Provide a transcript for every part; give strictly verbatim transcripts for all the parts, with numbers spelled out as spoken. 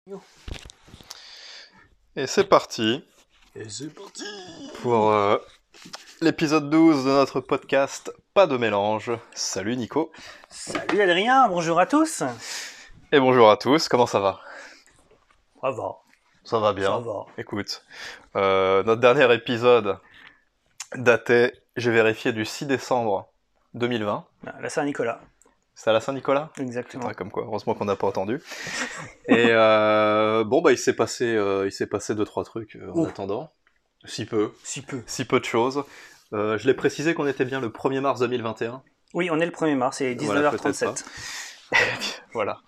Et c'est parti. Et c'est parti pour euh, l'épisode douze de notre podcast Pas de mélange. Salut Nico. Salut Adrien, bonjour à tous. Et bonjour à tous, comment ça va? Ça va. Ça va bien. Ça va. Écoute, euh, notre dernier épisode datait, j'ai vérifié, du six décembre deux mille vingt. La Saint-Nicolas. C'était à la Saint-Nicolas? Exactement. Putain, comme quoi, heureusement qu'on n'a pas entendu. Et euh, bon, bah il s'est passé, euh, il s'est passé deux trois trucs euh, en Oh. attendant. Si peu. Si peu. Si peu de choses. Euh, je l'ai précisé qu'on était bien le premier mars deux mille vingt et un. Oui, on est le premier mars, c'est dix-neuf heures trente-sept. Voilà.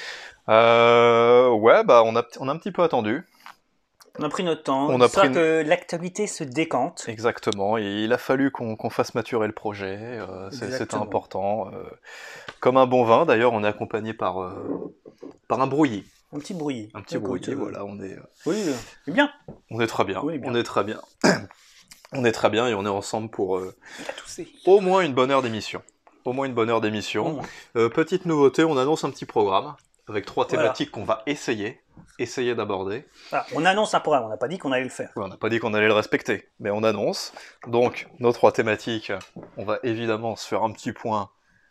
Euh, ouais, bah on a, on a un petit peu attendu. On a pris notre temps, On a histoire pris- que l'actualité se décante. Exactement, et il a fallu qu'on qu'on fasse maturer le projet, euh, c'est- c'était Exactement. important. euh, comme un bon vin, d'ailleurs, on est accompagné par, euh, par un brouillis. Un petit brouillis. Un petit Écoute, brouillis, euh, voilà, on est, euh, Oui, euh, c'est bien. on est très bien. Oui, bien. On est très bien. On est très bien et on est ensemble pour euh, Il a toussé. au moins une bonne heure d'émission. Au moins une bonne heure Au d'émission. moins. Euh, petite nouveauté, on annonce un petit programme avec trois Voilà. thématiques qu'on va essayer, essayer d'aborder. Voilà, on annonce un programme, on n'a pas dit qu'on allait le faire. Ouais, on n'a pas dit qu'on allait le respecter, mais on annonce. Donc, nos trois thématiques, on va évidemment se faire un petit point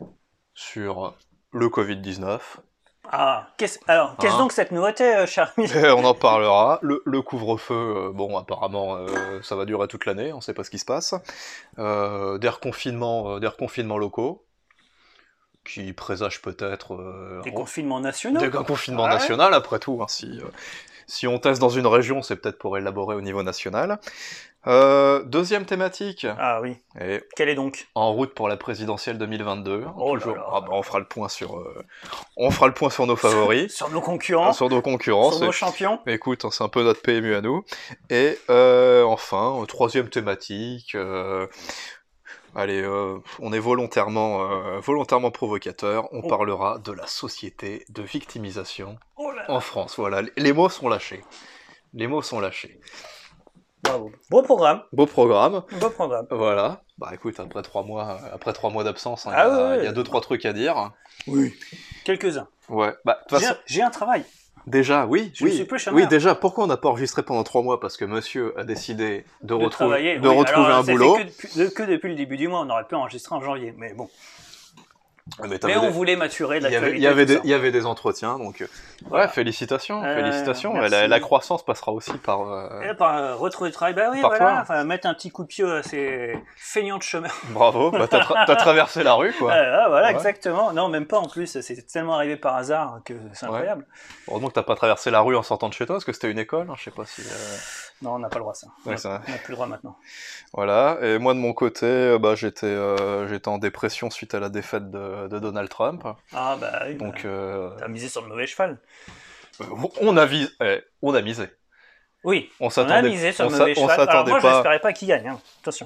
sur le covid dix-neuf. Ah, qu'est-ce alors, qu'est-ce Hein donc cette nouveauté, euh, cher ami? Et on en parlera. Le, le couvre-feu, euh, bon, apparemment, euh, ça va durer toute l'année, on ne sait pas ce qui se passe. Euh, des reconfinements, euh, des reconfinements locaux, qui présagent peut-être... euh, Des oh, confinements nationaux? des confinements Ah ouais. national, après tout. Hein, si, euh, si on teste dans une région, c'est peut-être pour élaborer au niveau national. Euh, deuxième thématique, Ah oui. et Quelle est donc? en route pour la présidentielle deux mille vingt-deux. Oh là toujours. là. Ah bah, on fera le point sur, euh, on fera le point sur nos favoris, Sur nos concurrents, sur nos concurrents. sur nos c'est- champions. Écoute, hein, c'est un peu notre P M U à nous. Et euh, enfin, euh, troisième thématique. euh, Allez, euh, on est volontairement, euh, volontairement provocateur. On Oh. parlera de la société de victimisation Oh là là. en France. Voilà, les mots sont lâchés. Les mots sont lâchés. Bravo. Beau programme. Beau programme. Beau programme. Voilà. Bah écoute, après trois mois, après trois mois d'absence, hein, il Ah y, a- ouais, ouais. il y a deux trois trucs à dire. Oui. Quelques-uns. Ouais. Bah de toute J'ai façon, un, j'ai un travail. déjà, oui, Je oui, suis peu chômeur. oui, déjà. Pourquoi on n'a pas enregistré pendant trois mois? Parce que Monsieur a décidé de, De retrouver, travailler. de Oui, retrouver alors, un ça boulot. fait que depuis, de- que depuis le début du mois, on aurait pu enregistrer en janvier. Mais bon. Mais, t'avais Mais on des- voulait maturer il y avait, l'actualité. il y avait tout des, ça. il y avait des entretiens, donc euh, Voilà. ouais, félicitations, Euh, félicitations. merci. La, la croissance passera aussi par. euh, Et par euh, retrouver le travail, bah oui, Par voilà. toi. Enfin, mettre un petit coup de pied à ces feignants de chômeurs. Bravo, bah, t'as, tra- t'as traversé la rue, quoi. Ah, voilà, Ouais. exactement. Non, même pas en plus. C'est tellement arrivé par hasard que c'est Ouais. incroyable. Heureusement que t'as pas traversé la rue en sortant de chez toi, parce que c'était une école, hein, je sais pas si... euh, Non, on n'a pas le droit à ça. Ouais, on c'est n'a vrai. on n'a plus le droit maintenant. Voilà, et moi de mon côté, euh, bah, j'étais, euh, j'étais en dépression suite à la défaite de, de Donald Trump, Ah bah oui. donc bah, euh, T'as misé sur le mauvais cheval. on, a vis- eh, on a misé. Oui, On on a s'attendait- misé sur on le s'a- mauvais on cheval. Alors s'attendait moi, pas- j'espérais pas qu'il gagne. Hein. Attention.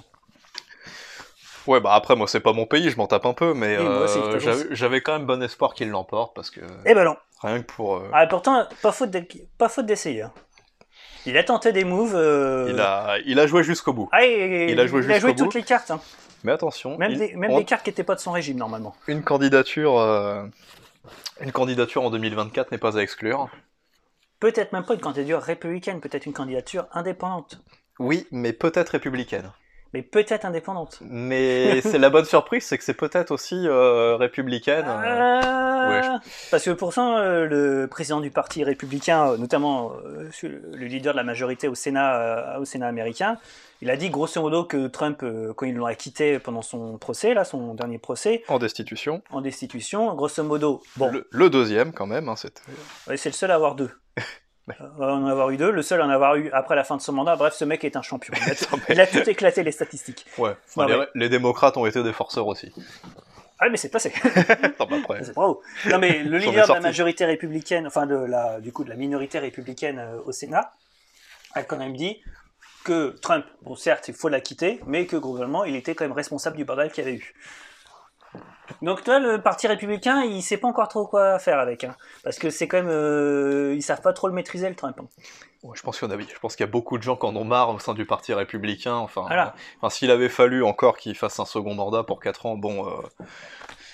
Ouais, bah après, moi c'est pas mon pays, je m'en tape un peu, mais Oui, moi aussi, euh, de toute façon, j'avais, j'avais quand même bon espoir qu'il l'emporte, parce que Eh ben non. rien que pour... euh, Ah, pourtant, pas faute de- pas faute d'essayer. hein. Il a tenté des moves. euh, il, a, il a joué jusqu'au bout. Ah, et- il a joué il a jusqu'au joué bout. toutes les cartes. hein. Mais attention, Même, il- des, même on- des cartes qui n'étaient pas de son régime, normalement. une candidature, euh, une candidature en deux mille vingt-quatre n'est pas à exclure. Peut-être même pas une candidature républicaine, peut-être une candidature indépendante. Oui, mais peut-être républicaine. Mais peut-être indépendante. Mais c'est la bonne surprise, c'est que c'est peut-être aussi euh, républicaine. euh. Euh, ouais, Parce que pourtant, euh, le président du parti républicain, euh, notamment euh, le leader de la majorité au Sénat, euh, au Sénat américain, il a dit grosso modo que Trump, euh, quand ils l'ont acquitté pendant son procès, là, son dernier procès, En destitution. en destitution, grosso modo, bon, Le, le deuxième, quand même, hein, c'était... ouais, c'est le seul à avoir deux. Ouais. Euh, en avoir eu deux, le seul à en avoir eu après la fin de son mandat. Bref, ce mec est un champion. Il a, tout, Non, mais- il a tout éclaté, les statistiques. Ouais, enfin, Non, les, mais- les démocrates ont été des forceurs aussi. Ah, mais c'est passé. Non, bah, après, C'est bravo. Non, mais le J'en ai leader de la sorti. majorité républicaine, enfin de la, du coup de la minorité républicaine euh, au Sénat, a quand même dit que Trump, bon certes, il faut l'acquitter, mais que globalement, il était quand même responsable du bordel qu'il y avait eu. Donc toi, le parti républicain, il sait pas encore trop quoi faire avec, hein, parce que c'est quand même, euh, ils savent pas trop le maîtriser le Trump. hein. ouais, je pense qu'il y en a, je pense qu'il y a beaucoup de gens qui en ont marre au sein du parti républicain. Enfin, Voilà. euh, enfin s'il avait fallu encore qu'il fasse un second mandat pour quatre ans, bon... euh,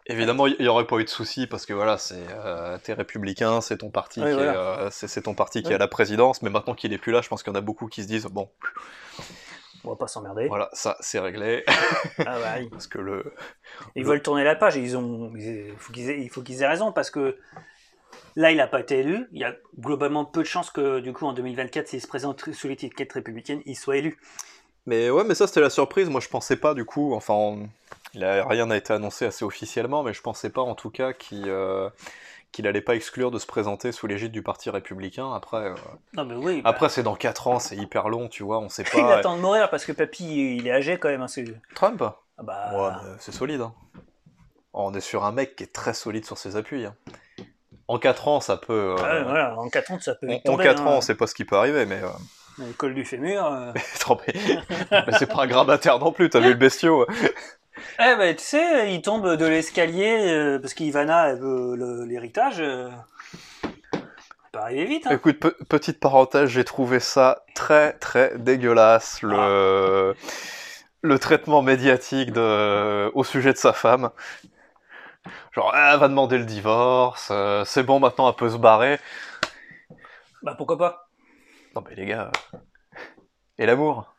Évidemment, il n'y aurait pas eu de souci parce que voilà, c'est euh, t'es républicain, c'est ton parti Oui, qui est, voilà. euh, c'est, c'est ton parti qui Oui. est à la présidence, mais maintenant qu'il est plus là, je pense qu'il y en a beaucoup qui se disent bon, On va pas s'emmerder. voilà, ça c'est réglé Ah bah, ils, parce que le, ils le... veulent tourner la page et ils ont, il faut qu'ils aient, il faut qu'ils aient raison parce que là, il n'a pas été élu. Il y a globalement peu de chances que, du coup, en deux mille vingt-quatre, s'il se présente sous l'étiquette républicaine, il soit élu. Mais ouais, mais ça c'était la surprise. Moi, je pensais pas du coup. Enfin, on- il a, rien n'a été annoncé assez officiellement, mais je pensais pas en tout cas qu'il euh, qu'il allait pas exclure de se présenter sous l'égide du parti républicain. Après, euh, Non, mais oui, bah, après c'est dans quatre ans, c'est hyper long, tu vois. On sait il pas. attend de mourir parce que Papy, il est âgé quand même. Hein, c'est- Trump? ah Ouais, bah, mais c'est solide. Hein. On est sur un mec qui est très solide sur ses appuis. Hein. En quatre ans, ça peut. ah ouais, euh, voilà, en quatre ans, ça peut En, vite en tomber. quatre ans, on Hein. sait pas ce qui peut arriver, mais. euh, Le col du fémur. euh. Attends, mais, mais c'est pas un grabataire non plus, t'as vu le bestiau? Eh ben, tu sais, il tombe de l'escalier euh, parce qu'Ivana elle veut le- l'héritage. Euh, ça peut arriver vite. Hein. Écoute, pe- petite parenthèse, j'ai trouvé ça très très dégueulasse, le, le traitement médiatique de, au sujet de sa femme. Genre, ah, elle va demander le divorce, euh, c'est bon maintenant, elle peut se barrer. Bah pourquoi pas. Non mais les gars, euh, et l'amour?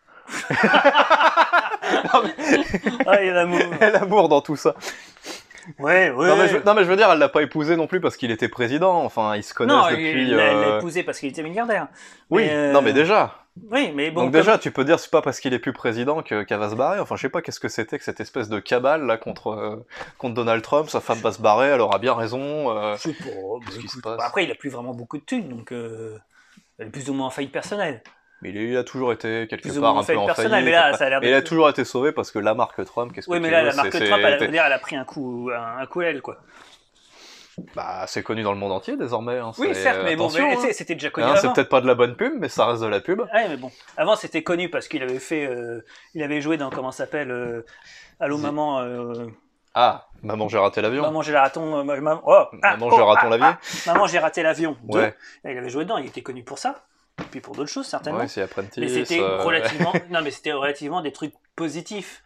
Non mais, Ah, il y a l'amour. et l'amour dans tout ça. Ouais, ouais. Non mais, je, non mais je veux dire, elle l'a pas épousé non plus parce qu'il était président, enfin ils se connaissent Non, depuis... il l'a il l'a euh, épousé parce qu'il était milliardaire. Oui, Mais, euh, non mais déjà. Oui, mais bon. Donc comme- déjà, tu peux dire c'est pas parce qu'il est plus président que- qu'elle va se barrer. Enfin, je sais pas qu'est-ce que c'était que cette espèce de cabale là contre euh, contre Donald Trump. Sa femme va se barrer, elle aura bien raison. euh, Je sais pas. bah, Qu'est-ce qui se écoute, passe bah, après, il a plus vraiment beaucoup de thunes, donc euh, elle est plus ou moins en faillite personnelle. Mais il, est- il a toujours été quelque Plus ou part moins un peu faillite en personnelle, faillite. mais là, après. ça a l'air de- Et il a toujours été sauvé parce que la marque Trump, qu'est-ce que Oui, mais tu là, veux, la marque c'est- Trump, elle, c'est- veut dire, elle a pris un coup, un, un coup à elle, quoi. Bah, c'est connu dans le monde entier désormais. Hein, Oui, c'est- certes, mais bon, attention, mais, hein. tu sais, c'était déjà connu Hein, c'est avant. peut-être pas de la bonne pub, mais ça reste de la pub. Ouais, mais bon. Avant, c'était connu parce qu'il avait fait, euh, il avait joué dans comment ça s'appelle, euh, Allô Dis- maman, euh, Ah, maman, j'ai raté l'avion. maman j'ai raton, euh, maman, oh, ah, Maman, j'ai oh, raté ah, l'avion. ah, maman j'ai raté l'avion. deux. Ouais, Et il avait joué dedans, il était connu pour ça, et puis pour d'autres choses certainement. ouais, c'est Apprentice. mais c'était euh, relativement, non mais c'était relativement des trucs positifs.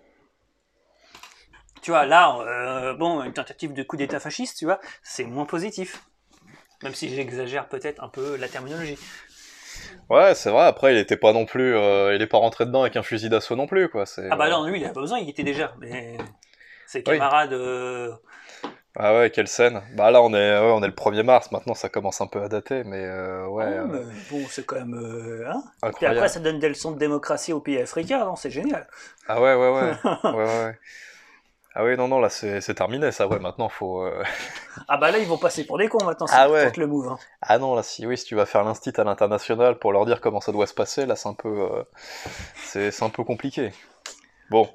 Tu vois, là, euh, bon, une tentative de coup d'état fasciste, tu vois, c'est moins positif. Même si j'exagère peut-être un peu la terminologie. Ouais, c'est vrai. Après, il était pas non plus, euh, il est pas rentré dedans avec un fusil d'assaut non plus, quoi. C'est, Ah bah euh, non, lui, il avait pas besoin, il y était déjà. Mais ses Oui. camarades, euh, Ah ouais, quelle scène. Bah là, on est, ouais, on est le premier mars. Maintenant, ça commence un peu à dater, mais euh, ouais, ah, euh, mais bon, c'est quand même, euh, hein. Puis incroyable. après, ça donne des leçons de démocratie aux pays africains, non, c'est génial. Ah ouais, ouais, ouais, ouais, ouais, ouais. Ah oui, non, non, là, c'est, c'est terminé, ça. Ouais, maintenant, faut. euh, Ah bah là, ils vont passer pour des cons maintenant, Ah s'ils ouais. tentent le move. Hein. Ah non, là, si, oui, si tu vas faire l'instit à l'international pour leur dire comment ça doit se passer, là, c'est un peu, euh, c'est, c'est un peu compliqué. Bon,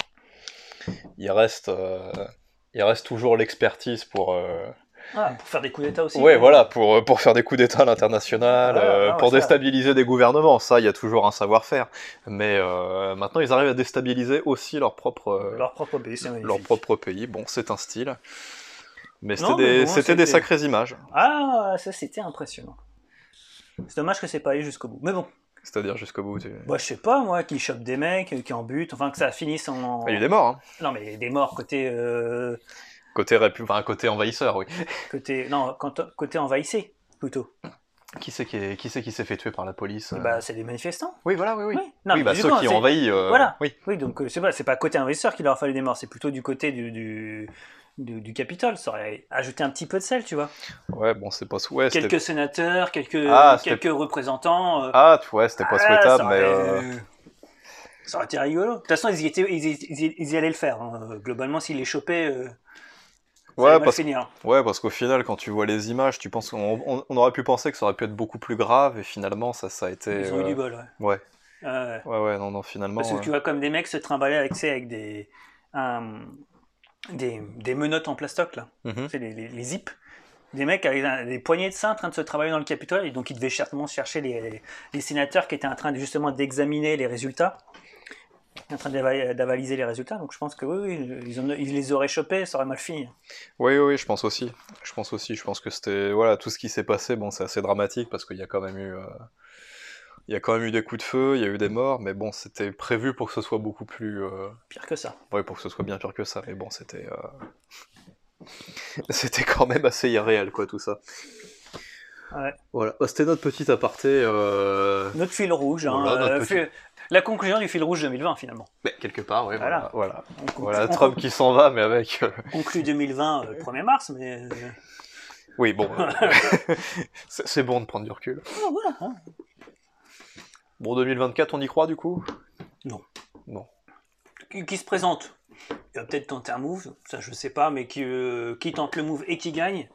il reste, euh, il reste toujours l'expertise pour. euh, Ah, pour faire des coups d'état aussi. Ouais, hein. voilà, pour, euh, pour faire des coups d'État à l'international, Ah, euh, ah ouais, pour ça. déstabiliser des gouvernements, ça, il y a toujours un savoir-faire. Mais euh, maintenant, ils arrivent à déstabiliser aussi leur propre, euh, Leur propre pays, c'est magnifique. leur propre pays. Bon, c'est un style. Mais c'était Non, mais des, bon, c'était des c'était- sacrées images. Ah, ça c'était impressionnant. C'est dommage que c'est pas allé jusqu'au bout. Mais bon, C'est-à-dire jusqu'au bout. Tu... moi je sais pas, moi, qui chope des mecs, euh, qui en butent, enfin que ça finisse en. Ah, il y a eu des morts, hein. Non, mais des morts côté. euh, Côté, répu... enfin, côté envahisseur, oui. côté. Non, quand- côté envahissé, plutôt. Qui c'est qui, est... qui, c'est qui s'est fait tuer par la police euh Bah, c'est des manifestants. Oui, voilà, oui, oui. Oui, non, oui, mais bah du ceux coup, qui c'est- ont envahi. euh, Voilà. Oui. Oui, donc euh, c'est pas, c'est pas côté investisseur qu'il leur a fallu des morts, c'est plutôt du côté du, du, du, du Capitole. Ça aurait ajouté un petit peu de sel, tu vois. Ouais, bon, c'est pas. Ouais, c'était- Quelques sénateurs, quelques, Ah, c'était- quelques représentants. euh, Ah, tu- ouais, c'était pas ah, souhaitable, ça mais. aurait- euh, Ça aurait été rigolo. De toute façon, ils y, étaient, ils, y- ils y- ils y allaient le faire. hein. Globalement, s'ils les chopaient, euh, ça Ouais, allait mal parce finir. Ouais, parce qu'au final, quand tu vois les images, tu penses qu'on on- on aurait pu penser que ça aurait pu être beaucoup plus grave, et finalement, ça, ça a été. Ils ont eu euh, du bol, ouais. Ouais, Euh, ouais, ouais, non, non, finalement. parce que ouais. tu vois comme des mecs se trimballer avec, tu sais, avec des, un- des, des menottes en plastoc, là. Mhm. Tu sais, les, les, les zips. Des mecs avec un- des poignées de seins en train de se travailler dans le Capitole, et donc ils devaient certainement chercher les, les, les sénateurs qui étaient en train de, justement d'examiner les résultats, en train d'ava- d'avaliser les résultats. Donc je pense que oui, oui ils, ont- ils les auraient chopés, ça aurait mal fini. Oui, oui, oui, je pense aussi. Je pense aussi. Je pense que c'était. Voilà, tout ce qui s'est passé, bon, c'est assez dramatique, parce qu'il y a quand même eu. euh, Il y a quand même eu des coups de feu, il y a eu des morts, mais bon, c'était prévu pour que ce soit beaucoup plus. euh, Pire que ça. Ouais, pour que ce soit bien pire que ça, mais bon, c'était. euh, C'était quand même assez irréel, quoi, tout ça. Ouais. Voilà, bah, c'était notre petit aparté. Euh... Notre fil rouge, hein, Voilà, notre euh, petit- fil- la conclusion du fil rouge deux mille vingt finalement. Mais quelque part, ouais, voilà. Voilà. Voilà, On conclut, voilà on Trump con- qui s'en va, mais avec. euh, conclut deux mille vingt euh, premier mars, mais. euh, Oui, bon. euh, c'est c'est bon de prendre du recul. ah, voilà, hein. Bon, deux mille vingt-quatre, on y croit du coup? Non. Bon. Qui, qui se présente. Il va peut-être tenter un move, ça je sais pas, mais qui, euh, qui tente le move et qui gagne.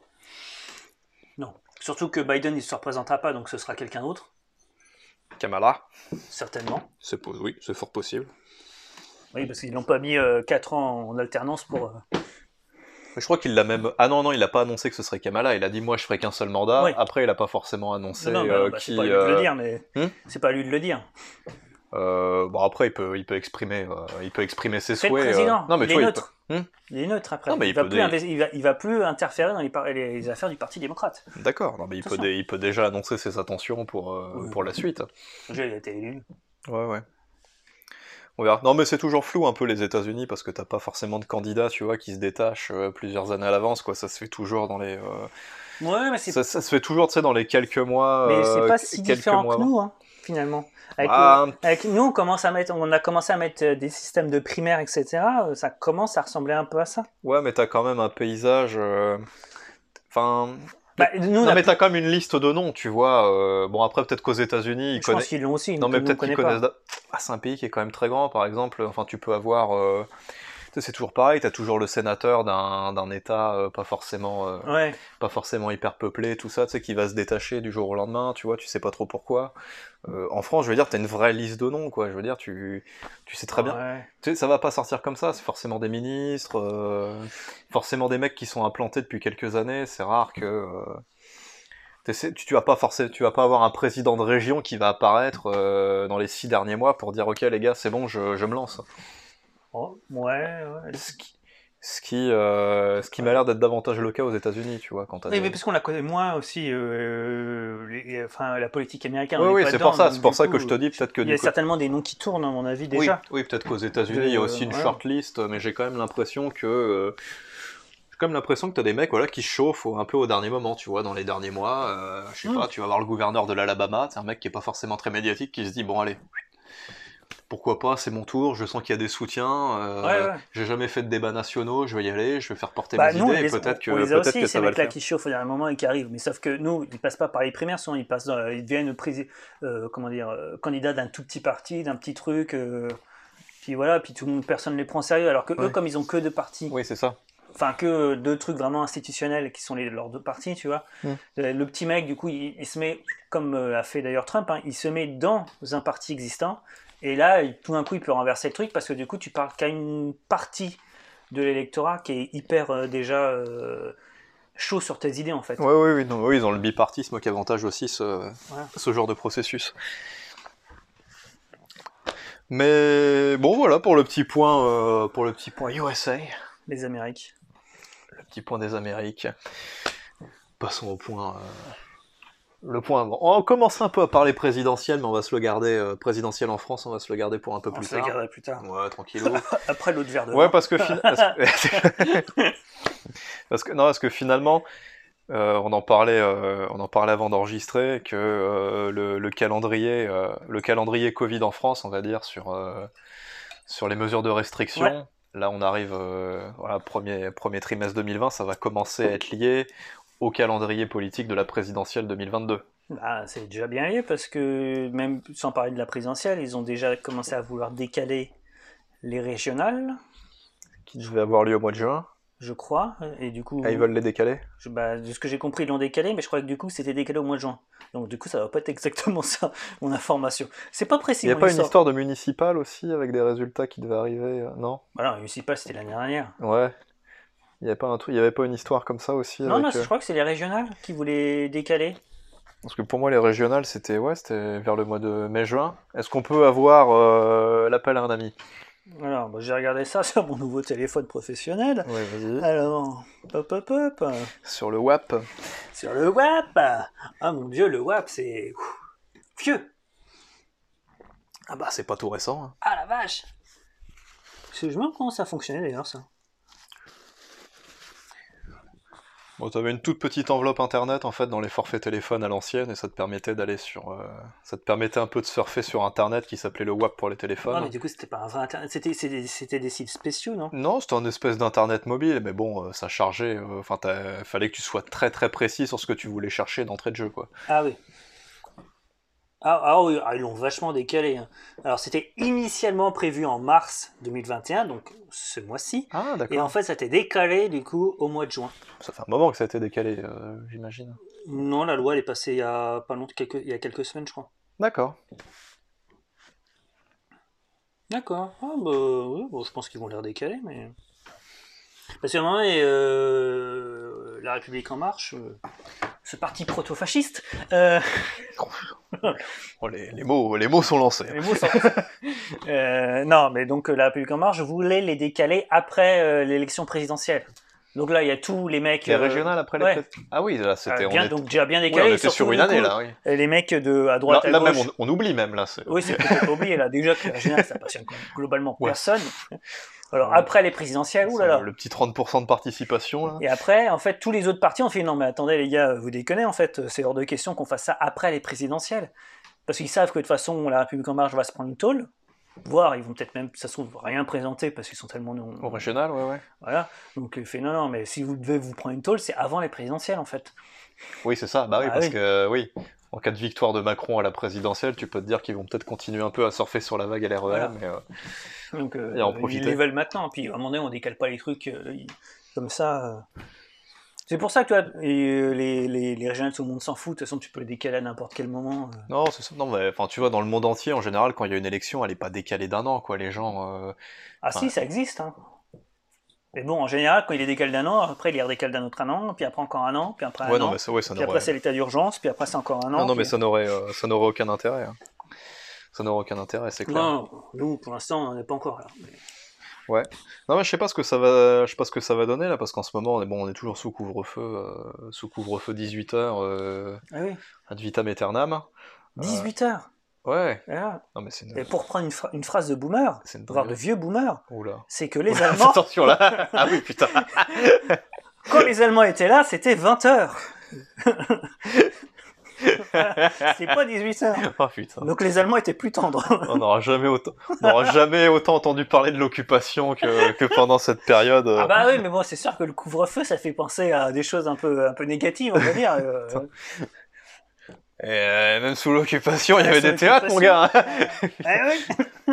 Non. Surtout que Biden il ne se représentera pas, donc ce sera quelqu'un d'autre, Kamala? certainement. C'est po- oui, c'est fort possible. Oui, parce qu'ils n'ont pas mis quatre ans en alternance pour. euh, Je crois qu'il l'a même. Ah non, non, il a pas annoncé que ce serait Kamala. Il a dit moi je ferai qu'un seul mandat. Oui. Après, il a pas forcément annoncé Non, non, bah, euh, bah, qui. c'est pas à lui de le euh, dire, mais. Hmm c'est pas à lui de le dire. euh, Bon, après, il peut, il peut exprimer, euh, il peut exprimer ses C'est le souhaits. euh, président, Non, mais il tu est vois, il neutre. peut- Hmm Il est neutre après. Non, mais il, il va peut plus dé- investi- il, va, il va plus interférer dans les, par- les affaires du Parti démocrate. D'accord. Non, mais il peut, Attention. dé- il peut déjà annoncer ses intentions pour, euh, Oui. pour la suite. Déjà, il a été élu. Ouais, ouais. On verra. Non, mais c'est toujours flou un peu les États-Unis parce que t'as pas forcément de candidats, tu vois, qui se détachent euh, plusieurs années à l'avance, quoi. Ça se fait toujours dans les. euh, Ouais, mais c'est Ça, ça se fait toujours, tu sais, dans les quelques mois. mais c'est euh, pas qu- si quelques différent mois que avant. nous, hein, finalement. Avec, Bah, euh, avec nous, on, commence à mettre, on a commencé à mettre euh, des systèmes de primaires, et cetera. euh, Ça commence à ressembler un peu à ça. Ouais, mais t'as quand même un paysage. euh, Enfin. Bah, nous, on Non, a mais plus- t'as quand même une liste de noms, tu vois. euh, Bon, après, peut-être qu'aux États-Unis, ils je pense connaissent. qu'ils l'ont aussi. Non, que mais nous, on peut-être qu'ils connaît connaissent. pas. da- Ah, c'est un pays qui est quand même très grand, par exemple. Enfin, tu peux avoir. euh, tu sais, c'est toujours pareil, t'as toujours le sénateur d'un d'un État euh, pas forcément. euh, Ouais. pas forcément hyper peuplé, tout ça, tu sais, qui va se détacher du jour au lendemain, tu vois, tu sais pas trop pourquoi. Euh, en France, je veux dire, t'as une vraie liste de noms, quoi, je veux dire, tu, tu sais très bien. Ouais. Tu sais, ça va pas sortir comme ça, c'est forcément des ministres, euh, forcément des mecs qui sont implantés depuis quelques années, c'est rare que... euh, t'essaies- tu, tu vas pas forcément, tu vas pas avoir un président de région qui va apparaître euh, dans les six derniers mois pour dire, ok les gars, c'est bon, je, je me lance. Oh, ouais, ouais. Ce qui, ce qui, euh, ce qui m'a l'air d'être davantage le cas aux États-Unis, tu vois, quand t'as Oui, des... mais parce qu'on la connaît moins aussi, euh, les- enfin, la politique américaine. Oui, on est oui, pas c'est dedans, pour ça, donc c'est pour du ça coup, que je te dis peut-être que il y a du coup... certainement des noms qui tournent, à mon avis, Oui, déjà. oui, peut-être qu'aux États-Unis, De- il y a aussi une voilà. shortlist, mais j'ai quand même l'impression que... euh, j'ai quand même l'impression que t'as des mecs voilà, qui se chauffent un peu au dernier moment, tu vois, dans les derniers mois. Euh, je sais Mm. pas, tu vas voir le gouverneur de l'Alabama, c'est un mec qui est pas forcément très médiatique, qui se dit, bon allez, pourquoi pas, c'est mon tour, je sens qu'il y a des soutiens, euh, Ouais, ouais. j'ai jamais fait de débats nationaux, je vais y aller, je vais faire porter Bah, mes nous, on idées, et les, peut-être on- que, on les a peut-être aussi, que ces ça va le mecs-là faire. qui chauffent au dernier moment et qui arrivent. Mais sauf que nous, ils passent pas par les primaires, souvent ils passent dans- ils deviennent prési- euh, comment dire, euh, candidats d'un tout petit parti, d'un petit truc. euh, puis voilà, puis tout le monde, personne ne les prend au sérieux. Alors que eux, Ouais. comme ils ont que deux partis, Oui, c'est ça. enfin que deux trucs vraiment institutionnels qui sont les, leurs deux partis, tu vois. Mm. Euh, Le petit mec, du coup, il, il se met, comme euh, a fait d'ailleurs Trump, hein, il se met dans un parti existant. Et là, il- tout d'un coup, il peut renverser le truc parce que du coup, tu parles qu'à une partie de l'électorat qui est hyper euh, déjà euh, chaud sur tes idées en fait. Oui, oui, oui, non, oui, ils ont le bipartisme qui avantage aussi ce, Voilà. ce genre de processus. Mais bon, voilà pour le petit point, euh, pour le petit point U S A, Les Amériques. le petit point des Amériques. Passons au point. euh, Le point. Bon, on commence un peu à parler présidentiel, mais on va se le garder euh, présidentiel en France, on va se le garder pour un peu On plus se la tard. gardera plus tard. Ouais, tranquillou. Après l'autre verre de Ouais, vin. parce que, fin- parce que- parce que non, parce que finalement, euh, on en parlait, euh, on en parlait avant d'enregistrer que euh, le, le calendrier, euh, le calendrier Covid en France, on va dire sur euh, sur les mesures de restriction. Ouais. Là, on arrive, euh, voilà, premier premier trimestre deux mille vingt, ça va commencer à être lié au calendrier politique de la présidentielle deux mille vingt-deux. Bah, c'est déjà bien lié parce que même sans parler de la présidentielle, ils ont déjà commencé à vouloir décaler les régionales, Qui devait avoir lieu au mois de juin. je crois. Et du coup, Ah, ils veulent les décaler. je- bah, de ce que j'ai compris, ils l'ont décalé, mais je crois que du coup, c'était décalé au mois de juin. Donc du coup, ça va pas être exactement ça, mon information. C'est pas précis. Il n'y a mon pas une histoire. histoire de municipal aussi avec des résultats qui devaient arriver, euh, non? Bah non, municipal, c'était l'année dernière. Ouais. Il n'y avait pas un truc, il y avait pas une histoire comme ça aussi Non, avec, non, euh, je crois que c'est les régionales qui voulaient décaler. Parce que pour moi les régionales c'était ouais, c'était vers le mois de mai-juin. Est-ce qu'on peut avoir euh, l'appel à un ami? Alors, bah, j'ai regardé ça sur mon nouveau téléphone professionnel. Ouais, vas-y. Alors, hop, hop, hop. Sur le W A P. Sur le W A P. Ah mon dieu, le W A P, c'est ouf, vieux. Ah bah c'est pas tout récent. Hein. Ah la vache. Je me demande comment ça fonctionnait d'ailleurs ça. Bon, t'avais une toute petite enveloppe internet en fait dans les forfaits téléphones à l'ancienne et ça te permettait d'aller sur, euh, ça te permettait un peu de surfer sur internet qui s'appelait le W A P pour les Ouais, téléphones. mais du coup, c'était pas un vrai internet. C'était, c'était, c'était des sites spéciaux, non? Non, c'était un espèce d'internet mobile, mais bon, euh, ça chargeait. euh, Enfin, t'as- fallait que tu sois très très précis sur ce que tu voulais chercher d'entrée de jeu, quoi. Ah oui. Ah, ah oui, ah, ils l'ont vachement décalé, hein. Alors, c'était initialement prévu en mars deux mille vingt et un, donc ce mois-ci. Ah, Et en d'accord. fait, ça a été décalé, du coup, au mois de juin. Ça fait un moment que ça a été décalé, euh, j'imagine. Non, la loi, elle est passée il y a pas longtemps, quelques, il y a quelques semaines, je crois. D'accord. D'accord. Ah, bah, oui, bon, je pense qu'ils vont les redécaler, mais... Parce qu'à un moment, donné, euh, La République En Marche, euh, ce parti proto-fasciste, euh, Oh, les, les mots, les mots sont lancés. les mots sont- Euh, non, mais donc euh, La République En Marche voulait les décaler après euh, l'élection présidentielle. Donc là, il y a tous les mecs... Les euh, régionales après les ouais. pré- Ah oui, là, c'était. euh, on bien, était- donc déjà bien oui, décalé. on et était surtout, sur une du année, coup, là, oui. euh, les mecs de à Là, droite, à là gauche... même, on, on oublie même, là. c'est- Oui, c'est peut-être pas oublié, là. Déjà que les régionales, ça passionne globalement Ouais. personne. Alors Ouais. après les présidentielles, c'est oulala. Le petit trente pour cent de participation, là. Et après, en fait, tous les autres partis ont fait non, mais attendez, les gars, vous déconnez, en fait, c'est hors de question qu'on fasse ça après les présidentielles. Parce qu'ils savent que de toute façon, La République En Marche va se prendre une tôle, voire ils vont peut-être même, ça se trouve, rien présenter parce qu'ils sont tellement non. Au régional, ouais, ouais. Voilà. Donc il fait non, non, mais si vous devez vous prendre une tôle, c'est avant les présidentielles, en fait. Oui, c'est ça. Bah oui, Ah parce oui. que, oui, en cas de victoire de Macron à la présidentielle, tu peux te dire qu'ils vont peut-être continuer un peu à surfer sur la vague à l'R E M. Voilà. Mais, euh, Donc euh, Et en ils profiter. les veulent maintenant. Puis à un moment donné, on décale pas les trucs euh, ils- comme ça. euh. C'est pour ça que tu vois, et, euh, les, les, les régionales, tout le monde s'en fout. De toute façon, tu peux les décaler à n'importe quel moment. euh. Non, c'est ça. Non, mais enfin, tu vois, dans le monde entier, en général, quand il y a une élection, elle est pas décalée d'un an, quoi. Les gens. euh, Ah Enfin, si, ça existe. Hein. Mais bon, en général, quand il est décalé d'un an, après il est redécalé d'un autre un an, puis après encore un an, puis après un Ouais, non, an, mais ça, ouais, ça puis après n'aurait. c'est l'état d'urgence, puis après c'est encore un an. Non, non, mais puis- ça n'aurait, euh, ça n'aurait aucun intérêt. hein. Ça n'aurait aucun intérêt, c'est clair. Non, nous, pour l'instant, on n'est pas encore là. Mais- Ouais. Non, mais je sais pas ce que ça va, je sais pas ce que ça va donner là, parce qu'en ce moment, on est bon, on est toujours sous couvre-feu, euh, sous couvre-feu dix-huit heures, euh, Ah oui, ad vitam aeternam. Euh, dix-huit heures. Ouais. Voilà. Non, mais c'est une. Et pour prendre une, phra- une phrase de boomer, C'est une voire de dinguerie. vieux boomer, Oula. c'est que les Allemands, Attention là. Ah oui, putain. quand les Allemands étaient là, c'était vingt heures. C'est pas dix-huit heures. Oh putain. Donc les Allemands étaient plus tendres. On n'aura jamais autant, on n'aura jamais autant entendu parler de l'occupation que, que pendant cette période. euh. Ah bah oui, mais bon, c'est sûr que le couvre-feu, ça fait penser à des choses un peu, un peu négatives, on va dire. euh. Et euh, même sous l'occupation, il y Ah, avait sous des théâtres, mon gars. Ah oui.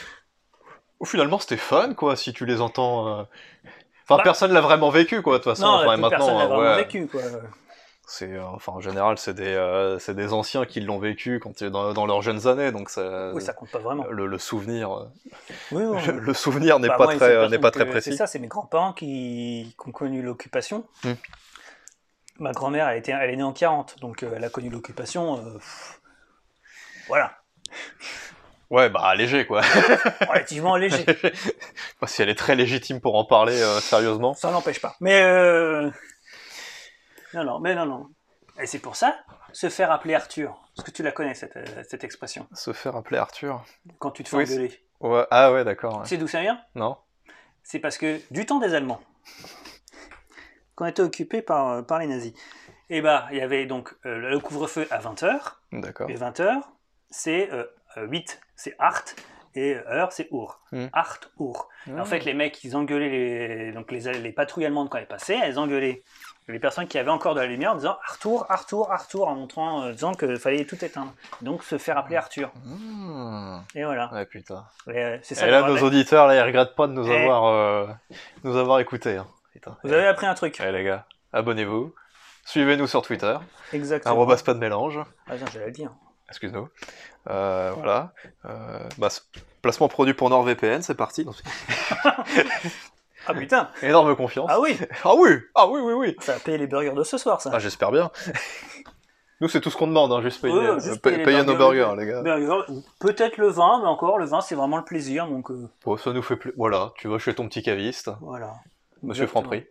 Ou finalement, c'était fun, quoi, si tu les entends. euh. Enfin, Bah- personne l'a vraiment vécu, quoi, de toute façon. Non, Enfin, toute maintenant, personne n'a euh, vraiment ouais. vécu, quoi. C'est, euh, enfin, en général, c'est des, euh, c'est des anciens qui l'ont vécu quand ils- dans, dans leurs jeunes années, donc ça, Oui, ça compte pas vraiment. le, le souvenir, euh, Oui, oui. le, le souvenir n'est Bah, pas moi, très, c'est euh, personne n'est pas que- très précis. C'est ça, c'est mes grands-parents qui... qui ont connu l'occupation. Hmm. Ma grand-mère, elle, était... elle est née en quarante, donc euh, elle a connu l'occupation. euh, pff, Voilà. Ouais, bah léger, quoi. Relativement léger. Pas si elle est très légitime pour en parler euh, sérieusement. Ça n'empêche pas. Mais euh... non, non, mais non, non. Et c'est pour ça, se faire appeler Arthur. Parce que tu la connais, cette, euh, cette expression. Se faire appeler Arthur. Quand tu te fais Oui, engueuler. Ouais. Ah ouais, d'accord. ouais. Tu sais d'où ça vient? Non. C'est parce que du temps des Allemands, quand on était occupés par, euh, par les nazis, et bah, il y avait donc euh, le couvre-feu à vingt heures. D'accord. Et vingt heures, c'est euh, huit, c'est Art, et heure, c'est Our. Hmm. Art, Our. Hmm. En fait, les mecs, ils engueulaient les, donc les, les patrouilles allemandes quand elles passaient, elles engueulaient les personnes qui avaient encore de la lumière en disant Arthur, Arthur, Arthur, en montrant, euh, disant qu'il fallait tout éteindre. Donc se faire appeler Arthur. Mmh. Et voilà. Ouais, putain. Et, euh, c'est ça Et là, le nos bordel. auditeurs, là, ils regrettent pas de nous Eh. avoir, euh, nous avoir écoutés. Hein. Putain. Vous avez appris un truc. Eh, les gars, abonnez-vous. Suivez-nous sur Twitter. Exactement. Arrobas pas de mélange. Ah, tiens, j'allais le dire. Excuse-nous. Euh, voilà. Euh, bah, c- placement produit pour NordVPN, c'est parti. Non, c'est- Ah putain. Énorme confiance. Ah oui. Ah oui, ah oui, oui, oui. Ça a payé les burgers de ce soir, ça. Ah, j'espère bien. Nous, c'est tout ce qu'on demande, hein, juste payer, Ouais, euh, juste pa- payer les payer nos burgers, burgers, les gars. Burger, ou peut-être le vin, mais encore, le vin, c'est vraiment le plaisir, donc euh, Bon, ça nous fait plus. Voilà, tu vas chez ton petit caviste, voilà. Monsieur Exactement. Franprix.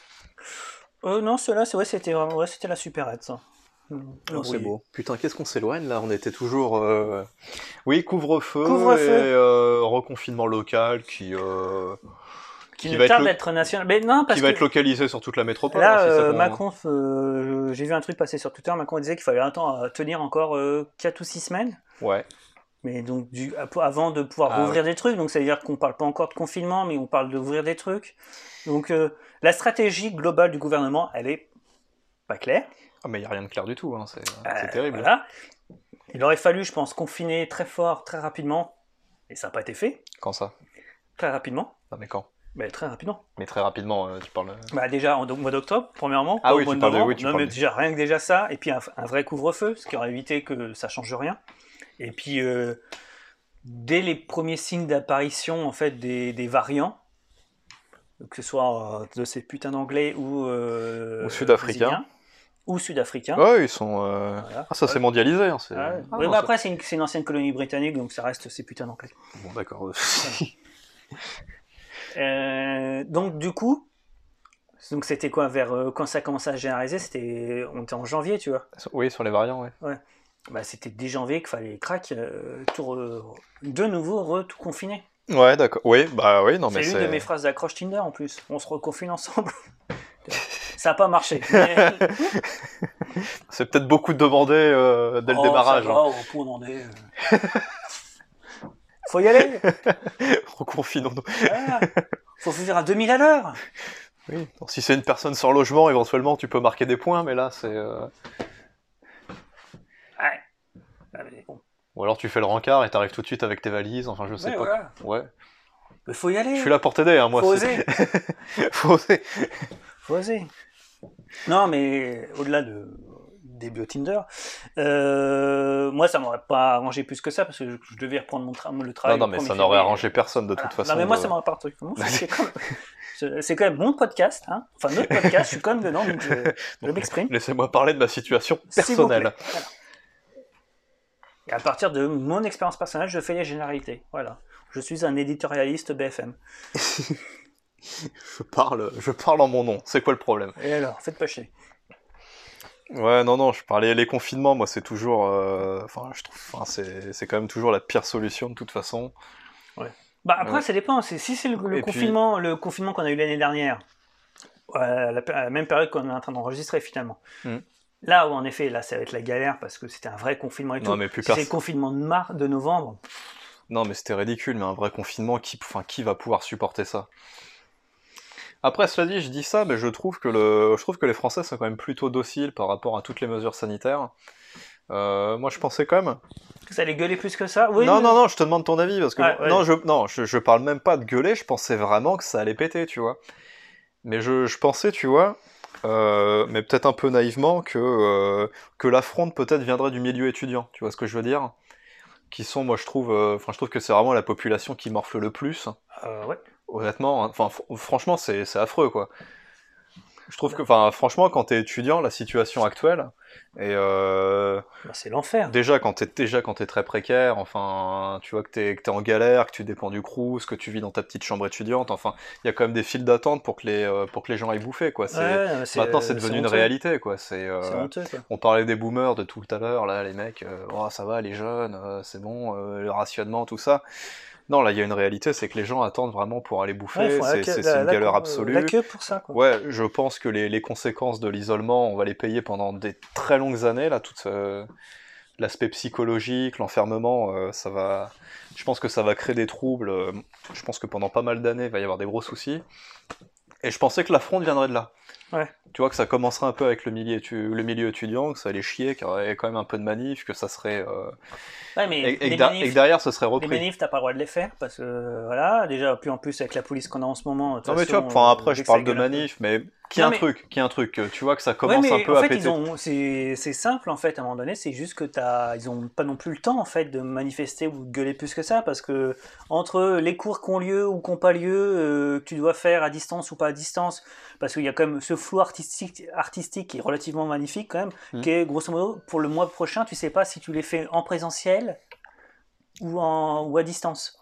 Euh, non, ceux-là, c'est ouais, c'était vraiment, ouais, c'était la supérette, ça. Mm. Non, c'est Oui. beau. Putain, qu'est-ce qu'on s'éloigne là? On était toujours. euh, Oui, couvre-feu, Couvre-feu. et euh, reconfinement local qui, euh, qui, Qui ne va être tarde lo- d'être national. Mais non, parce Qui va que être localisé sur toute la métropole. là, hein, si ça euh, con- Macron, euh, j'ai vu un truc passer sur Twitter, Macron disait qu'il fallait un temps à tenir encore euh, quatre ou six semaines. Ouais. Mais donc, du, avant de pouvoir Ah, rouvrir des trucs, donc ça veut dire qu'on parle pas encore de confinement, mais on parle d'ouvrir des trucs. Donc, euh, la stratégie globale du gouvernement, elle est pas claire. Ah, mais il n'y a rien de clair du tout, hein, c'est Euh, c'est terrible. Voilà. Il aurait fallu, je pense, confiner très fort, très rapidement, et ça n'a pas été fait. Quand ça? Très rapidement. Non, mais quand? Mais très rapidement. Mais très rapidement, euh, tu parles. Bah déjà en do- mois d'octobre, premièrement. Ah pas oui, au mois tu de parles de- novembre. oui, tu non, parles mais de- déjà, rien que déjà ça, et puis un, un vrai couvre-feu, ce qui aurait évité que ça change rien. Et puis, euh, dès les premiers signes d'apparition en fait, des, des variants, que ce soit euh, de ces putains d'anglais ou, euh, Ou sud-africains. brésiliens, ou sud-africains. Ouais, ils sont. euh, Voilà. Ah, ça s'est mondialisé. Hein, c'est- Ah ouais. Ah, Oui, non, mais ça- après, c'est une, c'est une ancienne colonie britannique, donc ça reste ces putains d'anglais. Bon, d'accord. Euh, donc, du coup, donc c'était quoi vers euh, quand ça commençait à se généraliser, c'était on était en janvier, tu vois. Oui, sur les variants, ouais. Bah, c'était dès janvier qu'il fallait crack, euh, tout re- de nouveau re tout confiner. Ouais, d'accord. Oui, bah oui, non, mais c'est c'est. l'une de mes phrases d'accroche Tinder en plus. On se reconfine ensemble. Ça n'a pas marché. Mais... C'est peut-être beaucoup demandé euh, dès le Oh, démarrage. ça hein. va, au point où on en est. euh. Faut y aller. Reconfinons-nous. Voilà. Faut vivre à deux mille à l'heure. Oui. Donc, si c'est une personne sans logement, éventuellement, tu peux marquer des points, mais là, c'est. euh, Ouais. Ah, mais bon. Ou alors tu fais le rencard et t'arrives tout de suite avec tes valises. Enfin, je sais Ouais, pas. voilà. Ouais. Mais faut y aller. Je suis là pour t'aider, hein, moi. Faut c'est- oser. Faut oser. Faut oser. Non, mais au-delà de des bio Tinder, euh, moi ça m'aurait pas arrangé plus que ça parce que je, je devais reprendre mon tra- le Non, travail. non, le mais premier ça n'aurait février. arrangé personne de Voilà. toute façon. Non, mais moi de- ça m'aurait pas retenu. C'est quand, même... c'est quand même mon podcast, hein. Enfin notre podcast, je suis quand même dedans, donc je, je m'exprime. Laissez-moi parler de ma situation S'il vous plaît. personnelle. Voilà. Et à partir de mon expérience personnelle, je fais les généralités. Voilà. Je suis un éditorialiste B F M. Je parle, je parle en mon nom. C'est quoi le problème? Et alors, faites pas chier. Ouais, non, non, je parlais les confinements, moi c'est toujours, euh, enfin, je trouve, enfin, c'est, c'est quand même toujours la pire solution de toute façon. Bah après, Ouais. ça dépend. C'est- Si c'est le, le Et puis- confinement, le confinement qu'on a eu l'année dernière, euh, la, à la même période qu'on est en train d'enregistrer finalement. Mm. Là où en effet, là ça va être la galère parce que c'était un vrai confinement et Non, tout. mais plus Si c'est personne- le confinement de mars, de novembre, Non, mais c'était ridicule, mais un vrai confinement, qui, enfin, qui va pouvoir supporter ça? Après, cela dit, je dis ça, mais je trouve que le, je trouve que les Français sont quand même plutôt dociles par rapport à toutes les mesures sanitaires. Euh, moi, je pensais quand même. que ça allait gueuler plus que ça. Oui. non, mais- non, non, je te demande ton avis parce que Ouais, ouais. non, je, non, je, je parle même pas de gueuler. Je pensais vraiment que ça allait péter, tu vois. Mais je, je pensais, tu vois, euh, mais peut-être un peu naïvement que euh, que l'affront peut-être viendrait du milieu étudiant. Tu vois ce que je veux dire? Qui sont, moi, je trouve, euh, enfin, je trouve que c'est vraiment la population qui morfle le plus. Euh, ouais. Honnêtement, hein. Enfin, fr- franchement, c'est c'est affreux, quoi. Je trouve que, enfin, franchement, quand t'es étudiant, la situation actuelle, et euh, Bah, c'est l'enfer. déjà quand t'es déjà quand t'es très précaire, enfin, tu vois que t'es que t'es en galère, que tu dépends du Crous, que tu vis dans ta petite chambre étudiante, enfin, il y a quand même des files d'attente pour que les euh, pour que les gens aillent bouffer, quoi. C'est Ouais, non, mais maintenant c'est euh, devenu une honteux. réalité, quoi. C'est euh, C'est honteux, quoi. on parlait des boomers de tout à l'heure, là, les mecs, euh, oh, ça va, les jeunes, euh, c'est bon, euh, le rationnement, tout ça. Non, là, il y a une réalité, c'est que les gens attendent vraiment pour aller bouffer, Ouais, faut la c'est queue- c'est- la- c'est une la- galère euh, absolue. La queue pour ça, quoi. Ouais, je pense que les, les conséquences de l'isolement, on va les payer pendant des très longues années, là, tout euh, l'aspect psychologique, l'enfermement, euh, ça va... Je pense que ça va créer des troubles, euh, je pense que pendant pas mal d'années, il va y avoir des gros soucis. Et je pensais que l'affront viendrait de là. Ouais. Tu vois, que ça commencerait un peu avec le milieu, étu- le milieu étudiant, que ça allait chier, qu'il y aurait quand même un peu de manif, que ça serait... euh, Ouais, mais Et, et les que da- manifs- et que derrière, ce serait Les repris. manifs, t'as pas le droit de les faire parce que euh, voilà, déjà, puis en plus avec la police qu'on a en ce moment. de toute Non mais tu façon, vois, enfin euh, après dès je que ça parle de gueule un peu. manif, mais qui a Non, un mais- truc, qui a un truc, que tu vois que ça Ouais, commence mais un peu en à fait, péter. ils ont, c'est, c'est simple en fait. À un moment donné, c'est juste que t'as, ils ont pas non plus le temps en fait de manifester ou de gueuler plus que ça, parce que entre les cours qui ont lieu ou qui n'ont pas lieu, euh, que tu dois faire à distance ou pas à distance, parce qu'il y a quand même ce flou artistique, artistique qui est relativement magnifique quand même, Mhm. qui est grosso modo pour le mois prochain, tu sais pas si tu les fais en présentiel ou en ou à distance. Mhm.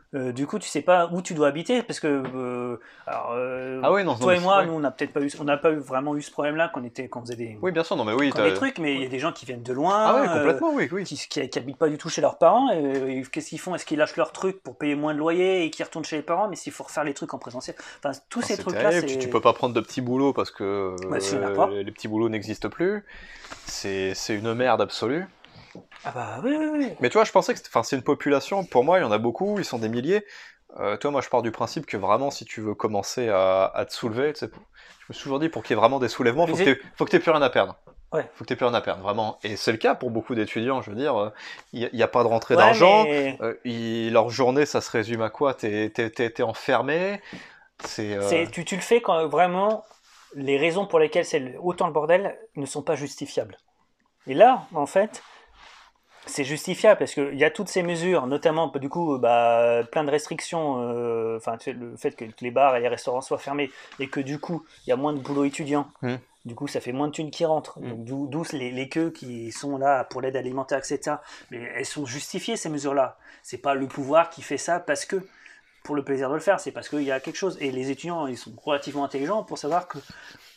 Euh, du coup, tu sais pas où tu dois habiter parce que euh, alors, euh, Ah oui, non, non, toi mais et c'est- moi, ouais. nous, on n'a peut-être pas eu, on n'a pas eu, vraiment eu ce problème-là quand on était, quand on faisait des, Oui, bien sûr, non, mais oui, quand des t'as... trucs, mais il y a des gens qui viennent de Ah ouais, loin, euh, complètement, oui, oui. qui, qui, qui habitent pas du tout chez leurs parents. Et, et qu'est-ce qu'ils font? Est-ce qu'ils lâchent leurs trucs pour payer moins de loyer et qu'ils retournent chez les parents? Mais s'il faut refaire les trucs en présentiel, enfin, tous Ah, ces c'est trucs-là, terrible, tu, tu peux c'est, pas prendre de petits boulots parce que bah, s'il y en a pas. euh, les petits boulots n'existent plus. C'est c'est une merde absolue. Ah bah oui, oui, oui. Mais tu vois, je pensais que c'était- enfin, c'est une population, pour moi, il y en a beaucoup, ils sont des milliers. Euh, toi, moi, je pars du principe que vraiment, si tu veux commencer à, à te soulever, tu sais, pour- je me suis toujours dit, pour qu'il y ait vraiment des soulèvements, faut que Les é- t'aies- faut que t'aies plus rien à perdre. Ouais. Faut que t'aies plus rien à perdre, vraiment. Et c'est le cas pour beaucoup d'étudiants, je veux dire. euh, Il n'y a, pas de rentrée Ouais, d'argent. mais euh, ils- leur journée, ça se résume à quoi? T'es t'es- t'es- t'es enfermé. C'est... euh, c'est, tu, tu le fais quand vraiment les raisons pour lesquelles c'est le- autant le bordel ne sont pas justifiables. Et là, en fait, c'est justifiable parce qu'il y a toutes ces mesures, notamment du coup bah, plein de restrictions, euh, enfin tu sais, le fait que, que les bars et les restaurants soient fermés et que du coup il y a moins de boulot étudiant, hmm. du coup ça fait moins de thunes qui rentrent, Mm. donc d'où d'où les, les queues qui sont là pour l'aide alimentaire, et cetera. Mais elles sont justifiées ces mesures-là. C'est pas le pouvoir qui fait ça parce que pour le plaisir de le faire, c'est parce qu'il y a quelque chose. Et les étudiants ils sont relativement intelligents pour savoir que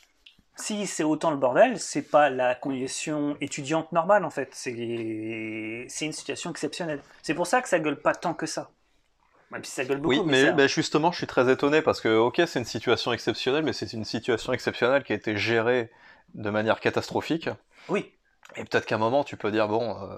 si c'est autant le bordel, c'est pas la condition étudiante normale en fait, c'est c'est une situation exceptionnelle. C'est pour ça que ça gueule pas tant que ça. Même si ça gueule Oui, beaucoup, mais mais ça. ben, justement, je suis très étonné parce que, ok, c'est une situation exceptionnelle, mais c'est une situation exceptionnelle qui a été gérée de manière catastrophique. Oui, Et peut-être qu'à un moment, tu peux dire, bon, euh,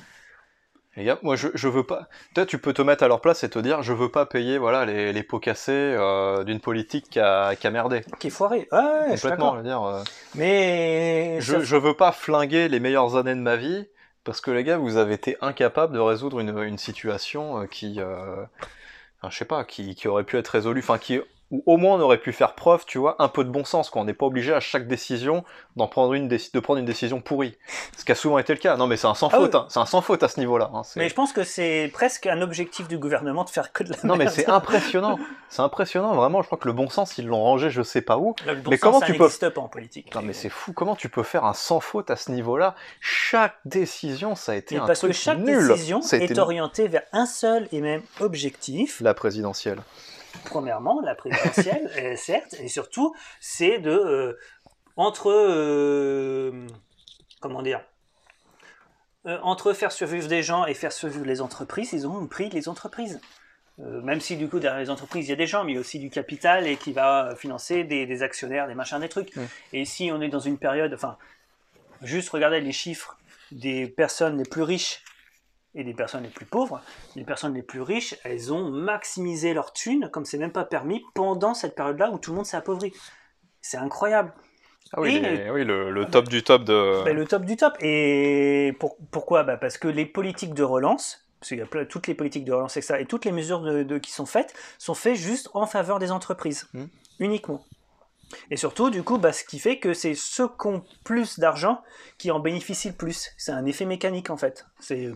les gars, moi, je, je veux pas. Peut-être tu peux te mettre à leur place et te dire, je veux pas payer, voilà, les, les pots cassés euh, d'une politique qui a, qui a merdé. qui est foiré. Ah ouais, je suis Complètement, je d'accord. veux dire. euh, Mais ça- je, je veux pas flinguer les meilleures années de ma vie parce que, les gars, vous avez été incapables de résoudre une, une situation euh, qui. euh, Enfin, je sais pas, qui, qui aurait pu être résolue, enfin, qui, ou au moins on aurait pu faire preuve, tu vois, un peu de bon sens, quoi. On n'est pas obligé à chaque décision d'en prendre une, déci- de prendre une décision pourrie. Ce qui a souvent été le cas. Non, mais c'est un sans Ah oui. faute, hein. C'est un sans faute à ce niveau-là. Hein. C'est- mais je pense que c'est presque un objectif du gouvernement de faire que de la Non, mais merde. c'est impressionnant. C'est impressionnant, vraiment. Je crois que le bon sens, ils l'ont rangé, je sais pas où. Le bon mais sens, comment ça tu peux. n'existe pas en politique. Non, mais c'est fou. Comment tu peux faire un sans faute à ce niveau-là? Chaque décision, ça a été Mais un parce que truc chaque nul. décision Ça a été est orientée vers un seul et même objectif. la présidentielle. Premièrement, la présidentielle, euh, certes, et surtout, c'est de euh, entre euh, comment dire, euh, entre faire survivre des gens et faire survivre les entreprises, ils ont pris les entreprises. Euh, même si du coup derrière les entreprises il y a des gens, mais il y a aussi du capital et qui va financer des, des actionnaires, des machins, des trucs. Mm. Et si on est dans une période, enfin, juste regarder les chiffres des personnes les plus riches et des personnes les plus pauvres, les personnes les plus riches, elles ont maximisé leur thune, comme c'est même pas permis, pendant cette période-là où tout le monde s'est appauvri. C'est incroyable. Ah oui, Et, les- oui le, le top du top de. Ben, le top du top. Et pour- pourquoi ben, parce que les politiques de relance, parce qu'il y a plein- toutes les politiques de relance et ça, et toutes les mesures de, de- qui sont faites, sont faites juste en faveur des entreprises, Mm. uniquement. Et surtout, du coup, bah, ce qui fait que c'est ceux qui ont plus d'argent qui en bénéficient le plus. C'est un effet mécanique, en fait. C'est,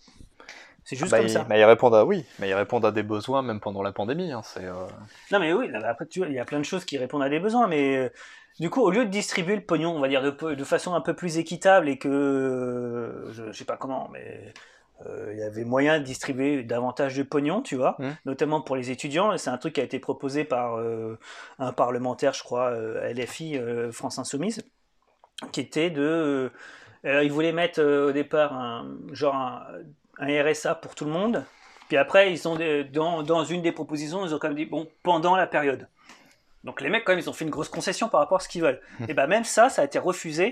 c'est juste Bah, comme ils, ça. bah, ils répondent à oui, mais ils répondent à des besoins même pendant la pandémie. Hein, c'est, euh... Non, mais oui, là, après, tu vois, il y a plein de choses qui répondent à des besoins, mais euh, du coup, au lieu de distribuer le pognon, on va dire, de, de façon un peu plus équitable et que, euh, je, je sais pas comment, mais euh, il y avait moyen de distribuer davantage de pognon, tu vois, Mm. notamment pour les étudiants. Et c'est un truc qui a été proposé par euh, un parlementaire, je crois, euh, L F I, euh, France Insoumise, qui était de... Euh, ils voulaient mettre euh, au départ un, genre un, un R S A pour tout le monde. Puis après, ils ont des- dans, dans une des propositions, ils ont quand même dit, bon, pendant la période. Donc les mecs, quand même, ils ont fait une grosse concession par rapport à ce qu'ils veulent. Et bien même ça, ça a été refusé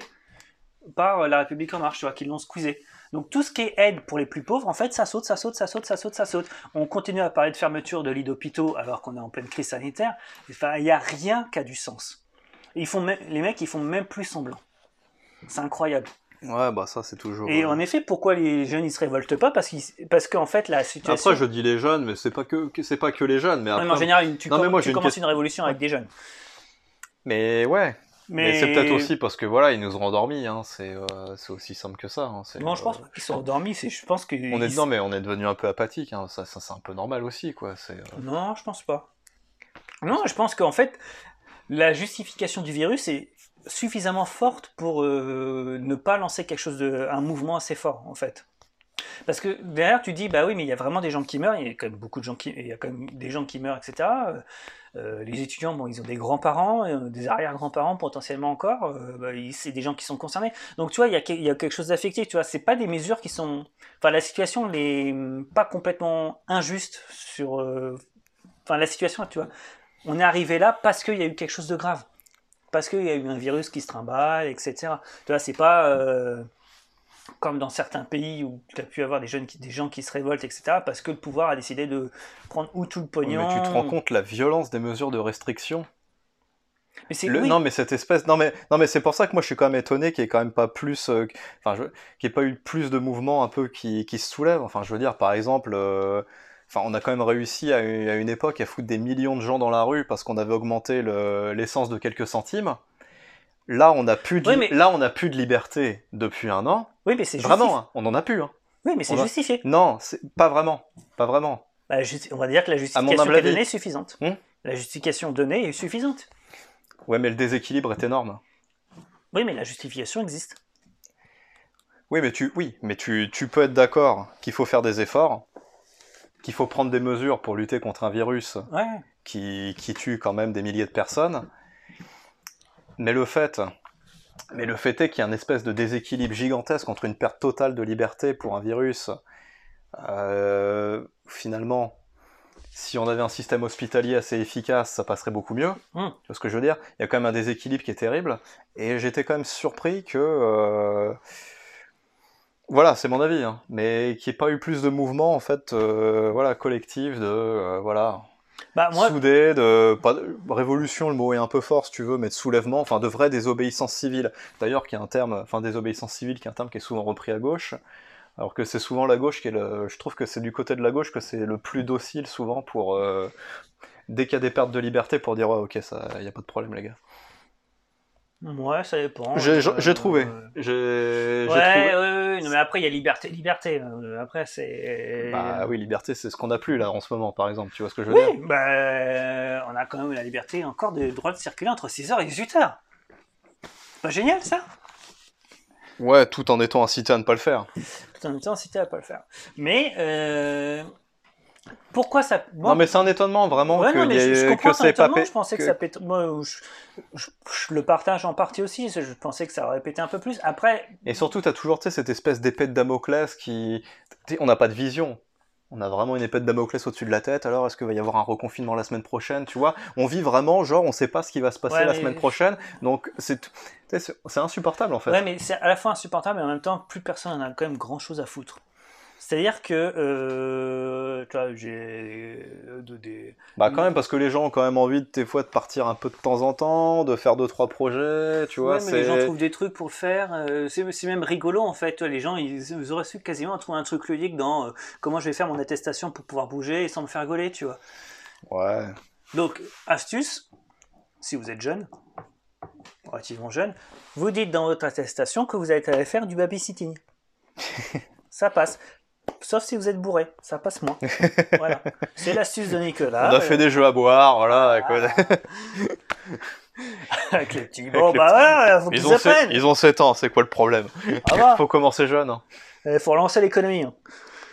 par La République En Marche, tu vois, qui l'ont squeezé. Donc tout ce qui est aide pour les plus pauvres, en fait, ça saute, ça saute, ça saute, ça saute, ça saute. On continue à parler de fermeture de lits d'hôpitaux alors qu'on est en pleine crise sanitaire. Enfin, il n'y a rien qui a du sens. Et ils font même- les mecs, ils font même plus semblant. C'est incroyable. Ouais, bah ça c'est toujours. Et euh, en effet, pourquoi les jeunes ils se révoltent pas? Parce qu'ils, parce qu'en fait la situation. Après, je dis les jeunes, mais c'est pas que, que- c'est pas que les jeunes, mais Non, après. mais en général, une- tu, Non, mais comm- moi, tu j'ai une commences question- une révolution avec des jeunes. Mais ouais. Mais, Mais, c'est peut-être aussi parce que voilà, ils nous ont endormis. Hein. C'est, euh, c'est aussi simple que ça. Hein. C'est, Non, je euh, pense pas qu'ils sont endormis. C'est, je pense que. On est non, mais on est devenu un peu apathique. Hein. Ça, ça c'est un peu normal aussi, quoi. C'est. euh, Non, je pense pas. Non, je pense qu'en fait, la justification du virus est suffisamment forte pour euh, ne pas lancer quelque chose de, un mouvement assez fort, en fait. Parce que derrière, tu dis, bah oui, mais il y a vraiment des gens qui meurent, il y a quand même beaucoup de gens qui, il y a quand même des gens qui meurent, et cetera. Euh, euh, les étudiants, bon, ils ont des grands-parents, euh, des arrière-grands-parents potentiellement encore, euh, bah, ils- c'est des gens qui sont concernés. Donc tu vois, il y a, que- il y a quelque chose d'affectif, tu vois, c'est pas des mesures qui sont... Enfin, la situation n'est pas complètement injuste sur... euh, Enfin, la situation, tu vois, on est arrivé là parce qu'il y a eu quelque chose de grave. Parce qu'il y a eu un virus qui se trimballe, et cetera. Tu vois, c'est pas... euh, comme dans certains pays où tu as pu avoir des, jeunes qui- des gens qui se révoltent, et cetera, parce que le pouvoir a décidé de prendre ou tout le Oui, mais tu te rends pognon. compte la violence des mesures de restriction? Mais c'est Le, non, oui, mais cette espèce. Non, mais, non, mais c'est pour ça que moi je suis quand même étonné qu'il n'y ait quand même pas plus. euh, Enfin, je... qu'il n'y ait pas eu plus de mouvements un peu qui, qui se soulèvent. Enfin, je veux dire, par exemple. euh, Enfin, on a quand même réussi à une, à une époque à foutre des millions de gens dans la rue parce qu'on avait augmenté le- l'essence de quelques centimes. Là, on n'a plus de, oui, li- mais là, on n'a plus de liberté depuis un an. oui, mais c'est Vraiment, justifié. hein, on en a plus. Hein. Oui, mais c'est On a... justifié. Non, c'est pas vraiment. Pas vraiment. Bah, justi- on va dire que la À mon justification humble qui est avis. donnée est suffisante. Hmm. La justification donnée est suffisante. Ouais, mais le déséquilibre est énorme. Oui, mais la justification existe. Oui, mais tu, oui, mais tu, tu peux être d'accord qu'il faut faire des efforts, qu'il faut prendre des mesures pour lutter contre un virus Ouais. qui, qui tue quand même des milliers de personnes. Mais le fait, mais le fait est qu'il y a une espèce de déséquilibre gigantesque entre une perte totale de liberté pour un virus. Euh, finalement, si on avait un système hospitalier assez efficace, ça passerait beaucoup mieux. Hmm. Tu vois ce que je veux dire? Il y a quand même un déséquilibre qui est terrible. Et j'étais quand même surpris que... euh, Voilà, c'est mon avis, hein. Mais qu'il n'y ait pas eu plus de mouvements en fait, euh, voilà, collectifs, de euh, voilà, Bah moi, soudés, de pas de- révolution, le mot est un peu fort si tu veux, mais de soulèvement, enfin de vraie désobéissance civile. D'ailleurs, qui est un terme, enfin désobéissance civile, qui est un terme qui est souvent repris à gauche, alors que c'est souvent la gauche qui est le, je trouve que c'est du côté de la gauche que c'est le plus docile souvent pour euh, dès qu'il y a des pertes de liberté pour dire ouais ok ça, y a pas de problème les gars. ouais, ça dépend. J'ai j'ai- j'ai trouvé, Euh, j'ai j'ai trouvé. Ouais, ouais, ouais, non, mais après il y a liberté, liberté. euh, Après c'est. Bah oui, liberté, c'est ce qu'on a plus là en ce moment, par exemple. Tu vois ce que je veux Oui, dire? bah, on a quand même la liberté encore de droit de circuler entre six heures et dix-huit heures. Pas génial ça? Ouais, tout en étant incité à ne pas le faire. Tout en même temps incité à pas le faire. Mais euh, pourquoi ça. Moi, Non, mais c'est un étonnement vraiment ouais, que, non, mais je, je que comprends ton c'est pas étonnement. pé- Je pensais que, que- ça pète. Moi, je, je- je le partage en partie aussi. Je pensais que ça aurait pété un peu plus. Après, Et surtout, t'as toujours tu sais, cette espèce d'épée de Damoclès qui. Tu sais, on n'a pas de vision. On a vraiment une épée de Damoclès au-dessus de la tête. Alors, est-ce qu'il va y avoir un reconfinement la semaine prochaine? Tu vois, on vit vraiment, genre, on sait pas ce qui va se passer ouais, la mais- semaine prochaine. Donc, c'est tu sais, c'est c'est insupportable en fait. ouais, mais c'est à la fois insupportable, mais en même temps, plus personne en a quand même grand chose à foutre. C'est-à-dire que, euh, tu vois, j'ai euh, de- des. Bah, quand même, parce que les gens ont quand même envie, des fois, de partir un peu de temps en temps, de faire deux, trois projets. Tu vois, Ouais, mais les gens c'est. trouvent des trucs pour le faire. euh, c'est c'est même rigolo en fait. Les gens, ils, ils auraient su quasiment trouver un truc ludique dans euh, comment je vais faire mon attestation pour pouvoir bouger et sans me faire gauler, tu vois. Ouais. Donc, astuce, si vous êtes jeune, relativement jeune, vous dites dans votre attestation que vous allez aller faire du babysitting. Ça passe. Sauf si vous êtes bourré, ça passe moins. Voilà. C'est l'astuce de Nicolas. On a fait des jeux à boire, voilà. Ah. écoute. Avec les petits. Avec Bon, les bah voilà, faut Ils qu'ils ont, sept, apprennent. ils ont sept ans, c'est quoi le problème? Ah va. Faut commencer jeune. Hein. Il faut relancer l'économie. hein.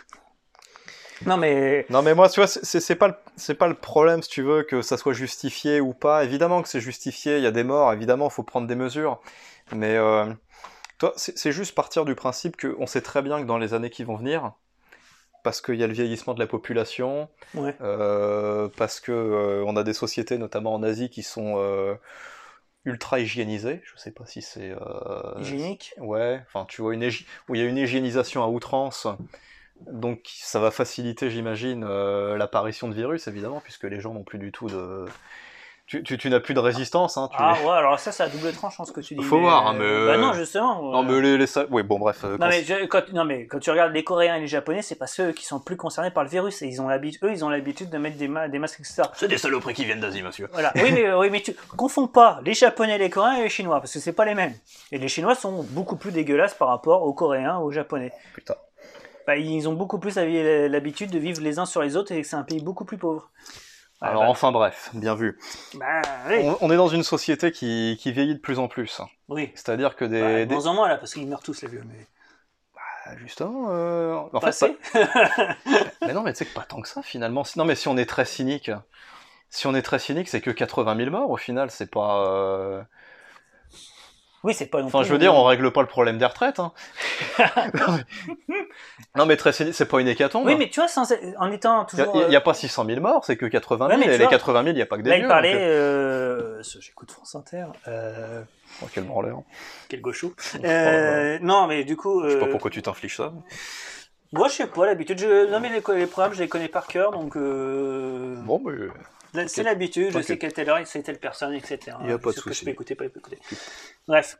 Non, mais. Non mais moi, tu vois, c'est- c'est c'est pas, le- c'est pas le problème, si tu veux, que ça soit justifié ou pas. Évidemment que c'est justifié, il y a des morts, évidemment, il faut prendre des mesures. Mais euh, toi, c'est c'est juste partir du principe qu'on sait très bien que dans les années qui vont venir, parce qu'il y a le vieillissement de la population, Ouais. euh, parce que euh, on a des sociétés, notamment en Asie, qui sont euh, ultra hygiénisées. Je sais pas si c'est... euh, Hygiénique. Ouais, enfin tu vois, une hygi- où il y a une hygiénisation à outrance, donc ça va faciliter, j'imagine, euh, l'apparition de virus, évidemment, puisque les gens n'ont plus du tout de... Tu, tu, tu n'as plus de résistance, hein, tu... Ah ouais, alors ça, c'est à double tranchant ce que tu dis. Faut voir, hein, mais- Bah non, justement. Non euh, mais les... les sa- Oui, bon bref... euh, Non quand mais, c'est- je- quand, non mais quand tu regardes les Coréens et les Japonais, c'est pas ceux qui sont plus concernés par le virus. Et ils ont l'habitude, eux, ils ont l'habitude de mettre des, ma- des masques, et cetera. C'est des saloperies qui viennent d'Asie, monsieur. Voilà. Oui mais, oui, mais tu confonds pas les Japonais, les Coréens et les Chinois, parce que c'est pas les mêmes. Et les Chinois sont beaucoup plus dégueulasses par rapport aux Coréens, aux Japonais. Putain. Bah, ils ont beaucoup plus l'habitude de vivre les uns sur les autres et c'est un pays beaucoup plus pauvre. Ouais, Alors bah, enfin bref, bien vu. bah, oui. On, on est dans une société qui, qui vieillit de plus en plus. Oui. C'est-à-dire que des... Bah, de des- moins en moins là, parce qu'ils meurent tous les vieux. Mais... justement, euh, en fait, Passé. pas... mais non, mais tu sais que pas tant que ça finalement. Non, mais si on est très cynique, si on est très cynique, c'est que quatre-vingt mille morts au final, c'est pas. Euh... Oui, c'est pas non Enfin, plus. je veux dire, on règle pas le problème des retraites. Hein. non, mais... non, mais très cynique, c'est pas une hécatombe. Oui, mais tu vois, sans... en étant toujours. Il n'y a, euh... a pas six cent mille morts, c'est que quatre-vingt mille. Ouais, et les vois, quatre-vingt mille, il n'y a pas que des là, vieux. il parlait. Donc... Euh... J'écoute France Inter. Euh... Oh, quel branleur. Quel gaucho. Euh... non, mais du coup. Je sais pas euh... pourquoi tu t'infliges ça. Moi, je sais pas, l'habitude. Je... Non, mais les, les programmes, je les connais par cœur, donc. Euh... Bon, mais. Là, c'est l'habitude, je okay. sais quelle telle heure, c'est telle personne, et cetera. Il n'y a pas de souci. souci. Je peux écouter, pas écouter. Bref.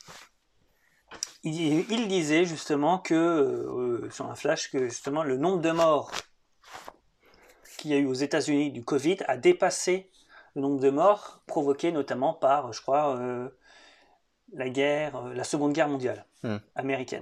Il, il disait justement que, euh, sur un flash, que justement le nombre de morts qu'il y a eu aux États-Unis du Covid a dépassé le nombre de morts provoqués notamment par, je crois, euh, la guerre, euh, la Seconde Guerre mondiale hmm. américaine.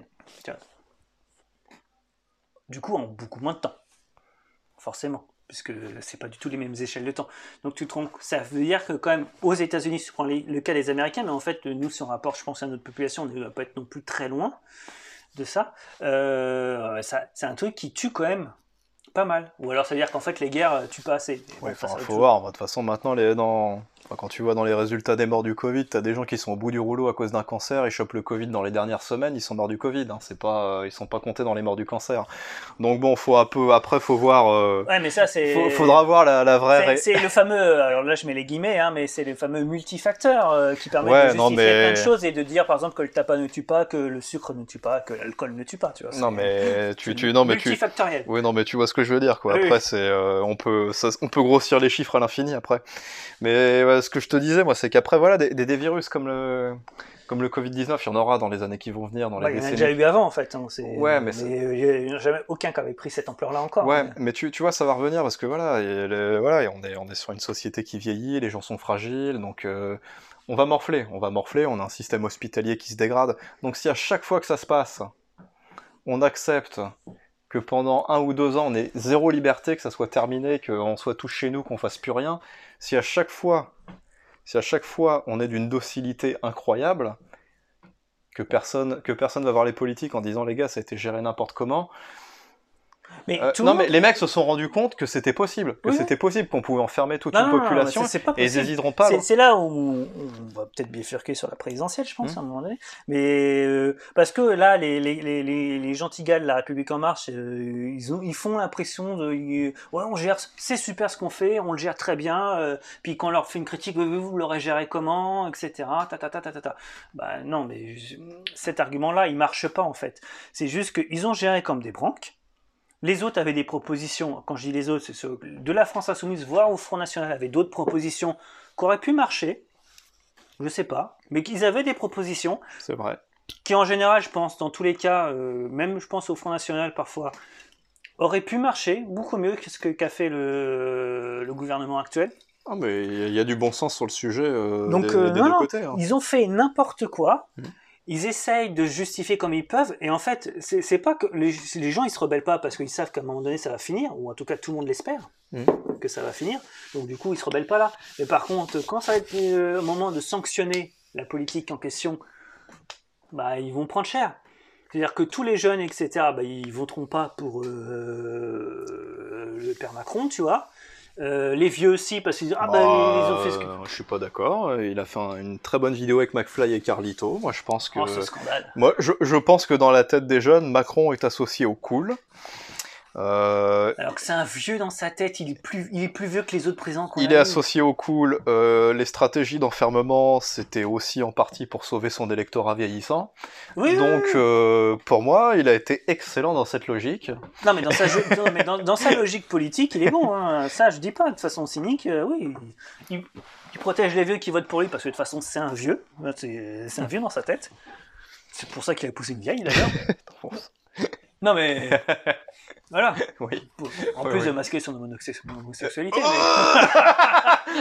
Du coup, en beaucoup moins de temps, forcément, puisque c'est pas du tout les mêmes échelles de temps. Donc tu te rends, ça veut dire que quand même aux États-Unis, si tu prends les, le cas des Américains, mais en fait nous, si on rapporte, je pense à notre population, on ne va pas être non plus très loin de ça. Euh, ça c'est un truc qui tue quand même pas mal. Ou alors ça veut dire qu'en fait les guerres tuent pas assez. Ouais, enfin, faut chose. voir. De toute façon, maintenant les dans Enfin, quand tu vois dans les résultats des morts du Covid, t'as des gens qui sont au bout du rouleau à cause d'un cancer, ils chopent le Covid dans les dernières semaines, ils sont morts du Covid, hein. C'est pas, ils sont pas comptés dans les morts du cancer. Donc bon, faut un peu, après faut voir. Euh... Ouais, mais ça c'est. Faut, faudra voir la, la vraie. C'est, c'est le fameux, alors là je mets les guillemets, hein, mais c'est le fameux multifacteur euh, qui permet ouais, de justifier non, mais... plein de choses et de dire par exemple que le tabac ne tue pas, que le sucre ne tue pas, que l'alcool ne tue pas, tu vois. Non mais tu, tu, non mais tu. Multifactoriel. Oui, non mais tu vois ce que je veux dire, quoi. Oui, après oui. c'est, euh, on peut, ça, on peut grossir les chiffres à l'infini après. Mais ouais, ce que je te disais, moi, c'est qu'après, voilà, des, des, des virus comme le, comme le Covid dix-neuf, il y en aura dans les années qui vont venir, dans les ouais, décennies. Il y en a déjà eu avant, en fait. Hein, c'est... Ouais, mais, mais il n'y a jamais aucun qui avait pris cette ampleur-là encore. Ouais, mais, mais tu, tu vois, ça va revenir parce que voilà, et le, voilà, et on est, on est sur une société qui vieillit, les gens sont fragiles, donc euh, on va morfler, on va morfler, on a un système hospitalier qui se dégrade. Donc si à chaque fois que ça se passe, on accepte que pendant un ou deux ans, on ait zéro liberté, que ça soit terminé, qu'on soit tous chez nous, qu'on fasse plus rien, si à chaque fois, si à chaque fois on est d'une docilité incroyable, que personne, que personne va voir les politiques en disant les gars, ça a été géré n'importe comment. Mais euh, tout non, monde... mais les mecs se sont rendus compte que c'était possible, que oui. c'était possible, qu'on pouvait enfermer toute non, une non, population, non, c'est, c'est et ils n'hésiteront pas. C'est, c'est là où on, on va peut-être bifurquer sur la présidentielle, je pense, mmh. à un moment donné. Mais euh, parce que là, les, les, les, les, les gentils gars de la République en marche, euh, ils, ont, ils font l'impression de, ils, ouais, on gère, c'est super ce qu'on fait, on le gère très bien. Euh, puis quand on leur fait une critique, vous, vous l'aurez géré comment, et cetera. Ta, ta, ta, ta, ta, ta. Bah non, mais je, cet argument-là, il marche pas en fait. C'est juste qu'ils ont géré comme des branques. Les autres avaient des propositions, quand je dis les autres, c'est ceux de la France Insoumise, voire au Front National, avaient d'autres propositions qui auraient pu marcher, je sais pas, mais qu'ils avaient des propositions. C'est vrai. Qui en général, je pense, dans tous les cas, euh, même je pense au Front National parfois, auraient pu marcher beaucoup mieux que ce qu'a fait le, le gouvernement actuel. Ah, mais il y a du bon sens sur le sujet euh, Donc, des, euh, des non, deux non, côtés. Hein. Ils ont fait n'importe quoi. Mmh. Ils essayent de justifier comme ils peuvent, et en fait, c'est, c'est pas que les, les gens ils se rebellent pas parce qu'ils savent qu'à un moment donné ça va finir, ou en tout cas tout le monde l'espère mmh. que ça va finir, donc du coup ils se rebellent pas là. Mais par contre, quand ça va être le moment de sanctionner la politique en question, bah ils vont prendre cher. C'est-à-dire que tous les jeunes, et cetera, bah, ils voteront pas pour euh, le père Macron, tu vois. Euh, les vieux aussi, parce qu'ils disent ah bah, bah ils ont fait ce que. Je suis pas d'accord. Il a fait un, une très bonne vidéo avec McFly et Carlito. Moi, je pense que. Oh, ce scandale. Moi, je, je pense que dans la tête des jeunes, Macron est associé au cool. Euh... Alors que c'est un vieux dans sa tête, il est plus, il est plus vieux que les autres présents qu'on Il est associé au cool. Euh, les stratégies d'enfermement, c'était aussi en partie pour sauver son électorat vieillissant. Oui, Donc, oui, oui. Euh, pour moi, il a été excellent dans cette logique. Non, mais dans sa, non, mais dans, dans sa logique politique, il est bon. Hein. Ça, je dis pas de façon cynique. Euh, oui, il, il protège les vieux qui votent pour lui parce que de toute façon, c'est un vieux. C'est, c'est un vieux dans sa tête. C'est pour ça qu'il a poussé une vieille d'ailleurs. Non, mais. Voilà. Oui. En oui, plus oui. de masquer son homosexualité. Oh mais...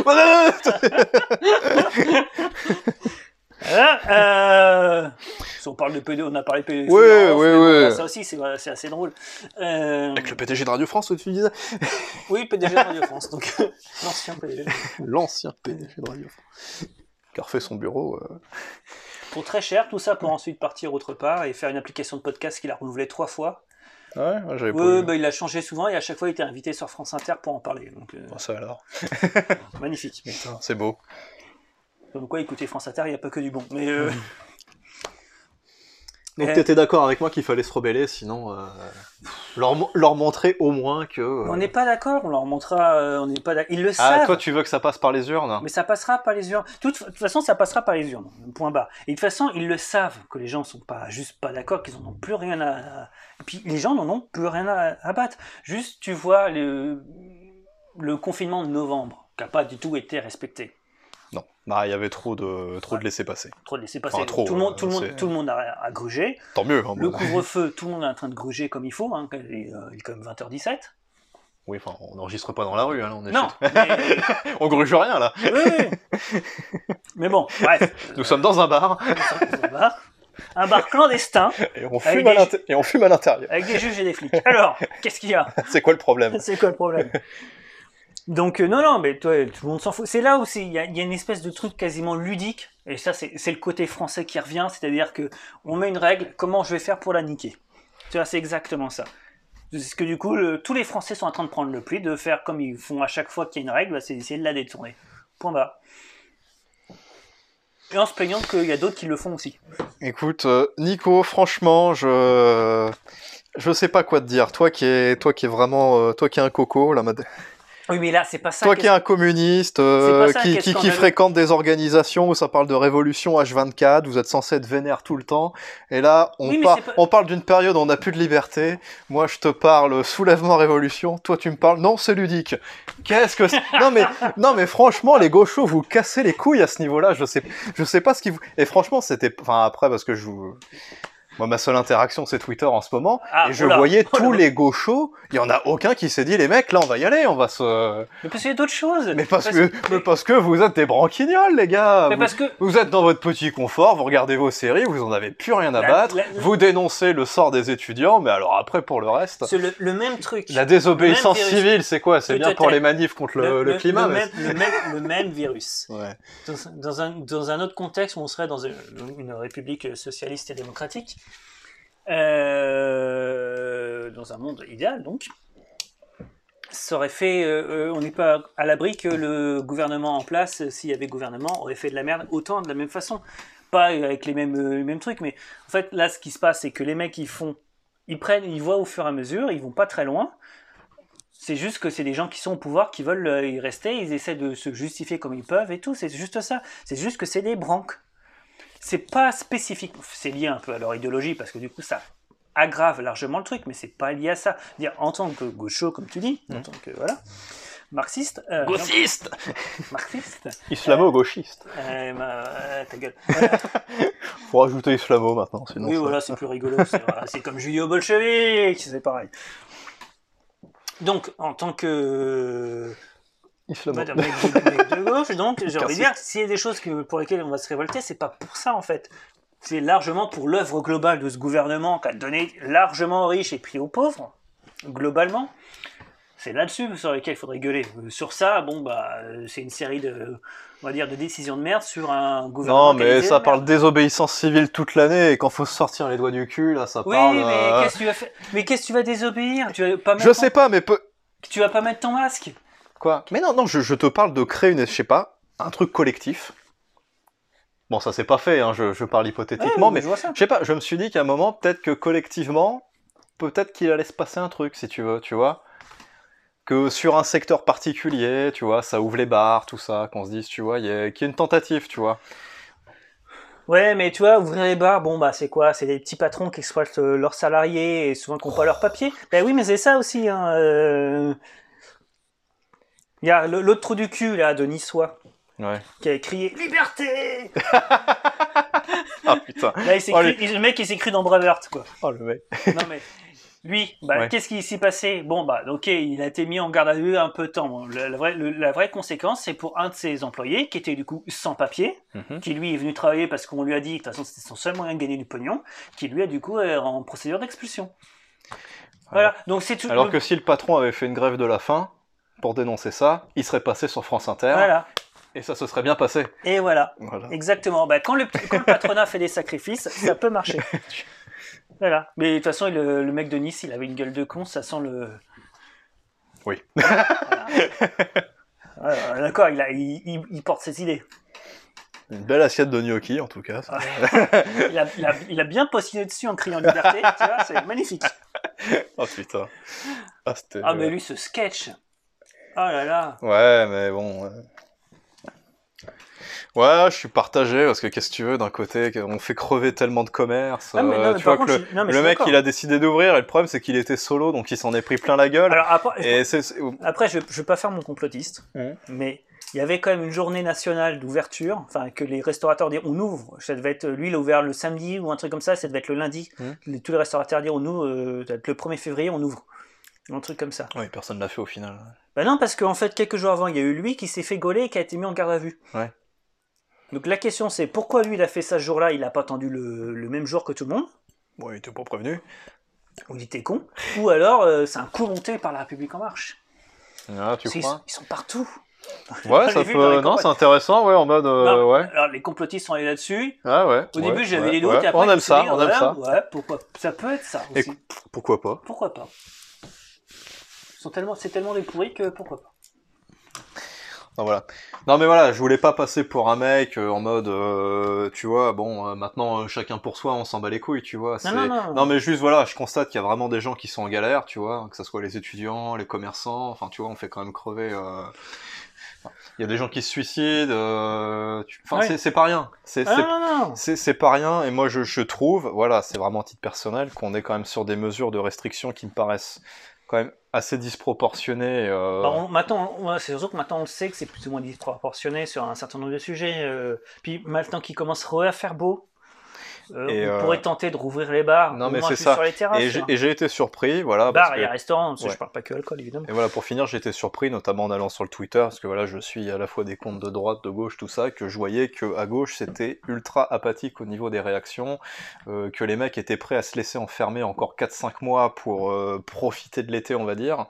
voilà, euh... Si on parle de P D, on a parlé de P D. Oui, oui, oui. Ça aussi, c'est, c'est assez drôle. Euh... Avec le P D G de Radio France, tu disais. Oui, P D G de Radio France. Donc, l'ancien P D G. L'ancien P D G de Radio France. qui a refait son bureau. Euh... Pour très cher, tout ça pour ensuite partir autre part et faire une application de podcast qu'il a renouvelée trois fois. Ouais, ouais j'avais ouais, pas bah, il a changé souvent et à chaque fois il était invité sur France Inter pour en parler. Donc, euh... bon, ça alors. Magnifique. Putain, c'est beau. Comme quoi, écouter France Inter, il n'y a pas que du bon. Mais euh... Donc, tu étais d'accord avec moi qu'il fallait se rebeller, sinon euh, leur, leur montrer au moins que. Euh... On n'est pas d'accord, on leur montrera. Euh, on n'est pas d'accord. Ils le ah, savent. Ah, toi, tu veux que ça passe par les urnes? Mais ça passera par les urnes. De toute, toute façon, ça passera par les urnes. Point barre. Et de toute façon, ils le savent que les gens ne sont pas juste pas d'accord, qu'ils n'en ont plus rien à. Et puis les gens n'en ont plus rien à, à battre. Juste, tu vois le, le confinement de novembre, qui n'a pas du tout été respecté. Non, bah, il y avait trop de, trop ouais. de laisser-passer. Trop de laisser-passer. Enfin, trop, tout, le monde, tout, euh, le monde, tout le monde a, a grugé. Tant mieux. Hein, le couvre-feu, tout le monde est en train de gruger comme il faut. Hein, il, est, il est quand même vingt heures dix-sept. Oui, enfin, on n'enregistre pas dans la rue. Hein, on est non. Mais... on gruge rien, là. Oui, oui. Mais bon, bref. Nous euh, sommes dans un bar. Nous sommes dans un bar. Un bar clandestin. Et on fume, à, ju- et on fume à l'intérieur. Avec des juges et des flics. Alors, qu'est-ce qu'il y a? C'est quoi le problème? C'est quoi le problème? Donc, euh, non, non, mais toi, tout le monde s'en fout. C'est là où il y, y a une espèce de truc quasiment ludique, et ça, c'est, c'est le côté français qui revient, c'est-à-dire que on met une règle, comment je vais faire pour la niquer? Tu vois, c'est exactement ça. Parce que du coup, le, tous les Français sont en train de prendre le pli, de faire comme ils font à chaque fois qu'il y a une règle, bah, c'est d'essayer de la détourner. Point barre. Et en se plaignant qu'il y a d'autres qui le font aussi. Écoute, euh, Nico, franchement, je... Je sais pas quoi te dire. Toi qui es, toi qui es vraiment... Euh, toi qui es un coco, la mode... Oui, mais là, c'est pas ça. Toi qui es un communiste, euh, ça, qui, qui, qui fréquente des organisations où ça parle de révolution H vingt-quatre, vous êtes censé être vénère tout le temps, et là, on, oui, par, pas... on parle d'une période où on n'a plus de liberté. Moi, je te parle soulèvement révolution. Toi, tu me parles, non, c'est ludique. Qu'est-ce que c'est... non, mais, non, mais franchement, les gauchos, vous cassez les couilles à ce niveau-là. Je sais, je sais pas ce qui vous... Et franchement, c'était... Enfin, après, parce que je vous... Moi, ma seule interaction, c'est Twitter en ce moment, ah, et je oula, voyais oula. tous les gauchos, il y en a aucun qui s'est dit, les mecs, là, on va y aller, on va se... Mais parce qu'il y a d'autres choses. Mais parce, parce que, que... Mais parce que vous êtes des branquignoles, les gars. Mais vous, parce que... vous êtes dans votre petit confort, vous regardez vos séries, vous en avez plus rien à la, battre, la, la... vous dénoncez le sort des étudiants, mais alors après, pour le reste... C'est le, le même truc. La désobéissance civile, c'est quoi? C'est bien pour les manifs contre le, le, le climat, le, mais... même, le, même, le même virus. Ouais. Dans, dans, un, dans un autre contexte où on serait dans une, une république socialiste et démocratique, Euh, dans un monde idéal, donc, ça aurait fait. Euh, on n'est pas à l'abri que le gouvernement en place, s'il y avait gouvernement, aurait fait de la merde autant de la même façon. Pas avec les mêmes, euh, les mêmes trucs, mais en fait, là, ce qui se passe, c'est que les mecs, ils font. Ils prennent, ils voient au fur et à mesure, ils vont pas très loin. C'est juste que c'est des gens qui sont au pouvoir, qui veulent y rester, ils essaient de se justifier comme ils peuvent et tout, c'est juste ça. C'est juste que c'est des branques. C'est pas spécifique, c'est lié un peu à leur idéologie parce que du coup ça aggrave largement le truc, mais c'est pas lié à ça. Dire en tant que gaucho, comme tu dis, mmh. en tant que voilà, marxiste, euh, gauchiste, marxiste, islamo-gauchiste. Euh, euh, euh, ta gueule. Faut rajouter islamo maintenant, sinon. Oui, ça... voilà, c'est plus rigolo. C'est, voilà, c'est comme Julio-bolchevique, c'est pareil. Donc, en tant que Madame mec de gauche, donc j'ai envie de dire, s'il y a des choses que, pour lesquelles on va se révolter, c'est pas pour ça en fait. C'est largement pour l'œuvre globale de ce gouvernement qui a donné largement aux riches et puis aux pauvres, globalement. C'est là-dessus sur lesquels il faudrait gueuler. Sur ça, bon bah, c'est une série de, on va dire, de décisions de merde sur un gouvernement. Non, mais ça parle de désobéissance civile toute l'année et quand faut se sortir les doigts du cul, là, ça oui, parle. Oui, mais euh... qu'est-ce que tu vas faire? Mais qu'est-ce que tu vas désobéir? Tu vas pas mettre Je ton... sais pas, mais peu. Tu vas pas mettre ton masque? Quoi? Mais non, non, je, je te parle de créer une, je sais pas, un truc collectif. Bon, ça c'est pas fait, hein, je, je parle hypothétiquement, ouais, mais, mais je, je sais pas, je me suis dit qu'à un moment, peut-être que collectivement, peut-être qu'il allait se passer un truc, si tu veux, tu vois. Que sur un secteur particulier, tu vois, ça ouvre les bars, tout ça, qu'on se dise, tu vois, qu'il y ait une tentative, tu vois. Ouais, mais tu vois, ouvrir les bars, bon, bah, c'est quoi? C'est des petits patrons qui exploitent euh, leurs salariés et souvent qui n'ont pas leurs papiers. Ben oui, mais c'est ça aussi, hein. Euh... Il y a l'autre trou du cul, là, de Niçois, ouais. qui a crié « Liberté !» Ah putain. Là, il s'est oh, cru, le... le mec, il s'est cru dans Braveheart, quoi. Oh, le mec. Non, mais lui, bah, ouais. Qu'est-ce qui s'est passé? Bon, bah, ok, il a été mis en garde à vue un peu de temps. Bon, la, la, vraie, le, la vraie conséquence, c'est pour un de ses employés, qui était du coup sans papier, mm-hmm. qui lui est venu travailler parce qu'on lui a dit, de toute façon, c'était son seul moyen de gagner du pognon, qui lui a du coup est en procédure d'expulsion. Voilà. Alors, donc c'est tout. Alors le... que si le patron avait fait une grève de la faim, pour dénoncer ça, il serait passé sur France Inter. Voilà. Et ça se serait bien passé. Et voilà, Voilà. exactement. Bah, quand, le, quand le patronat fait des sacrifices, ça peut marcher. Voilà. Mais de toute façon, le, le mec de Nice, il avait une gueule de con, ça sent le... Oui. Voilà. Voilà, d'accord, il, a, il, il, il porte ses idées. Une belle assiette de gnocchi, en tout cas. Ça. il, a, il, a, il a bien postillé dessus en criant liberté, tu vois, c'est magnifique. Oh putain. Ah, ah mais lui, ce sketch. Oh là là. Ouais, mais bon... Ouais. Ouais, je suis partagé parce que qu'est-ce que tu veux, d'un côté, on fait crever tellement de commerces. Ah, mais non, mais tu vois contre, que le, je... non, mais le mec, il a décidé d'ouvrir et le problème, c'est qu'il était solo, donc il s'en est pris plein la gueule. Alors après, et je... c'est, c'est... après je, je vais pas faire mon complotiste, mmh. mais il y avait quand même une journée nationale d'ouverture, enfin que les restaurateurs dirent on ouvre. Ça devait être, lui, il a ouvert le samedi ou un truc comme ça, ça devait être le lundi. Mmh. Tous les restaurateurs dirent on ouvre, euh, le premier février, on ouvre. Un truc comme ça. Oui, personne l'a fait au final. Bah non, parce qu'en fait, quelques jours avant, il y a eu lui qui s'est fait gauler et qui a été mis en garde à vue. Ouais. Donc la question c'est pourquoi lui il a fait ça ce jour-là, il n'a pas attendu le, le même jour que tout le monde. Bon, il était pas prévenu. Ou il était con. Ou alors euh, c'est un coup monté par la République En Marche. Ah, tu Parce crois ils, ils sont partout. Ouais, ça peut... Non, c'est intéressant, ouais, en mode... Euh, non, ouais. Alors les complotistes sont allés là-dessus. Ah ouais. Au ouais, début j'avais ouais, les doutes ouais. et après on aime ça, dit, on ouais, aime ça. Ouais, pourquoi... ça peut être ça aussi. Et pourquoi pas Pourquoi pas Ils sont tellement... C'est tellement des pourris que pourquoi pas. Non, voilà. Non mais voilà, je voulais pas passer pour un mec euh, en mode, euh, tu vois, bon, euh, maintenant euh, chacun pour soi, on s'en bat les couilles, tu vois. Non, non, non. non mais juste voilà, je constate qu'il y a vraiment des gens qui sont en galère, tu vois, que ce soit les étudiants, les commerçants, enfin tu vois, on fait quand même crever... Euh... Il y a des gens qui se suicident, euh... tu... enfin ouais. c'est pas rien, c'est ah, pas rien, et moi je, je trouve, voilà, c'est vraiment à titre personnel, qu'on est quand même sur des mesures de restriction qui me paraissent quand même assez disproportionné. Euh... Bah on, maintenant, on, c'est surtout que maintenant on le sait que c'est plus ou moins disproportionné sur un certain nombre de sujets. Euh, puis maintenant qu'il commence à faire beau, euh, et on euh... pourrait tenter de rouvrir les bars, non mais c'est ça. Sur les terrasses, et j'ai été surpris, voilà. Bars parce et que... restaurants, parce ouais. que je parle pas que alcool évidemment. Et voilà, pour finir, j'ai été surpris, notamment en allant sur le Twitter, parce que voilà, je suis à la fois des comptes de droite, de gauche, tout ça, que je voyais que à gauche c'était ultra apathique au niveau des réactions, euh, que les mecs étaient prêts à se laisser enfermer encore quatre cinq mois pour euh, profiter de l'été, on va dire.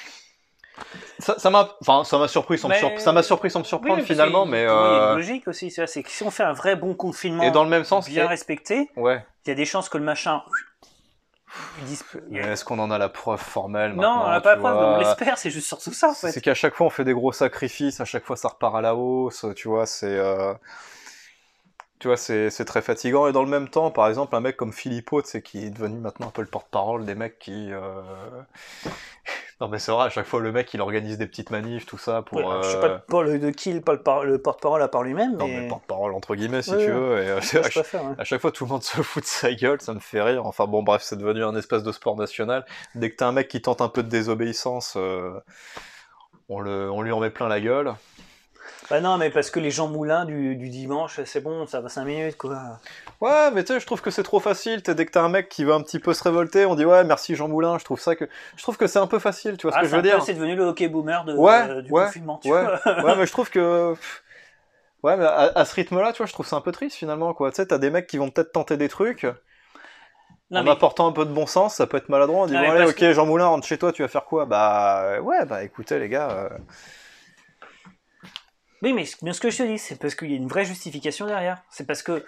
Ça m'a enfin, ça m'a surpris, sans mais... me sur... surpris sans me surprendre oui, finalement, mais... Euh... Oui, il y a une logique aussi, c'est que si on fait un vrai bon confinement et dans le même sens, bien et... respecté, ouais. il y a des chances que le machin... Est-ce qu'on en a la preuve formelle Non, on n'a pas la preuve, mais on l'espère, c'est juste surtout ça en fait. C'est qu'à chaque fois on fait des gros sacrifices, à chaque fois ça repart à la hausse, tu vois, c'est... Euh... Tu vois, c'est très fatigant, et dans le même temps, par exemple, un mec comme Philippot, c'est qui est devenu maintenant un peu le porte-parole des mecs qui... Euh... non mais c'est vrai, à chaque fois le mec il organise des petites manifs, tout ça, pour... Ouais, euh... je sais pas pour le, de qui le, le porte-parole à part lui-même, mais... Non mais porte-parole entre guillemets, si ouais, tu veux, et, euh, je à, préfère, ouais. à chaque fois tout le monde se fout de sa gueule, ça me fait rire, enfin bon bref, c'est devenu un espèce de sport national. Dès que t'as un mec qui tente un peu de désobéissance, euh... on, le... on lui en met plein la gueule. Bah non, mais parce que les Jean Moulin du, du dimanche, c'est bon, ça va cinq minutes, quoi. Ouais, mais tu sais, je trouve que c'est trop facile. Dès que t'as un mec qui veut un petit peu se révolter, on dit ouais, merci Jean Moulin. Je trouve ça que, je trouve que c'est un peu facile, tu vois ah, ce que je veux dire. C'est devenu le hockey boomer de, ouais, euh, du ouais, confinement, tu ouais, vois. ouais, mais je trouve que, ouais, mais à, à ce rythme-là, tu vois, je trouve ça un peu triste finalement, quoi. Tu sais, t'as des mecs qui vont peut-être tenter des trucs. Non, en mais... apportant un peu de bon sens, ça peut être maladroit. On dit non, bon, allez, ok, que... Jean Moulin, rentre chez toi, tu vas faire quoi? Bah ouais, bah écoutez les gars. Euh... Oui, mais, mais ce que je te dis, c'est parce qu'il y a une vraie justification derrière. C'est parce que...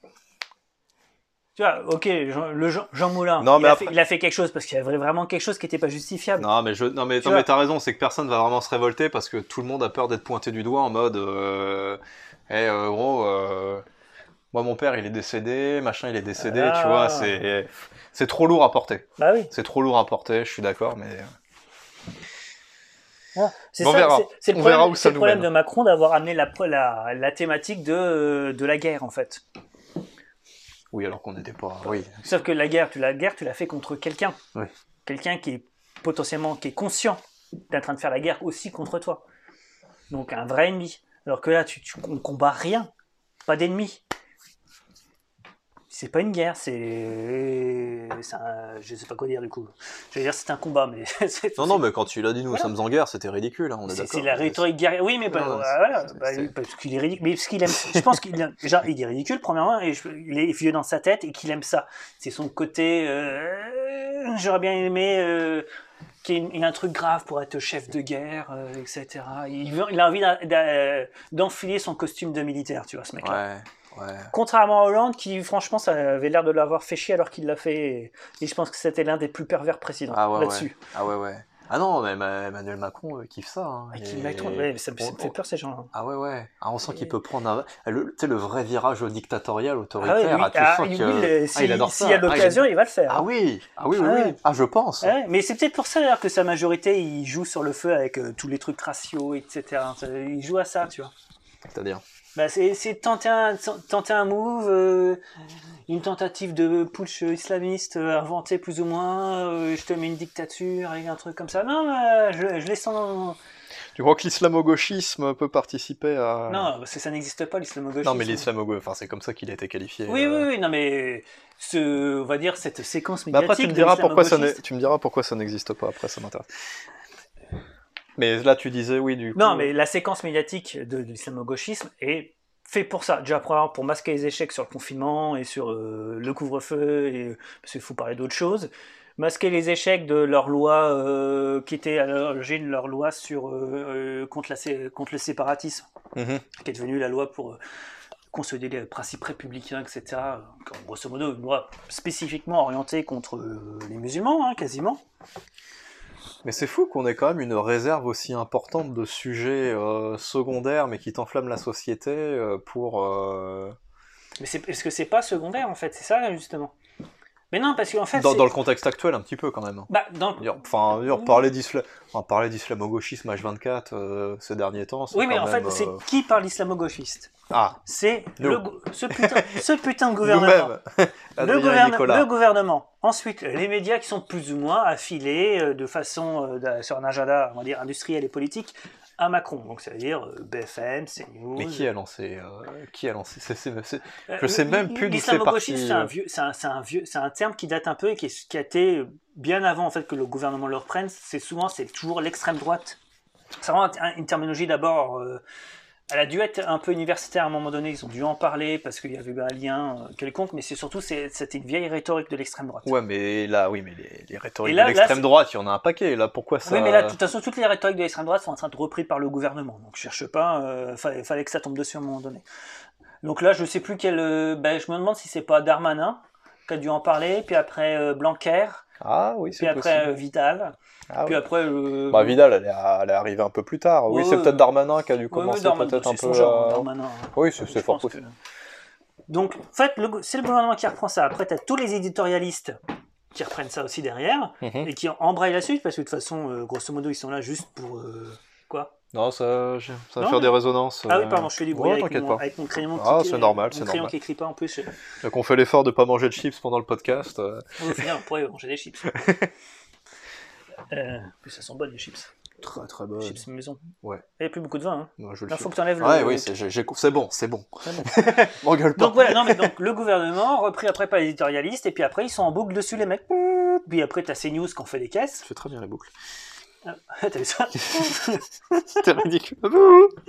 Tu vois, ok, Jean, le Jean, Jean Moulin, non, il, a après... fait, il a fait quelque chose parce qu'il y avait vraiment quelque chose qui n'était pas justifiable. Non, mais, je, non, mais, non, mais t'as raison, c'est que personne va vraiment se révolter parce que tout le monde a peur d'être pointé du doigt en mode... Euh, hey, euh, gros, euh, moi mon père il est décédé, machin il est décédé, ah. tu vois, c'est c'est trop lourd à porter. Bah oui. C'est trop lourd à porter, je suis d'accord, mais... C'est bon, ça, c'est le problème, le problème de Macron d'avoir amené la, la, la thématique de, de la guerre en fait. Oui, alors qu'on n'était pas. Oui. Sauf que la guerre, tu la guerre, tu l'as fait contre quelqu'un, oui. Quelqu'un qui est potentiellement, qui est conscient d'être en train de faire la guerre aussi contre toi. Donc un vrai ennemi. Alors que là, tu, tu on combat rien, pas d'ennemi. C'est pas une guerre, c'est, un... je sais pas quoi dire du coup. Je veux dire c'est un combat, mais non non mais quand tu l'as dit nous voilà. Sommes en guerre, c'était ridicule, hein, on est, est d'accord. C'est la rhétorique guerrière. Oui mais bah, non, voilà, bah, parce qu'il est ridicule. Mais parce qu'il aime, je pense qu'il aime... déjà il est ridicule premièrement et je... il est vieux dans sa tête et qu'il aime ça. C'est son côté. Euh... J'aurais bien aimé euh... qu'il y a un truc grave pour être chef de guerre, euh, et cetera. Il, veut, il a envie d'a, d'a, d'enfiler son costume de militaire, tu vois, ce mec-là. Ouais, ouais. Contrairement à Hollande, qui franchement, ça avait l'air de l'avoir fait chier alors qu'il l'a fait. Et, et je pense que c'était l'un des plus pervers présidents ah ouais, là-dessus. Ouais. Ah ouais, ouais. Ah non, mais Emmanuel Macron euh, kiffe ça. Hein. Ah, Et... Macron, ouais, ça, ça me fait peur ces gens-là. Ah ouais, ouais. Ah, on sent et... qu'il peut prendre un... le, tu sais, le vrai virage dictatorial, autoritaire. Ah ouais, lui, ah, tu ah, sens oui, que... le, ah, si, il adore s'il ça. y a l'occasion, ah, il... il va le faire. Ah oui, ah oui, oui, ah, oui. Ah, je pense. Ouais, mais c'est peut-être pour ça d'ailleurs que sa majorité, il joue sur le feu avec euh, tous les trucs raciaux, et cetera. Il joue à ça, tu vois. C'est-à-dire bah, c'est, c'est tenter un, tenter un move, euh, une tentative de putsch islamiste euh, inventée plus ou moins, euh, je te mets une dictature avec un truc comme ça. Non, euh, je, je les sens dans... Tu crois que l'islamo-gauchisme peut participer à... Non, parce que ça n'existe pas, l'islamo-gauchisme. Non, mais l'islamo-gauchisme, enfin, c'est comme ça qu'il a été qualifié. Oui, euh... oui, oui, non, mais ce, on va dire cette séquence médiatique. Mais après, tu me diras, pourquoi ça, tu me diras pourquoi ça n'existe pas, après, ça m'intéresse. Mais là, tu disais, oui, du coup... Non, mais la séquence médiatique de, de l'islamo-gauchisme est faite pour ça. Déjà, pour masquer les échecs sur le confinement et sur euh, le couvre-feu, et, parce qu'il faut parler d'autre chose. Masquer les échecs de leur loi, euh, qui était à l'origine leur loi sur, euh, contre, la, contre le séparatisme, mm-hmm. qui est devenue la loi pour... Euh, consolider les principes républicains, et cetera. Grosso modo, une loi spécifiquement orientée contre euh, les musulmans, hein, quasiment. Mais c'est fou qu'on ait quand même une réserve aussi importante de sujets euh, secondaires, mais qui t'enflamment la société euh, pour... Euh... Mais c'est, est-ce que c'est pas secondaire, en fait? C'est ça, justement. Mais non, parce qu'en fait... Dans, dans le contexte actuel, un petit peu, quand même. Bah, dans... Enfin, dire, parler, d'isla... enfin, parler d'islamo-gauchisme H vingt-quatre euh, ces derniers temps, c'est oui, mais quand en même, fait, euh... c'est qui parle islamo-gauchiste? Ah, c'est le, ce, putain, ce putain de gouvernement. le, gouverne, le gouvernement. Ensuite, les médias qui sont plus ou moins affilés euh, de façon euh, sur un agenda, on va dire, industriel et politique à Macron. Donc, c'est-à-dire euh, B F M, CNews. Mais qui a lancé euh, Qui a lancé c'est, c'est, c'est... Je sais euh, même plus d'où c'est parti. L'islamo-gauchisme, c'est un vieux, c'est un, c'est un vieux, c'est un terme qui date un peu et qui, est, qui a été bien avant en fait que le gouvernement le reprenne. C'est souvent, c'est toujours l'extrême droite. C'est vraiment une terminologie d'abord. Euh, Elle a dû être un peu universitaire à un moment donné, ils ont dû en parler parce qu'il y avait eu un lien quelconque, mais c'est surtout c'est, c'était une vieille rhétorique de l'extrême droite. Ouais, mais là, oui, mais les, les rhétoriques là, de l'extrême là, droite, il y en a un paquet. Là, pourquoi ça... Oui, mais là, de toute façon, toutes les rhétoriques de l'extrême droite sont en train de reprises par le gouvernement. Donc, je cherche pas, euh, fallait, fallait que ça tombe dessus à un moment donné. Donc là, je sais plus quel. Euh, ben, je me demande si c'est pas Darmanin qui a dû en parler, puis après euh, Blanquer. Ah oui, c'est puis possible. après euh, Vidal. Ah, puis oui. après. Euh... Bah, Vidal, elle est, elle est arrivée un peu plus tard. Oui, ouais, c'est peut-être Darmanin qui a dû commencer ouais, peut-être un peu. Genre, euh... Darmanin. Oui, c'est, c'est fort possible. Que... Donc, en fait, le, c'est le gouvernement qui reprend ça. Après, tu as tous les éditorialistes qui reprennent ça aussi derrière mm-hmm. et qui embrayent la suite parce que de toute façon, euh, grosso modo, ils sont là juste pour. Euh, quoi Non, ça, ça va non, faire mais... des résonances. Ah oui, pardon, je fais du bruit ouais, avec, mon, pas. avec mon crayon. Ah, qui, c'est normal, mon c'est crayon normal. qui écrit pas en plus. Je... Donc on fait l'effort de pas manger de chips pendant le podcast. Euh... Au final, on pourrait manger des chips. euh, plus ça sent bon les chips. Très très bon. Chips maison. Ouais. Il n'y a plus beaucoup de vin. Hein. Non, je il faut que tu enlèves ouais, le. Oui, c'est, j'ai, j'ai... c'est bon, c'est bon. C'est bon. M'engueule pas. Donc voilà, non mais donc le gouvernement repris après par les éditorialistes et puis après ils sont en boucle dessus les mecs. Puis après t'as CNews qui en fait des caisses. Je fais très bien la boucle. Ah, t'as vu ça? C'était ridicule. ah,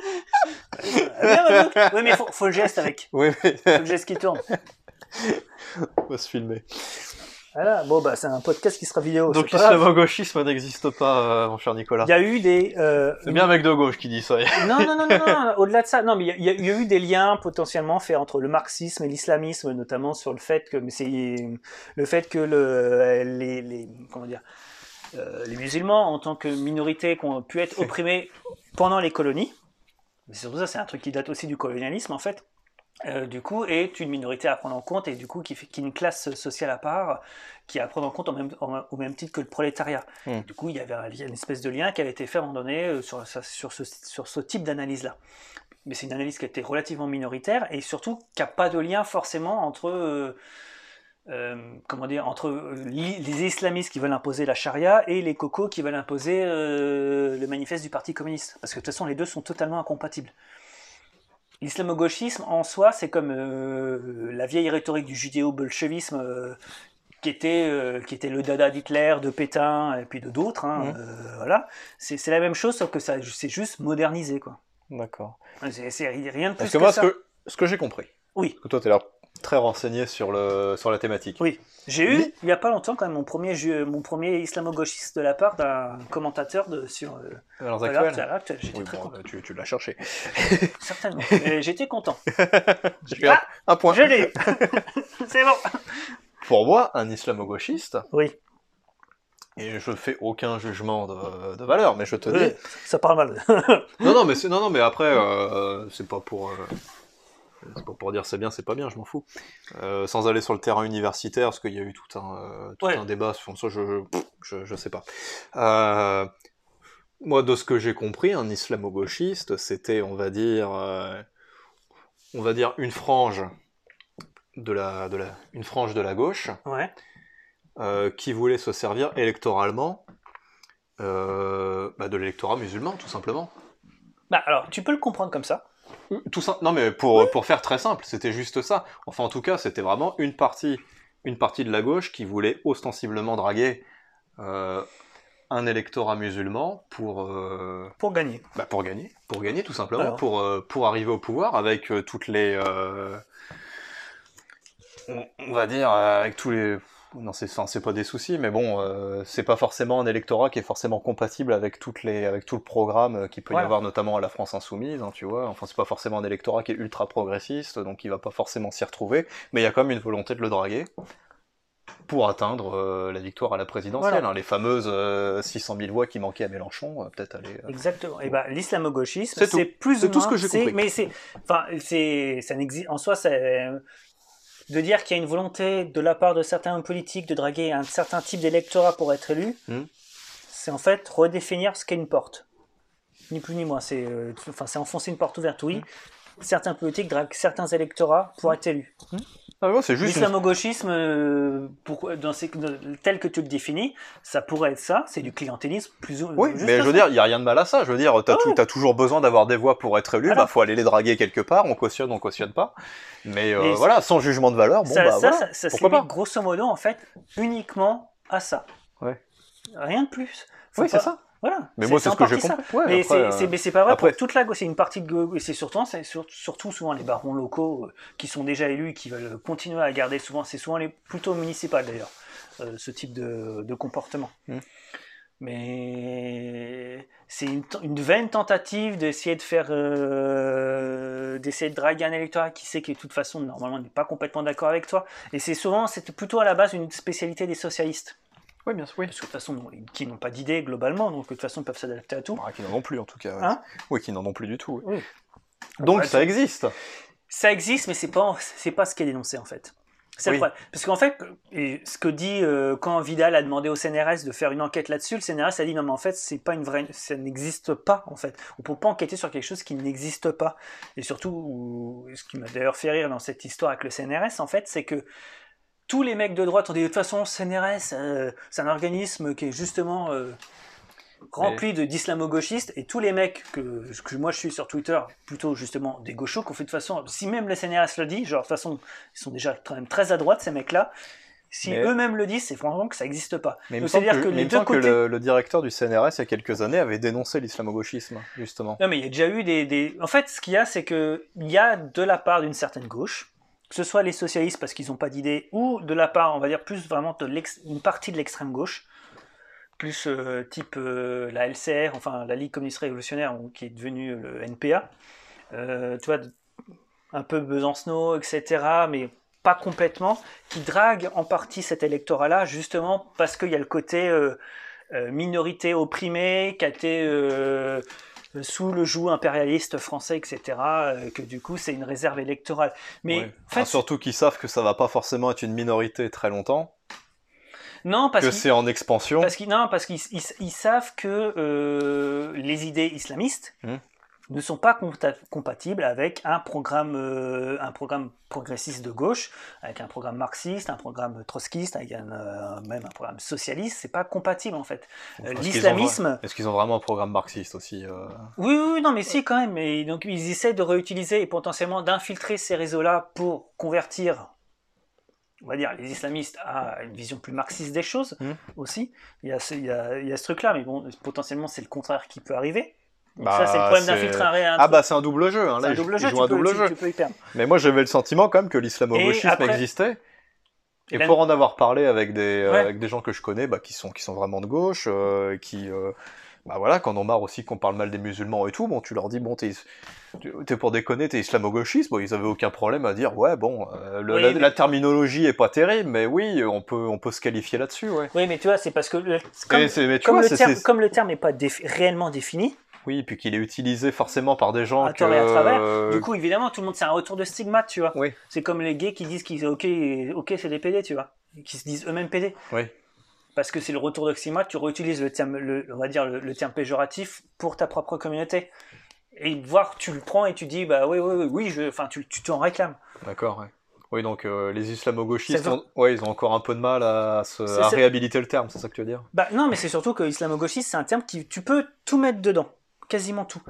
bien, bien, oui mais faut, faut le geste avec. Oui mais. Faut le geste qui tourne. On va se filmer. Voilà, bon bah c'est un podcast qui sera vidéo. Donc l'islamo-gauchisme n'existe pas, euh, mon cher Nicolas. Il y a eu des. Euh, c'est bien un mec de gauche qui dit ça. non, non, non, non, non, non. Au-delà de ça, non, mais il y, y, y a eu des liens potentiellement faits entre le marxisme et l'islamisme, notamment sur le fait que, mais c'est le fait que le, les, les, comment dire, euh, les musulmans en tant que minorité qui ont pu être opprimés pendant les colonies. Mais surtout ça, c'est un truc qui date aussi du colonialisme en fait. Euh, du coup, est une minorité à prendre en compte et du coup qui, fait, qui est une classe sociale à part qui est à prendre en compte au même, au même titre que le prolétariat. Mmh. Du coup, il y avait un, une espèce de lien qui avait été fait à un moment donné sur, sur, ce, sur ce type d'analyse-là. Mais c'est une analyse qui a été relativement minoritaire et surtout qui n'a pas de lien forcément entre, euh, euh, comment dire, entre les islamistes qui veulent imposer la charia et les cocos qui veulent imposer euh, le manifeste du Parti communiste. Parce que de toute façon, les deux sont totalement incompatibles. L'islamo-gauchisme, en soi, c'est comme euh, la vieille rhétorique du judéo-bolchevisme euh, qui, était, euh, qui était le dada d'Hitler, de Pétain et puis de d'autres. Hein, mmh. euh, voilà. c'est, c'est la même chose, sauf que ça, c'est juste modernisé. Quoi. D'accord. C'est, c'est rien de plus Parce que, que moi, ça. Ce que, ce que j'ai compris, oui. parce que toi, tu as l'air très renseigné sur, le, sur la thématique. Oui. J'ai eu, Oui. il n'y a pas longtemps, quand même, mon premier, jeu, mon premier islamo-gauchiste de la part d'un commentateur de, sur euh, Valeurs Valeurs actuelles. actuelles. J'étais Oui, très bon, content. tu, tu l'as cherché. Certainement. Et j'étais content. J'ai eu un, Ah, un point. je l'ai eu. C'est bon. Pour moi, un islamo-gauchiste, Oui. et je fais aucun jugement de, de valeur, mais je te Oui, dis... ça parle mal. Non, non, mais, c'est, non, non, mais après, euh, c'est pas pour... Euh... C'est pas pour dire c'est bien, c'est pas bien, je m'en fous. Euh, sans aller sur le terrain universitaire, parce qu'il y a eu tout un, euh, tout Ouais. un débat sur ça, je, je, je, je sais pas. Euh, moi, de ce que j'ai compris, un islamo-gauchiste, c'était, on va dire, euh, on va dire une frange de la, de la, une frange de la gauche, Ouais. euh, qui voulait se servir électoralement euh, bah, de l'électorat musulman, tout simplement. Bah, alors, tu peux le comprendre comme ça. Tout ça, non mais pour, pour faire très simple, c'était juste ça. Enfin en tout cas, c'était vraiment une partie, une partie de la gauche qui voulait ostensiblement draguer euh, un électorat musulman pour, euh, Pour gagner. bah, pour gagner, pour gagner tout simplement, Alors. pour, euh, pour arriver au pouvoir avec euh, toutes les, euh, on, on va dire euh, avec tous les, non c'est, enfin, c'est pas des soucis, mais bon, euh, c'est pas forcément un électorat qui est forcément compatible avec toutes les, avec tout le programme qu'il peut Voilà. y avoir, notamment à la France insoumise, hein, tu vois. Enfin, c'est pas forcément un électorat qui est ultra progressiste, donc il va pas forcément s'y retrouver, mais il y a quand même une volonté de le draguer pour atteindre euh, la victoire à la présidentielle. Voilà. Hein, les fameuses euh, six cent mille voix qui manquaient à Mélenchon, euh, peut-être aller. Euh... Exactement. Et ben, l'islamo-gauchisme, C'est c'est, tout. plus C'est ou tout moins. ce que j'ai c'est- compris. Mais c'est, enfin, c'est, ça n'existe. En soi, c'est de dire qu'il y a une volonté de la part de certains hommes politiques de draguer un certain type d'électorat pour être élu. Hmm. C'est en fait redéfinir ce qu'est une porte. Ni plus ni moins. C'est, euh, enfin, c'est enfoncer une porte ouverte. Oui. Hmm. Certains politiques draguent certains électorats pour être élus. Hmm. Ah ouais, c'est juste une... L'islamo-gauchisme, euh, pour, dans ces, tel que tu le définis, ça pourrait être ça, c'est du clientélisme plus ou Oui, juste mais je veux ça. dire, il n'y a rien de mal à ça. Je veux dire, t'as, Ah tout, ouais. t'as toujours besoin d'avoir des voix pour être élu, Alors. bah faut aller les draguer quelque part, on cautionne, on cautionne pas. Mais euh, Et voilà, sans jugement de valeur, bon ça, bah ça, voilà, ça, ça se pourquoi limite pas. grosso modo en fait uniquement à ça. Ouais. Rien de plus. Faut Oui, pas... c'est ça. Voilà. Mais moi, c'est en ce que j'ai partie ça. compris. Ouais, mais après, c'est, euh, c'est, mais c'est pas vrai après- pour toute la gauche. C'est une partie de gauche. Et c'est surtout, c'est sur- surtout souvent les barons locaux euh, qui sont déjà élus et qui veulent continuer à garder souvent. C'est souvent les plutôt municipales d'ailleurs, euh, ce type de, de comportement. Mm. Mais c'est une, t- une vaine tentative d'essayer de faire, euh, d'essayer de draguer un électorat qui sait que de toute façon normalement n'est pas complètement d'accord avec toi. Et c'est souvent, c'était plutôt à la base une spécialité des socialistes. Oui, bien sûr, oui. Parce que de toute façon, bon, qui n'ont pas d'idée globalement, donc de toute façon ils peuvent s'adapter à tout. Bah, qui n'en ont plus en tout cas. ouais. Hein Oui, qui n'en ont plus du tout. oui. Oui. Donc Ouais, ça ça- existe. Ça existe, mais c'est pas, c'est pas ce qui est dénoncé en fait. C'est Oui. le problème. Parce qu'en fait, et ce que dit euh, quand Vidal a demandé au C N R S de faire une enquête là-dessus, le C N R S a dit non mais en fait c'est pas une vraie, ça n'existe pas en fait. On peut pas enquêter sur quelque chose qui n'existe pas. Et surtout, ce qui m'a d'ailleurs fait rire dans cette histoire avec le C N R S en fait, c'est que tous les mecs de droite ont dit de toute façon C N R S, euh, c'est un organisme qui est justement euh, rempli de d'islamo-gauchistes, et tous les mecs que, que moi je suis sur Twitter, plutôt justement des gauchos, qu'on fait de toute façon, si même le C N R S le dit, genre de toute façon ils sont déjà quand même très à droite ces mecs-là, si Mais- eux-mêmes le disent, c'est franchement que ça n'existe pas. Mais il me Donc semble c'est-à-dire que, que mais les il me deux semble que côtés... le, le directeur du C N R S il y a quelques années avait dénoncé l'islamo-gauchisme, justement. Non mais il y a déjà eu des... des... En fait ce qu'il y a, c'est qu'il y a de la part d'une certaine gauche, que ce soit les socialistes parce qu'ils n'ont pas d'idée, ou de la part, on va dire, plus vraiment de l'ex- une partie de l'extrême gauche, plus euh, type euh, la L C R, enfin la Ligue communiste révolutionnaire, ou- qui est devenue le N P A, euh, tu vois, un peu Besancenot, et cetera, mais pas complètement, qui drague en partie cet électorat-là, justement parce qu'il y a le côté euh, euh, minorité opprimée, qui a été... euh, sous le joug impérialiste français, et cetera, euh, que du coup c'est une réserve électorale. Mais Ouais. en fait, Ah, surtout qu'ils savent que ça va pas forcément être une minorité très longtemps, non, parce que qu'ils, c'est en expansion. parce qu'ils, non, parce qu'ils ils, ils savent que euh, les idées islamistes Hmm. ne sont pas compa- compatibles avec un programme, euh, un programme progressiste de gauche, avec un programme marxiste, un programme trotskiste, avec un, euh, même un programme socialiste. C'est pas compatible en fait. Euh, Est-ce qu'ils ont l'islamisme... vra- Est-ce qu'ils ont vraiment un programme marxiste aussi euh Oui, oui, oui, non, mais si, quand même. Et donc, ils essaient de réutiliser et potentiellement d'infiltrer ces réseaux-là pour convertir, on va dire, les islamistes à une vision plus marxiste des choses Mm. aussi. Il y a ce, il y a, il y a ce truc-là, mais bon, potentiellement, c'est le contraire qui peut arriver. Donc Bah, ça, c'est le problème c'est- d'infiltrer un Ah truc. bah c'est un double jeu, hein. C'est Là, un ils- double ils jeu, jouent tu un peux, double tu, jeu. tu peux y perdre. Mais moi j'avais le sentiment quand même que l'islamo-gauchisme Et après- existait. Et La- pour en avoir parlé avec des, euh, Ouais. avec des gens que je connais, bah, qui sont, qui sont vraiment de gauche, euh, qui, euh, bah voilà, qu'on en marre aussi qu'on parle mal des musulmans et tout, bon, tu leur dis, bon, t'es, t'es pour déconner, t'es islamo-gauchiste, bon, ils avaient aucun problème à dire, ouais, bon, euh, le- Oui, la, mais- la terminologie est pas terrible, mais oui, on peut, on peut se qualifier là-dessus, ouais. Oui, mais tu vois, c'est parce que le- comme, Et c'est- mais tu comme vois, le c'est- terme, c'est- comme le terme n'est pas défi- réellement défini, Oui, puis qu'il est utilisé forcément par des gens à que... tort et à travers, du coup, évidemment, tout le monde, c'est un retour de stigmate, tu vois. Oui, C'est comme les gays qui disent qu'ils ok, ok, c'est des P D, tu vois, qui se disent eux-mêmes P D, oui. parce que c'est le retour de stigmate. Tu réutilises le terme, le, on va dire le, le terme péjoratif pour ta propre communauté. Et voir, tu le prends et tu dis bah oui, oui, oui, oui, je, enfin, tu, tu t'en réclames. D'accord, ouais. Oui, donc euh, les islamo-gauchistes, C'est ont, ouais, ils ont encore un peu de mal à, se, C'est- à c'est- réhabiliter le terme, c'est ça que tu veux dire? Bah non, mais c'est surtout que islamo-gauchiste, c'est un terme qui tu peux tout mettre dedans, quasiment tout.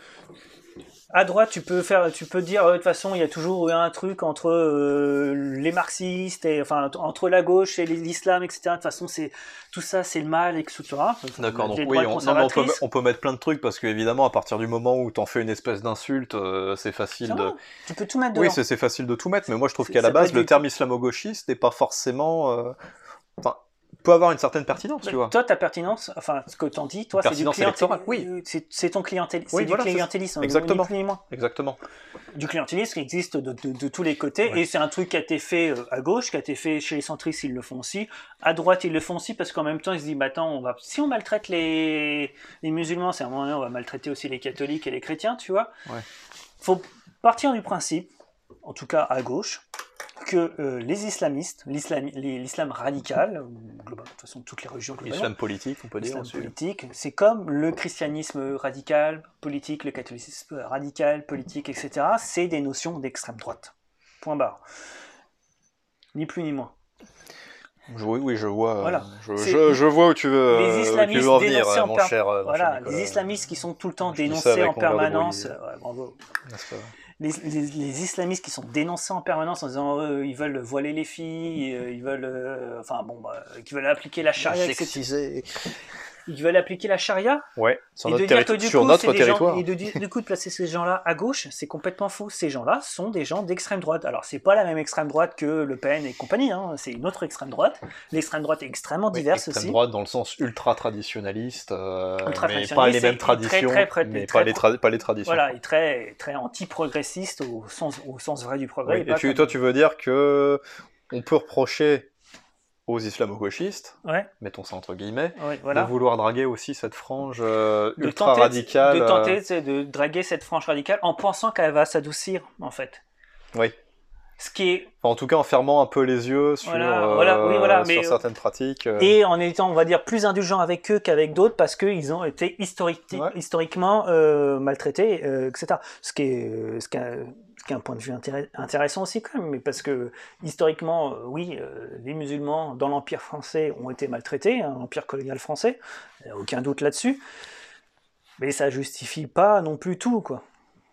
À droite, tu peux faire, tu peux dire euh, de toute façon, il y a toujours eu un truc entre euh, les marxistes et enfin entre la gauche et l'islam, et cetera. De toute façon, c'est tout ça, c'est le mal, et cetera. D'accord, donc Les oui, droites on, non, mais on, peut, conservatrices. on peut mettre plein de trucs parce qu'évidemment, à partir du moment où t'en fais une espèce d'insulte, euh, c'est facile Ça de. va, tu peux tout mettre dedans. Oui, c'est c'est facile de tout mettre, mais moi je trouve C'est- qu'à la ça peut base, être le du- terme islamo-gauchiste n'est pas forcément. euh, Enfin, peut avoir une certaine pertinence, Mais tu vois. toi, ta pertinence, enfin, ce que t'en dis, toi, c'est du Pertinence clientélisme. électorale, oui. C'est c'est ton clientélisme. Oui, c'est voilà, du c'est- clientélisme. ni exactement. plus ni moins. Exactement. Du clientélisme qui existe de, de- de tous les côtés, Ouais. et c'est un truc qui a été fait euh, à gauche, qui a été fait chez les centristes, ils le font aussi, à droite ils le font aussi, parce qu'en même temps ils se disent, bah attends, on va... si on maltraite les, les musulmans, c'est un moment donné, on va maltraiter aussi les catholiques et les chrétiens, tu vois. Ouais. Faut partir du principe, en tout cas à gauche, que euh, les islamistes, l'islam, les- l'islam radical, ou global, de toute façon toutes les religions globalement, Islam politique, on peut dire l'islam aussi. politique, c'est comme le christianisme radical, politique, le catholicisme radical, politique, et cetera. C'est des notions d'extrême droite. Point barre. Ni plus ni moins. Je- Oui, oui, je vois. euh, Voilà. Je, C'est- je, je vois où tu veux, Les euh, où tu islamistes veux en venir, dénoncés euh, en mon per- cher, euh, mon Voilà, cher Nicolas. les islamistes qui sont tout le temps Je dis ça dénoncés avec en mon verre de permanence. Bourgogne. Ouais, bravo. N'est-ce pas? Les, les- les islamistes qui sont dénoncés en permanence en disant euh, ils veulent voiler les filles, euh, ils veulent, euh, enfin bon, bah, qui veulent appliquer la charia, et cetera. Sexisé. Ils veulent appliquer la charia. Ouais, sur Et notre, de dire terri- que du sur coup, notre c'est des territoire. gens, et de, di- du coup de placer ces gens-là à gauche, c'est complètement faux. Ces gens-là sont des gens d'extrême droite. Alors c'est pas la même extrême droite que Le Pen et compagnie, hein. C'est une autre extrême droite. L'extrême droite est extrêmement Oui, diverse extrême aussi. droite dans le sens ultra traditionnaliste, euh, Ultra mais traditionnaliste pas les et- mêmes et très, traditions, très près- mais très pas, les tra- pas les traditions. Voilà, et très, très anti-progressiste au sens, au sens vrai du progrès. Oui, et et pas tu, comme- toi, tu veux dire que on peut reprocher aux islamo-gauchistes, Ouais, mettons ça entre guillemets, ouais, voilà. de vouloir draguer aussi cette frange euh, De ultra tenter, de- radicale. de, euh, tenter tu sais, de draguer cette frange radicale en pensant qu'elle va s'adoucir, en fait. Oui. Ce qui est Enfin, en tout cas, en fermant un peu les yeux sur, Voilà, euh, voilà, oui, voilà, sur mais, certaines pratiques. euh. et en étant, on va dire, plus indulgent avec eux qu'avec d'autres parce qu'ils ont été historique- Ouais. historiquement euh, maltraités, euh, et cetera. Ce qui est, euh, ce qui est, ce qui est un point de vue intéress- intéressant aussi quand même, mais parce que historiquement, euh, oui, euh, les musulmans dans l'Empire français ont été maltraités, hein, l'Empire colonial français, il n'y a aucun doute là-dessus, mais ça justifie pas non plus tout, quoi.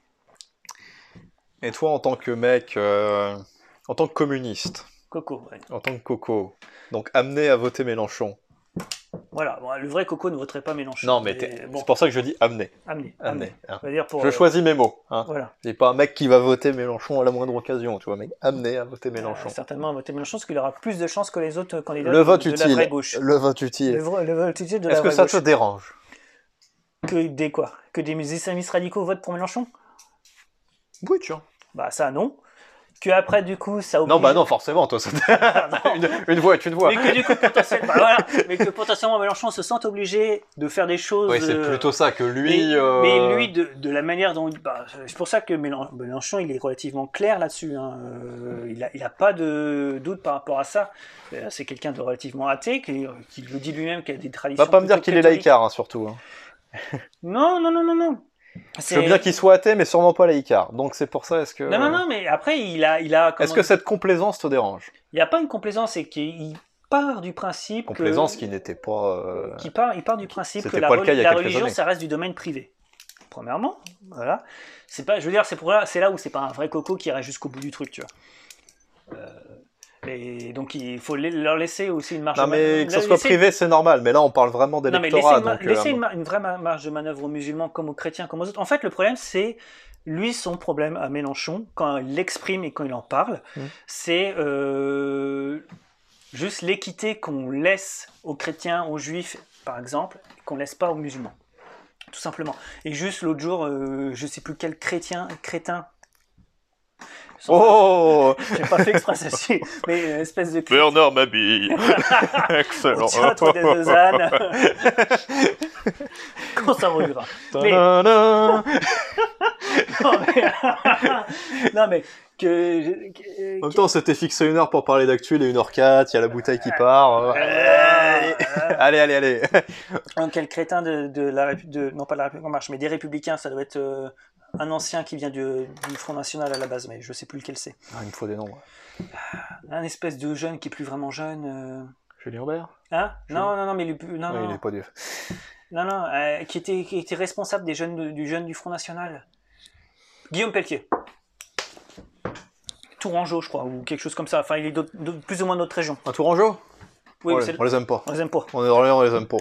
Et toi, en tant que mec, euh, en tant que communiste, Coco, ouais. en tant que coco, donc amené à voter Mélenchon. Voilà, bon, le vrai Coco ne voterait pas Mélenchon. Non, mais t'es- bon, c'est pour ça que je dis amené. amenez, Amené. amenez. hein. On va dire pour, Je euh, choisis mes mots. Hein. Voilà. C'est pas un mec qui va voter Mélenchon à la moindre occasion, tu vois, mec. Amené à voter Mélenchon. Euh, certainement à voter Mélenchon, parce qu'il aura plus de chances que les autres candidats Le vote de, de la utile. vraie gauche. Le vote utile. Le, vrai- le vote utile de la Est-ce que vraie ça gauche. te dérange? Que des quoi? Que des islamistes radicaux votent pour Mélenchon? Oui, tu vois. Bah ça non. Que après du coup ça oblige... Non, bah non, forcément, toi, ça... une, une voix est une voix. Mais que du coup potentiellement, bah, voilà. Mais que potentiellement Mélenchon se sente obligé de faire des choses. Oui, c'est euh, plutôt ça que lui. Mais, euh, mais lui, de, de la manière dont... Bah, c'est pour ça que Mélen- Mélenchon, il est relativement clair là-dessus. Hein. Euh, il n'a il a pas de doute par rapport à ça. Euh, C'est quelqu'un de relativement athée, qui, qui le dit lui-même, qui a des traditions... Va pas me dire plutôt qu'il est catholiques. laïcard, hein, surtout. hein. Non, non, non, non, non. Je veux bien qu'il soit athée, mais sûrement pas laïcard. Donc c'est pour ça, est-ce que... Non, non, non, mais après, il a... Il a comment Est-ce que cette complaisance te dérange? Il n'y a pas une complaisance, c'est qu'il part du principe Complaisance que... qui n'était pas... euh, qui part, il part du principe que C'était la, pas le cas il y a la quelques religion, années. ça reste du domaine privé. Premièrement, voilà. C'est pas, je veux dire, c'est pour là, c'est là où c'est pas un vrai coco qui irait jusqu'au bout du truc, tu vois. Euh, Et donc il faut les- leur laisser aussi une marge Non, de mais manœuvre. que ça soit Laisser- privé, c'est normal. Mais là, on parle vraiment Non, mais laisser, d'électorat. une, ma- donc, euh, laisser une, ma- une vraie ma- marge de manœuvre aux musulmans comme aux chrétiens, comme aux autres. En fait, le problème, c'est lui, son problème à Mélenchon, quand il l'exprime et quand il en parle, Mm. c'est euh, juste l'équité qu'on laisse aux chrétiens, aux juifs, par exemple, et qu'on laisse pas aux musulmans. Tout simplement. Et juste l'autre jour, euh, je sais plus quel chrétien, crétin. Oh J'ai pas fait exprès ceci, mais une espèce de crétin. Bernard Mabille. Excellent. Oh, tiens, toi des deux ânes. Quand ça reviendra. Mais- Ta-da-da. non, mais... non, mais que... que- En même temps, c'était fixé une heure pour parler d'actu, il est une heure quatre, il y a la bouteille qui part. Euh, Allez, allez, allez. euh, quel crétin de, de la République, de, non pas de la République en marche, mais des Républicains, ça doit être euh, un ancien qui vient du, du Front National à la base, mais je sais plus lequel c'est. Ah, il me faut des noms. Un espèce de jeune qui est plus vraiment jeune. euh, Julien Aubert. Hein Je- Non, non, non, mais il est plus- non, Oui, non, il est pas du... non, non, euh, qui était, qui était responsable des jeunes de- du jeune du Front National. Guillaume Pelletier. Tourangeau, je crois, ou quelque chose comme ça. Enfin, il est d'autres- de plus ou moins d'autres régions. Un Tourangeau. Oui, on, c'est les, on les aime pas. on les aime pas. On est d'Orléans, on les aime pas.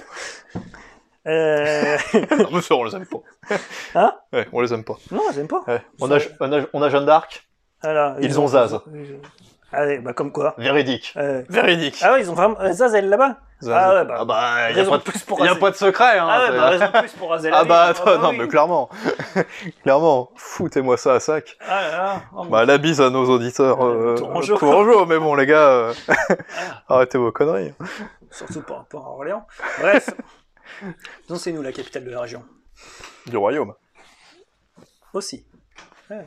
Euh... Non, monsieur, on les aime pas. Hein Ouais, on les aime pas. Non, on les aime pas. Ouais. On, a, on, a, on a Jeanne d'Arc. Alors, Ils ont Zaz. Allez, bah comme quoi. Véridique. Euh, Véridique. Ah ouais, ils ont vraiment... euh, Zaz, elle est là-bas. Zaz. Ah ouais, bah... Ah bah, y a raison pas de de, plus pour y a raser. pas de secret, hein. Ah ouais, c'est- bah raison de plus pour raser la Ah vie. bah, Ah attends, bah non, oui. mais clairement. Clairement. Foutez-moi ça à sac. Ah là là. Oh, Bah, la bise à nos auditeurs. Euh, Euh, Tourangeau. Tourangeau, mais bon, les gars, euh, Ah, arrêtez vos conneries. surtout pas, pas à Orléans. Bref. Non, c'est nous la capitale de la région. Du royaume. Aussi. Ouais.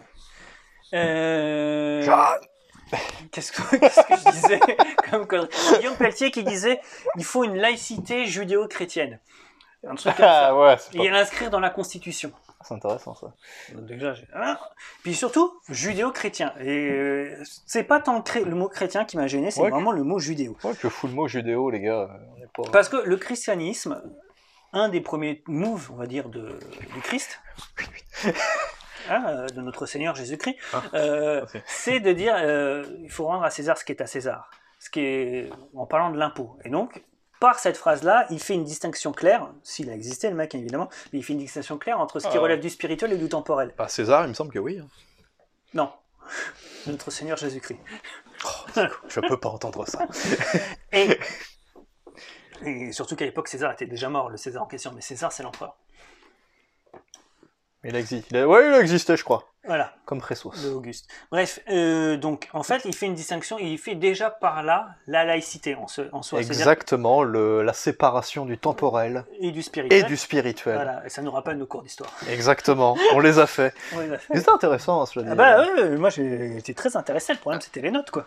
Euh... Jeanne. Qu'est-ce que, qu'est-ce que je disais comme connerie. Guillaume Pelletier qui disait il faut une laïcité judéo-chrétienne. Un truc comme ça. Ah ouais, c'est Et pas... l'inscrire dans la Constitution. c'est intéressant ça. Donc déjà, j'ai- hein. Puis surtout, judéo-chrétien. Et euh, c'est pas tant le, cré- le mot chrétien qui m'a gêné, c'est Ouais. vraiment le mot judéo. Ouais, que fout le mot judéo, les gars. On est pas... Parce que le christianisme, un des premiers moves, on va dire, de, du Christ, hein, euh, de notre Seigneur Jésus-Christ, Ah, euh, ok. c'est de dire euh, il faut rendre à César ce qui est à César, ce qui est en parlant de l'impôt. Et donc, par cette phrase-là, il fait une distinction claire, s'il a existé le mec évidemment, mais il fait une distinction claire entre ce qui Ah. relève du spirituel et du temporel. Bah, César, il me semble que oui. hein. Non, notre Seigneur Jésus-Christ. Je peux pas entendre ça. Et, et surtout qu'à l'époque, César était déjà mort, le César en question, mais César, c'est l'empereur. Il existe. Il a... Ouais, il a existé, je crois. Voilà, Comme Pressos. de Auguste. Bref, euh, donc en fait, il fait une distinction, il fait déjà par là la laïcité en, ce- en soi, c'est-à-dire- Exactement, le... la séparation du temporel et du spirituel. et du spirituel. Voilà, et ça nous rappelle nos cours d'histoire. Exactement, on les a fait. On les a fait. Mais c'était intéressant, hein, cela dit. Ah bah ouais, ouais, moi j'ai été très intéressé, le problème c'était les notes quoi.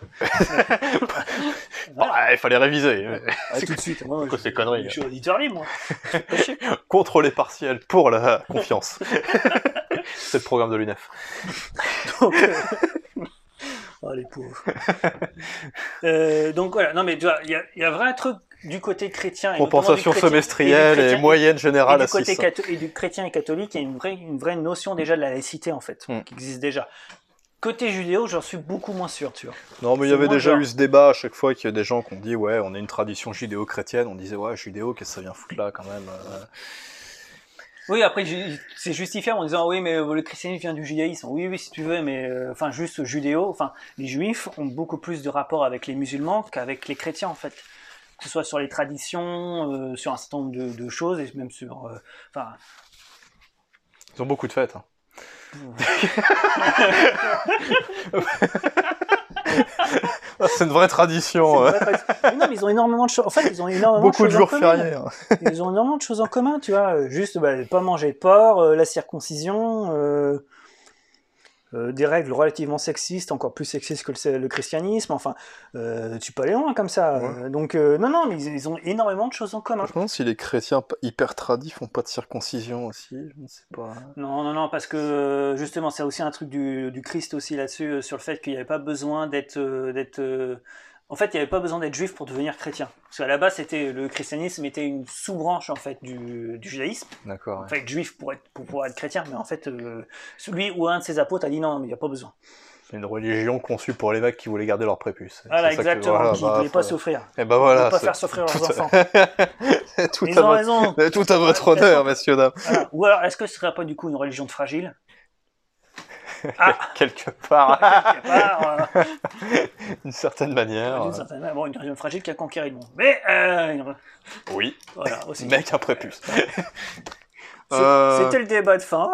Bah, il fallait réviser. Ah, tout de suite, moi, quoi je- ces conneries, Je suis auditeur libre, moi. Pas chier. Contre les partiels, pour la confiance. C'est le programme de l'U N E F. Donc, euh, oh les pauvres. Euh, donc voilà, non mais tu vois, il y a, il y a vrai un truc du côté chrétien. Et Compensation notamment du chrétien- semestrielle du et, chrétien- moyenne et générale du à côté six. catho- et du chrétien et catholique, il y a une vraie, une vraie notion déjà de la laïcité en fait, Mm. qui existe déjà. Côté judéo, j'en suis beaucoup moins sûr, tu vois. Non, mais il y C'est avait moins déjà genre. eu ce débat à chaque fois qu'il y a des gens qui ont dit ouais, on est une tradition judéo-chrétienne. On disait ouais, judéo, qu'est-ce que ça vient foutre là quand même euh. Oui, après, ju- c'est justifiable en disant oui, mais euh, le christianisme vient du judaïsme. Oui, oui, si tu veux, mais euh, enfin, juste judéo. Enfin, les juifs ont beaucoup plus de rapport avec les musulmans qu'avec les chrétiens, en fait. Que ce soit sur les traditions, euh, sur un certain nombre de, de choses, et même sur. euh, Enfin. Ils ont beaucoup de fêtes. hein. Ah, c'est une vraie tradition. c'est euh. une vraie tradition. Mais non, mais ils ont énormément de choses. En fait, ils ont énormément Beaucoup de choses en jours commun. fériés. hein. Ils ont énormément de choses en commun, tu vois. euh, Juste, bah, pas manger de porc, euh, la circoncision, euh, euh, des règles relativement sexistes, encore plus sexistes que le, le christianisme. Enfin, euh, tu peux aller loin comme ça. Ouais. euh, donc, euh, non, non, mais ils, ils ont énormément de choses en commun. Je me demande si les chrétiens p- hyper tradis font pas de circoncision aussi. Je ne sais pas. Non, non, non, parce que euh, justement, c'est aussi un truc du, du Christ aussi là-dessus, euh, sur le fait qu'il n'y avait pas besoin d'être. euh, d'être euh, En fait, il n'y avait pas besoin d'être juif pour devenir chrétien. Parce qu'à la base, c'était, le christianisme était une sous-branche en fait du, du judaïsme. D'accord. En ouais. fait, juif pour, être, pour pouvoir être chrétien, mais en fait, euh, celui ou un de ses apôtres a dit non, mais il n'y a pas besoin. Une religion conçue pour les mecs qui voulaient garder leur prépuce. Voilà, C'est ça que- exactement, voilà, qui ne bah, voulaient pas faut- souffrir. Et ben Ils voilà. ne pas c'est- faire souffrir leurs tout- enfants. tout Ils à ont votre- raison. Tout à votre Ouais, honneur, est-ce messieurs, dames. Voilà. Ou alors, est-ce que ce serait pas du coup une religion de fragile? Ah, Quelque part, quelque part, euh, d'une certaine manière. d'une euh, certaine manière, bon, une religion fragile qui a conquéri le monde. Mais, euh, une- Oui, voilà, aussi. mec un prépuce. C'est- Euh, C'était le débat de fin.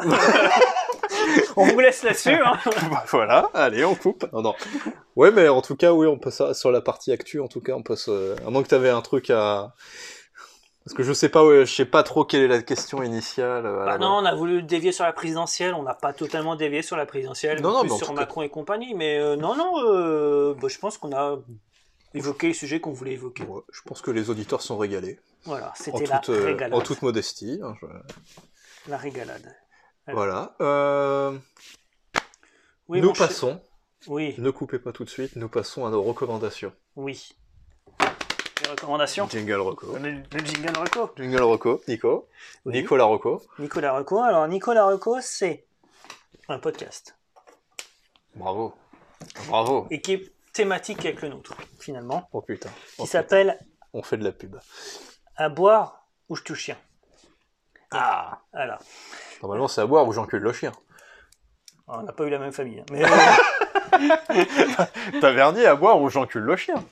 On vous laisse là-dessus. Hein. bah, voilà, allez, on coupe. Non, non. Ouais, mais en tout cas, oui, on passe à- sur la partie actu, en tout cas, on passe. euh, À moins que tu avais un truc à. Parce que je sais pas, ouais, je sais pas trop quelle est la question initiale. euh, à la Bah base. non, on a voulu dévier sur la présidentielle, on n'a pas totalement dévié sur la présidentielle, Non, non, plus mais en sur tout cas- Macron et compagnie, mais euh, non, non, euh, bah, je pense qu'on a évoqué les sujets qu'on voulait évoquer. Ouais, je pense que les auditeurs sont régalés. Voilà, En c'était la toute, euh, régalade. en toute modestie. hein, je- La régalade. Voilà. Euh, Oui, nous mon cher- passons. Oui, Ne coupez pas tout de suite. Nous passons à nos recommandations. oui. Les recommandations. Jingle Rocco. Le, le jingle reco. Jingle Rocco. Nico. Oui. Nicolas Rocco. Nicolas Reco. Alors, Nicolas Reco, c'est un podcast Bravo. Bravo. et qui est thématique avec le nôtre, finalement, Oh putain. qui Oh, putain. s'appelle On fait de la pub. À boire ou je touche chien. Ah. Voilà. Normalement, c'est à boire ou j'encule le chien. Alors, on n'a pas eu la même famille. hein. Mais, euh, Tavernier à boire ou j'encule le chien.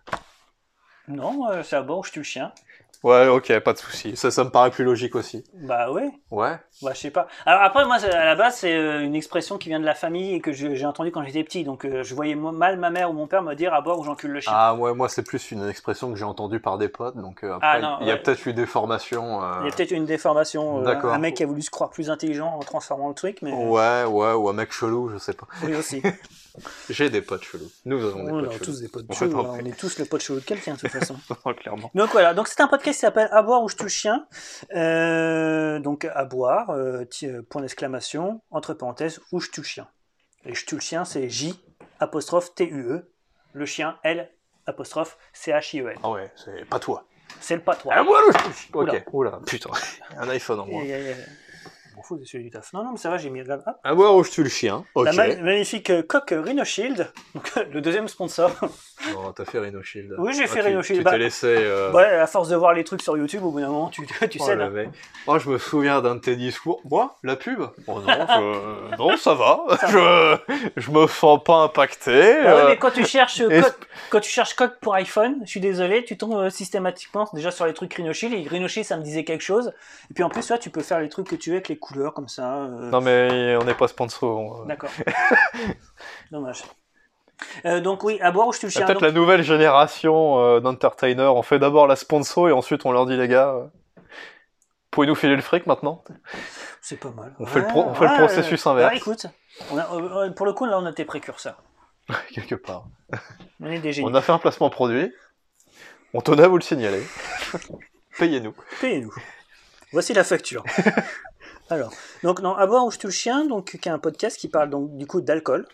non, euh, c'est à boire ou je tue le chien. Ouais, ok, pas de souci. Ça, ça me paraît plus logique aussi. Bah ouais. Ouais. Bah, je sais pas. Alors après, moi, c'est- à la base, c'est euh, une expression qui vient de la famille et que je- j'ai entendue quand j'étais petit. Donc, euh, je voyais mo- mal ma mère ou mon père me dire à boire ou j'encule le chien. Ah ouais, moi c'est plus une expression que j'ai entendue par des potes, donc euh, après, Ah, non, il y a ouais. peut-être eu des formations. euh, Il y a peut-être une déformation. euh, D'accord. un mec qui a voulu se croire plus intelligent en transformant le truc, mais Ouais, ouais, ou un mec chelou, je sais pas. oui aussi. J'ai des potes chelous. Nous avons des On potes a chelous. tous des potes Ouais, chelous, non, hein. mais- On est tous le pote chelou de quelqu'un, de toute façon. Non, clairement. Donc voilà, donc c'est un podcast qui s'appelle À boire ou je tue le chien. Euh, donc à boire, euh, ti- euh, point d'exclamation, entre parenthèses, ou je tue le chien. Et je tue le chien, c'est J apostrophe T U E. Le chien, L apostrophe C H I E N. Ah ouais, c'est pas toi. C'est le patois. Ah moi, le... Oula. Ok, oula, putain, un iPhone en Et, moins. euh, je m'en fous de celui du taf. Non, non, mais ça va, j'ai mis. Hop. À boire ou je tue le chien. Ok. La ma- magnifique euh, coque Rhino Shield, donc, le deuxième sponsor. Non, t'as fait Rhino Shield. Oui, j'ai Ah, fait tu- Rhino Shield. Tu Bah, t'es laissé. euh, Ouais, à force de voir les trucs sur YouTube, au bout d'un moment, tu, tu oh, sais. le là. mec. Oh, je me souviens d'un de tes discours. Moi, la pub Oh non, je- non, ça va. je... je me sens pas impacté. Ah ouais, euh, mais quand tu cherches euh, et- coque, quand tu cherches coque pour iPhone, je suis désolé, tu tombes euh, systématiquement déjà sur les trucs Rhino Shield. Et Rhino Shield, ça me disait quelque chose. Et puis en plus, là, tu peux faire les trucs que tu veux avec les couleurs comme ça. euh, Non, mais on n'est pas sponsor. on- D'accord. Dommage. Euh, donc oui, à boire ou je tue le C'est chien. peut-être Donc, la nouvelle génération euh, d'entertainers. On fait d'abord la sponsor et ensuite on leur dit les gars, euh, pouvez-nous filer le fric maintenant c'est pas mal. On fait le pro- on fait le processus euh, inverse. bah, écoute, on a, euh, pour le coup, là, on a été précurseurs. Quelque part. On est des génies. On a fait un placement produit. On tenait à vous le signaler. Payez-nous. Payez-nous. Voici la facture. Alors, donc, non, à boire ou je tue le chien, donc, qui est un podcast qui parle donc du coup d'alcool.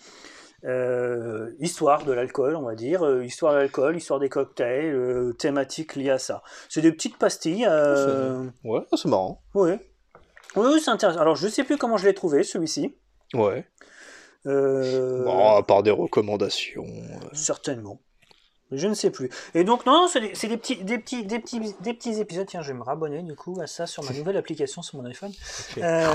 Euh, histoire de l'alcool, on va dire, euh, histoire de l'alcool, histoire des cocktails, euh, thématique liée à ça. C'est des petites pastilles. Euh... Ouais, c'est marrant. Oui, oui, c'est intéressant. Alors, je sais plus comment je l'ai trouvé, celui-ci. Ouais. Euh... Bon, à part des recommandations. euh, Certainement. Mais je ne sais plus. Et donc, non, non, c'est des, c'est des petits, des, petits, des, petits, des petits épisodes. Tiens, je vais me rabonner du coup à ça sur ma nouvelle application sur mon iPhone. Ok. Euh...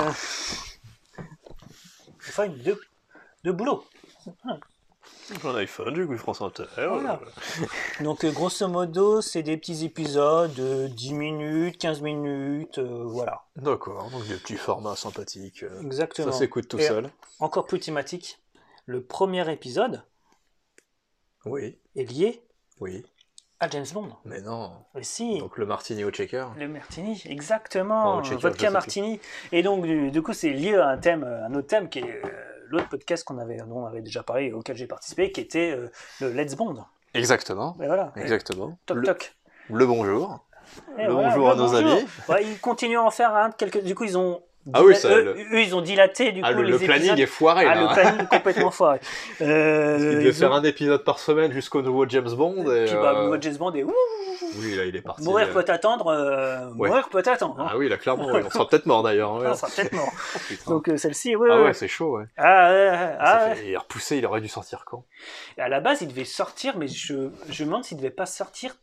Enfin, de, de boulot. J'ai un iPhone, j'ai vu France Inter. Voilà. Donc, euh, grosso modo, c'est des petits épisodes de dix minutes, quinze minutes, euh, voilà. D'accord, donc des petits formats sympathiques. euh, Exactement. Ça s'écoute tout Et seul. Encore plus thématique, le premier épisode Oui, est lié oui. à James Bond. Mais non. Et si. Donc le martini au checker. Le martini, exactement. Enfin, au checker, je Vodka sais martini. Et donc, du, du coup, c'est lié à un thème, un autre thème qui est euh, l'autre podcast qu'on avait, dont on avait déjà parlé, auquel j'ai participé, qui était euh, le Let's Bond. Exactement. Et voilà. Exactement. Toc Le, toc. le bonjour. Et le voilà, bonjour à nos bonjour. amis. Ouais, ils continuent à en faire un, quelques. Du coup, ils ont Ah oui, ça, eux, le... eux, ils ont dilaté du ah, coup le, les le épisodes. planning est foiré Ah, là. le planning est complètement foiré. Euh, Il devait ils faire ont- un épisode par semaine jusqu'au nouveau James Bond. Et, Puis bah, le euh, nouveau James Bond est ouh, Oui, là il est parti. mourir euh, peut attendre, euh, Ouais. mourir peut attendre. hein. Ah oui, là clairement, ouais. On sera peut-être mort d'ailleurs. Ouais. Ah, ça sera peut-être mort. Putain. Donc euh, celle-ci, ouais, Ah ouais. ouais, c'est chaud, ouais. Ah, ouais, ouais, Ça ah, ouais. fait... Il est repoussé, il aurait dû sortir quand? Et à la base, il devait sortir, mais je, je me demande s'il devait pas sortir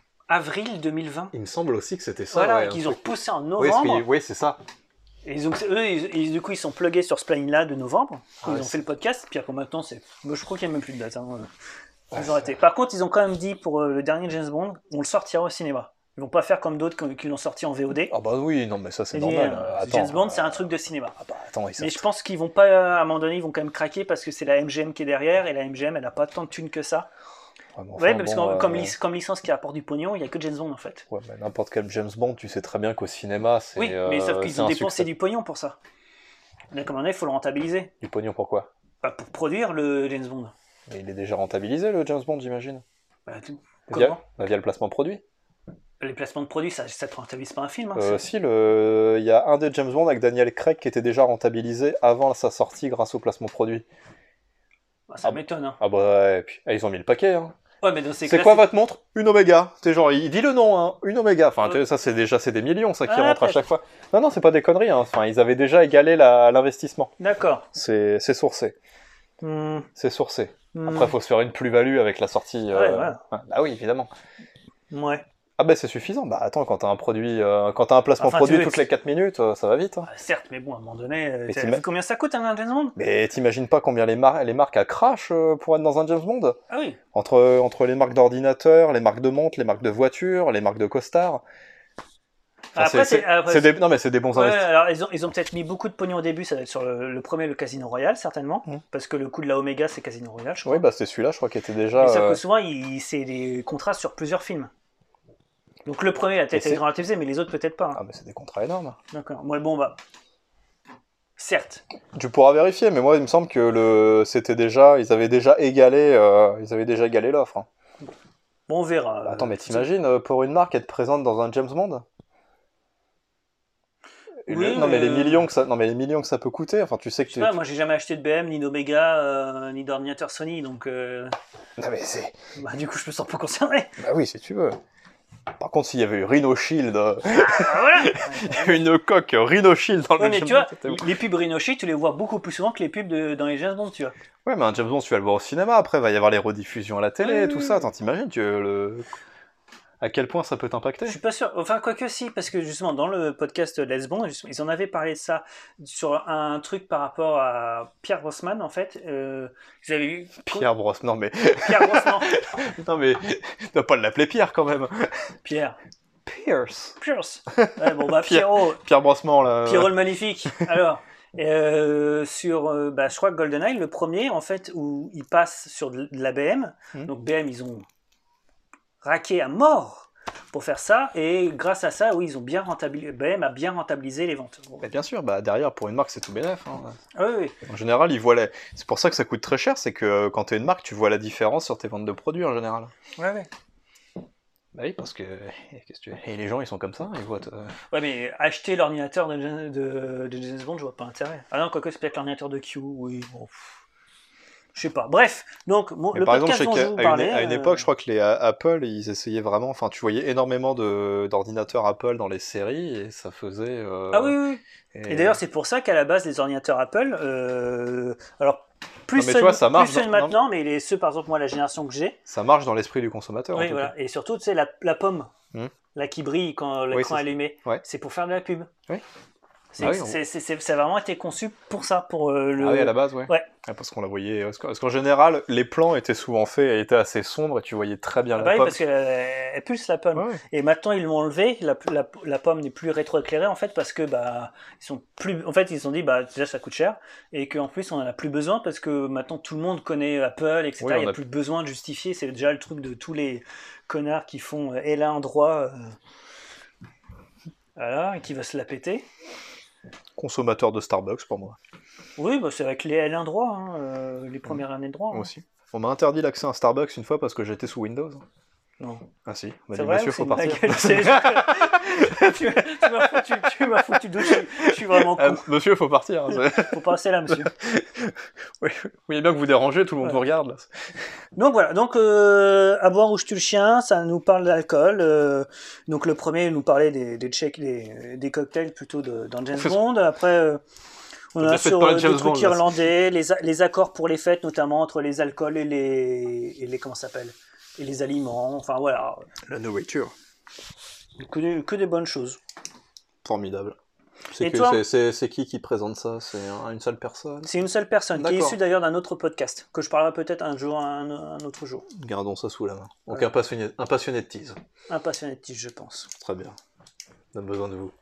avril deux mille vingt. Il me semble aussi que c'était ça. Voilà, ouais, et qu'ils un ont truc- repoussé en Oui, novembre. c'est- oui, c'est ça. Et donc, c'est- eux, ils, ils- du coup, ils sont plugués sur ce planning-là de novembre. Ah ils ouais, ont c'est- fait le podcast. Puis après, maintenant, c'est. Moi, je crois qu'il n'y a même plus de date. Hein. Ils Ouais, ont arrêté. Par contre, ils ont quand même dit pour euh, le dernier James Bond, on le sortira au cinéma. Ils vont pas faire comme d'autres qui- qui l'ont sorti en V O D. Ah bah oui, non mais ça c'est Ils disent, normal. euh, euh, attends, James Bond, c'est euh, un truc de cinéma. Ah bah attends, ils Mais savent- je pense qu'ils vont pas, à un moment donné, ils vont quand même craquer parce que c'est la M G M qui est derrière et la M G M, elle a pas tant de thunes que ça. Ouais, mais Ouais, enfin, mais parce que bon, comme, euh, lic- comme licence qui apporte du pognon, il y a que James Bond en fait. ouais, mais n'importe quel James Bond, tu sais très bien qu'au cinéma, c'est. Oui, mais euh, sauf qu'ils c'est ont un dépensé succès. du pognon pour ça. Donc à un moment donné, il faut le rentabiliser. Du pognon pourquoi? Bah, pour produire le James Bond. Mais il est déjà rentabilisé le James Bond, j'imagine. Bah, tout- Via... Comment bah, via le placement produit. Les placements de produits, ça ne rentabilise pas un film. Hein, Euh, c'est- si, le... il y a un des James Bond avec Daniel Craig qui était déjà rentabilisé avant sa sortie grâce au placement produit. bah, ça ah, m'étonne. Hein. Ah bah ouais, et puis ah, ils ont mis le paquet. Hein. Ouais, mais dans ces C'est cas-là, quoi votre montre? Une Omega. C'est genre, il dit le nom, hein. Une Omega. Enfin, Ouais. tu sais, ça c'est déjà c'est des millions, ça qui Ah, rentre à peut-être. chaque fois. Non, non, c'est pas des conneries. Hein. Enfin, ils avaient déjà égalé la- l'investissement. D'accord. C'est c'est sourcé. Hmm, C'est sourcé. hmm. Après, il faut se faire une plus-value avec la sortie. euh, Ouais, ouais. ouais, bah oui, évidemment. Ouais. Ah bah c'est suffisant. Bah attends, quand t'as un produit, euh, quand t'as un placement Enfin, produit tu veux- toutes les quatre minutes, euh, ça va vite. Hein. Bah, certes, mais bon, à un moment donné, euh, Mais t'as t'ima- vu combien ça coûte un James Bond? Mais t'imagines pas combien les, mar les marques à crash euh, pour être dans un James Bond? Ah oui. Entre, entre les marques d'ordinateurs, les marques de montres, les marques de voitures, les marques de costards. Enfin, Après, c'est- c'est- après, c'est des... Non mais c'est des bons Ouais, investissements. alors ils ont, ils ont peut-être mis beaucoup de pognon au début, ça va être sur le, le premier, le Casino Royale, certainement, Mm. parce que le coût de la Omega, c'est Casino Royale, je crois. Oui, bah c'est celui-là, je crois, qui était déjà. Mais sauf euh, que souvent, il- c'est des contrats sur plusieurs films. Donc le premier a peut-être Et c'est- été rentabilisé, mais les autres peut-être pas. hein. Ah mais c'est des contrats énormes. D'accord. Moi, bon, bah. Certes. Tu pourras vérifier, mais moi il me semble que le c'était déjà, ils avaient déjà égalé, euh, ils avaient déjà égalé l'offre. Hein. Bon, on verra. Bah, attends, mais Euh, t'imagines euh, pour une marque être présente dans un James Bond? Et Oui, le- non mais les euh, millions que ça, non mais les millions que ça peut coûter. Enfin, tu sais que Je sais tu. pas, moi j'ai jamais acheté de B M, ni d'Omega, euh, ni d'ordinateur Sony, donc euh, Non mais c'est. bah, du coup je me sens pas concerné. Bah oui, si tu veux. Par contre, s'il y avait eu Rhino Shield, euh, Ah, voilà. une coque Rhino Shield dans le Ouais, mais James tu vois, Bond, c'était bon. les pubs Rhinoshi, tu les vois beaucoup plus souvent que les pubs de- dans les James Bond, tu vois. Ouais, mais un James Bond, tu vas le voir au cinéma. Après, il va y avoir les rediffusions à la télé, Oui, tout oui, ça. oui. Attends, t'imagines tu, le... à quel point ça peut t'impacter? Je suis pas sûr. Enfin, quoique si, parce que justement, dans le podcast Les Bond, justement, ils en avaient parlé de ça sur un truc par rapport à Pierre Brosnan, en fait. Euh, ils avaient eu. Pierre Brosse, non mais, Pierre Brosnan. non mais, tu dois pas l'appeler Pierre quand même. Pierre. Pierce. Pierce. Ouais, bon, bah, Pierre. Pierrot. Pierre Brossement là. Pierrot le Maléfique. Alors, euh, sur, euh, bah, je crois que GoldenEye, le premier, en fait, où il passe sur de de la B M. Mhm. Donc B M, ils ont raqué à mort pour faire ça, et grâce à ça, oui, ils ont bien rentabilisé. B M a bien rentabilisé les ventes. Bon. Mais bien sûr, bah derrière pour une marque c'est tout bénef. Hein. Ah oui, oui. En général, ils voient les... c'est pour ça que ça coûte très cher, c'est que euh, quand t'es une marque, tu vois la différence sur tes ventes de produits en général. Ouais, ouais. Bah oui, parce que qu'est-ce que tu veux et les gens ils sont comme ça, ils voient. euh, Ouais, mais acheter l'ordinateur de, de, de James Bond, je vois pas intérêt. Ah non, quoique c'est peut-être l'ordinateur de Q, oui. Bon, pff. Je sais pas. Bref, donc mon- Mais le par exemple, je podcast sais dont je qu'à vous à une, parlais, à une euh, époque, je crois que les A- Apple, ils essayaient vraiment. Enfin, tu voyais énormément de d'ordinateurs Apple dans les séries et ça faisait. euh, Ah oui, oui, oui. Et, Et d'ailleurs, c'est pour ça qu'à la base, les ordinateurs Apple, euh, alors plus Non, mais ceux, tu vois, ça marche plus ceux de dans- maintenant, mais les, ceux, par exemple, moi, la génération que j'ai, ça marche dans l'esprit du consommateur. en oui, tout voilà. cas. Et surtout, tu sais, la, la pomme, Hmm. là qui brille quand Oui, l'écran c'est est allumé, Ouais. c'est pour faire de la pub. Oui. C'est, Ah oui, on- c'est, c'est- c'est- ça a vraiment été conçu pour ça, pour euh, le. Ah oui, à la base, ouais. Ouais. Ah, parce qu'on la voyait. Parce qu'en parce qu'en général, les plans étaient souvent faits, et étaient assez sombres et tu voyais très bien Ah la bah oui, pomme. parce qu'elle elle pulse la pomme. Ouais, ouais. Et maintenant ils l'ont enlevé, la, la, la pomme n'est plus rétroéclairée en fait parce que bah ils sont plus, en fait ils se sont dit bah déjà ça coûte cher et qu'en plus on en a plus besoin parce que maintenant tout le monde connaît Apple et cetera. Oui, Il n'y on a a- plus besoin de justifier, c'est déjà le truc de tous les connards qui font euh, elle a un droit, euh, voilà, et qui va se la péter. Consommateur de Starbucks pour moi. Oui, bah c'est avec les elle a un droit, hein, euh, les premières années de droit. Moi hein. aussi. On m'a interdit l'accès à un Starbucks une fois parce que j'étais sous Windows. Non. Ah si, m'a C'est dit vrai, monsieur, ou faut c'est une partir. blague? C'est- tu m'as tu m'as foutu, tu m'as foutu d'où je, suis- je suis vraiment Ah, con. monsieur, faut partir. hein, c'est- Faut passer là, monsieur. oui, vous voyez bien que vous dérangez, tout le monde Ouais. vous regarde. Là. Donc voilà, donc euh, à boire où je tue le chien, ça nous parle d'alcool. euh, donc le premier nous parlait des des, check, des, des cocktails plutôt de, dans James fait- Bond. Après, euh, on T'as a fait sur parler euh, de James des trucs Bond, là. irlandais, les, a- les accords pour les fêtes, notamment entre les alcools et les, et les comment ça s'appelle, et les aliments. Enfin voilà, La nourriture. que, des- que des bonnes choses. Formidable. Et C'est, que, toi c'est, c'est, c'est qui qui présente ça? C'est un- une seule personne? C'est une seule personne qui est D'accord. issue d'ailleurs d'un autre podcast que je parlerai peut-être un jour, un, un autre jour. Gardons ça sous la main. Donc Voilà. un, passionné, un passionné de tease. Un passionné de tige, je pense. Très bien. On a besoin de vous.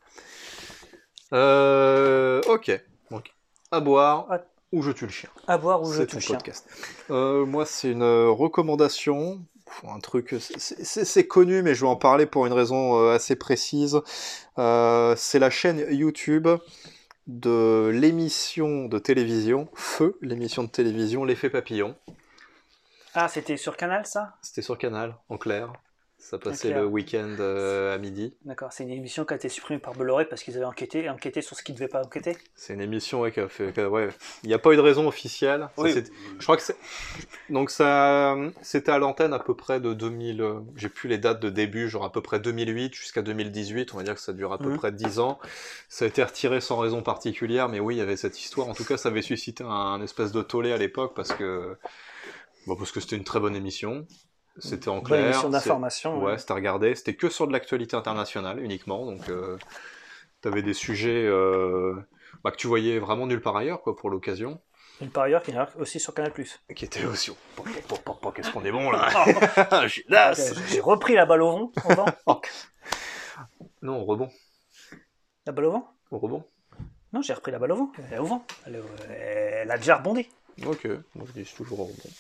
Euh, ok. Donc, à boire Ah. ou je tue le chien. À boire ou je C'est tue ton le chien. podcast. Euh, moi, c'est une euh, recommandation. Un truc, c'est, c'est, c'est connu, mais je vais en parler pour une raison euh, assez précise. Euh, c'est la chaîne YouTube de l'émission de télévision Feu, l'émission de télévision L'Effet Papillon. Ah, c'était sur Canal ça? C'était sur Canal, en clair. Ça passait clair. le week-end euh, à midi. D'accord, c'est une émission qui a été supprimée par Bolloré parce qu'ils avaient enquêté, enquêté sur ce qu'ils ne devaient pas enquêter. C'est une émission ouais, qui a fait. qui a- ouais. Il n'y a pas eu de raison officielle. Ça, Oui. c'est- Je crois que c'est. Donc ça, c'était à l'antenne à peu près de deux mille. euh, J'ai plus les dates de début, genre à peu près deux mille huit jusqu'à deux mille dix-huit. On va dire que ça dure à peu Mhm. près dix ans. Ça a été retiré sans raison particulière, mais oui, il y avait cette histoire. En tout cas, ça avait suscité un, un espèce de tollé à l'époque parce que. Bon, parce que c'était une très bonne émission. C'était en Bonne clair. émission c'est- d'information. Ouais, ouais. c'était regardé. C'était que sur de l'actualité internationale uniquement. Donc, euh, t'avais des sujets euh, bah, que tu voyais vraiment nulle part ailleurs, quoi, pour l'occasion. Une par ailleurs qui est aussi sur Canal plus. Qui était aussi. Oh, oh, oh, oh, Qu'est-ce qu'on est bon là Oh, Gildas j'ai repris la balle au vent. Au vent. Non, au rebond. La balle au vent? Au rebond. Non, j'ai repris la balle au vent. Elle est au vent. Elle, est au- elle a déjà rebondi. Ok, moi je dis toujours au rebond.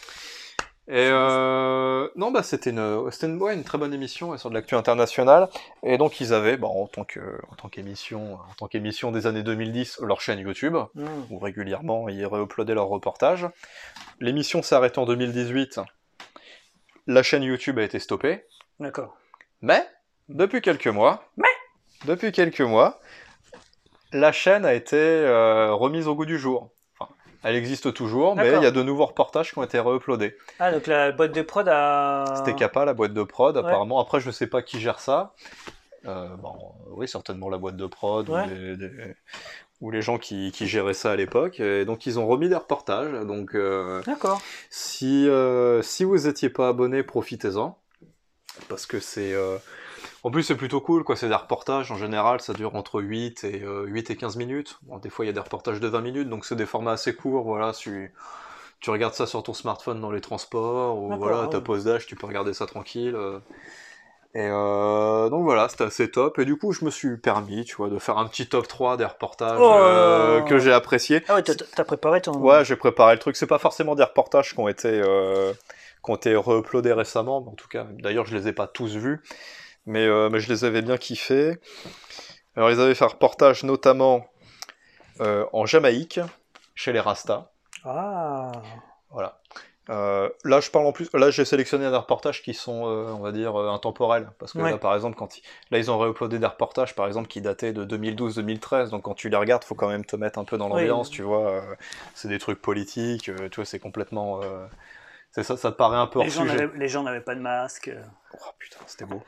Et euh, non, bah c'était une, c'était une, ouais, une très bonne émission ouais, sur de l'actu internationale. Et donc ils avaient, bah, en tant que, en tant qu'émission, en tant qu'émission des années deux mille dix, leur chaîne YouTube, Mmh. où régulièrement ils réuploadaient leurs reportages. L'émission s'est arrêtée en deux mille dix-huit. La chaîne YouTube a été stoppée. D'accord. Mais depuis quelques mois, Mais depuis quelques mois, la chaîne a été euh, remise au goût du jour. Enfin, elle existe toujours, mais D'accord. il y a de nouveaux reportages qui ont été réuploadés. Ah, donc la boîte de prod a. C'était Kappa, la boîte de prod, Ouais. apparemment. Après, je sais pas qui gère ça. Euh, bon, oui, certainement la boîte de prod Ouais. ou, les, des- ou les gens qui, qui géraient ça à l'époque. Et donc, ils ont remis des reportages. Donc, euh, D'accord. si, euh, si vous étiez pas abonné, profitez-en. Parce que c'est... euh, En plus, c'est plutôt cool, quoi. C'est des reportages, en général, ça dure entre huit et, euh, huit et quinze minutes. Bon, des fois, il y a des reportages de vingt minutes, donc c'est des formats assez courts, voilà. Tu, tu regardes ça sur ton smartphone dans les transports, ou D'accord, voilà, ah ta ouais. pause d'âge, tu peux regarder ça tranquille. euh. Et euh, donc voilà, c'était assez top. Et du coup, je me suis permis, tu vois, de faire un petit top trois des reportages Oh. euh, que j'ai appréciés. Ah ouais, t'as t'as préparé ton. Ouais, j'ai préparé le truc. C'est pas forcément des reportages qui ont été, euh, qui ont été re-uploadés récemment, mais en tout cas, d'ailleurs, je les ai pas tous vus, mais, euh, mais je les avais bien kiffés. Alors, ils avaient fait un reportage notamment euh, en Jamaïque, chez les Rastas. Ah. Voilà. Euh, là, je parle en plus. Là, j'ai sélectionné des reportages qui sont, euh, on va dire, euh, intemporels, parce que Ouais. là, par exemple, quand ils... là, ils ont réuploadé des reportages, par exemple, qui dataient de deux mille douze deux mille treize. Donc, quand tu les regardes, faut quand même te mettre un peu dans Oui. l'ambiance, tu vois. euh, c'est des trucs politiques, euh, tu vois, c'est complètement. euh, C'est ça, ça te paraît un peu hors Les gens, sujet. n'avaient, les gens n'avaient pas de masque. Oh putain, c'était beau.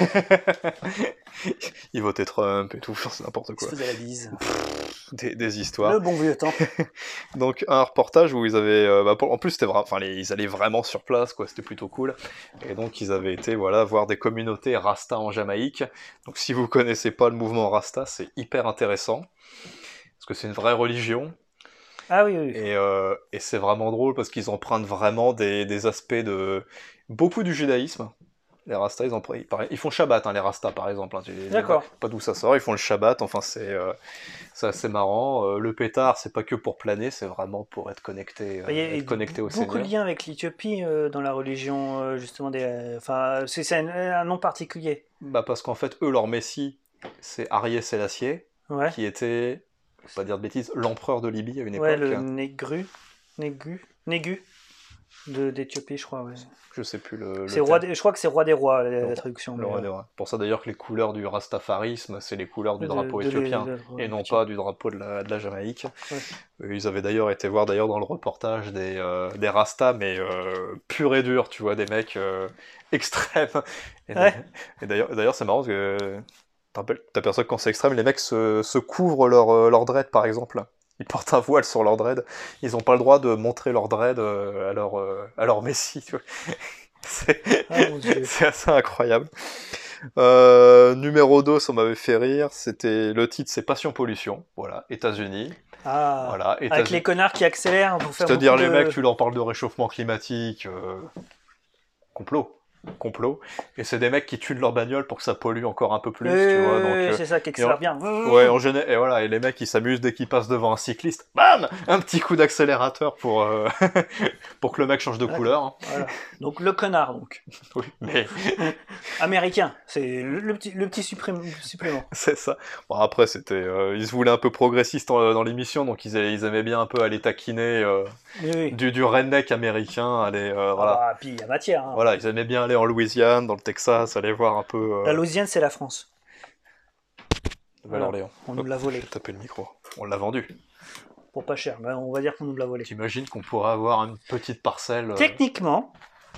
Ils votaient Trump et tout, c'est n'importe Ils se quoi. faisaient la bise. Des, des histoires. Le bon vieux temps. Donc un reportage où ils avaient, euh, bah, pour- en plus c'était vraiment, enfin les- ils allaient vraiment sur place quoi, c'était plutôt cool. Et donc ils avaient été voilà voir des communautés Rasta en Jamaïque. Donc si vous connaissez pas le mouvement Rasta, c'est hyper intéressant parce que c'est une vraie religion Ah oui, oui. et, euh, et c'est vraiment drôle parce qu'ils empruntent vraiment des, des aspects de beaucoup du judaïsme. Les Rastas, ils, empr- ils, pareil- ils font Shabbat, hein, les Rastas par exemple. Hein, tu- D'accord. Pas d'où ça sort, ils font le Shabbat. Enfin, c'est euh, c'est assez marrant. Euh, le pétard, c'est pas que pour planer, c'est vraiment pour être connecté, euh, Il y a être connecté au beaucoup de Seigneur. liens avec l'Éthiopie euh, dans la religion, euh, justement. Des, euh, enfin, c'est, c'est un, un nom particulier. Bah parce qu'en fait, eux, leur messie, c'est Haïlé Sélassié, Ouais. qui était, faut pas dire de bêtises, l'empereur de Libye à une époque. Ouais, le Négru. Négu. Négu. de, d'Éthiopie, je crois. Ouais. Je sais plus le. le C'est roi terme. des- je crois que c'est roi des rois, la, Le- la traduction. Le mais, roi euh, des rois. Pour ça d'ailleurs que les couleurs du rastafarisme, c'est les couleurs du de- drapeau de les- éthiopien, de- de- et non effectivement. pas du drapeau de la, de la Jamaïque. Ouais. Euh, Ils avaient d'ailleurs été voir d'ailleurs dans le reportage des, euh, des rastas, mais euh, purs et durs, tu vois, des mecs euh, extrêmes. Et, Ouais. et d'ailleurs, d'ailleurs, c'est marrant parce que t'appelles- t'aperçois que quand c'est extrême, les mecs se, se couvrent leur, euh, leur dread, par exemple. Ils portent un voile sur leur dread. Ils n'ont pas le droit de montrer leur dread euh, à leur, euh, à leur messie, tu vois. C'est Ah mon dieu. c'est assez incroyable. Euh, numéro deux, ça m'avait fait rire. C'était le titre, c'est Passion Pollution. Voilà, États-Unis. Ah. Voilà, Avec États-Unis. les connards qui accélèrent pour faire C'est-à-dire beaucoup les de... mecs, tu leur parles de réchauffement climatique, euh, complot, complot. Et c'est des mecs qui tuent de leur bagnole pour que ça pollue encore un peu plus, Oui, tu vois. oui, Donc, oui, euh, c'est ça qui accélère et bien. ouais, en général, et voilà, et les mecs ils s'amusent dès qu'ils passent devant un cycliste, bam, un petit coup d'accélérateur pour euh, pour que le mec change de D'accord. couleur. Hein. Voilà. Donc le connard, donc. Oui, mais Américain, c'est le, le petit, le petit supprime- supplément. c'est ça. Bon, après, c'était, euh, ils se voulaient un peu progressistes en- dans l'émission, donc ils, a- ils aimaient bien un peu aller taquiner euh, Oui, oui. du, du redneck américain, aller, euh, Ah voilà. bah, puis il y a matière. Hein. Voilà, ils aimaient bien aller en Louisiane, dans le Texas, aller voir un peu euh, La Louisiane, c'est la France. Nouvelle-Orléans. On nous l'a Hop, volé. j'ai tapé le micro. On l'a vendu. Pour pas cher, mais on va dire qu'on nous l'a volé. T'imagines qu'on pourrait avoir une petite parcelle. euh, Techniquement,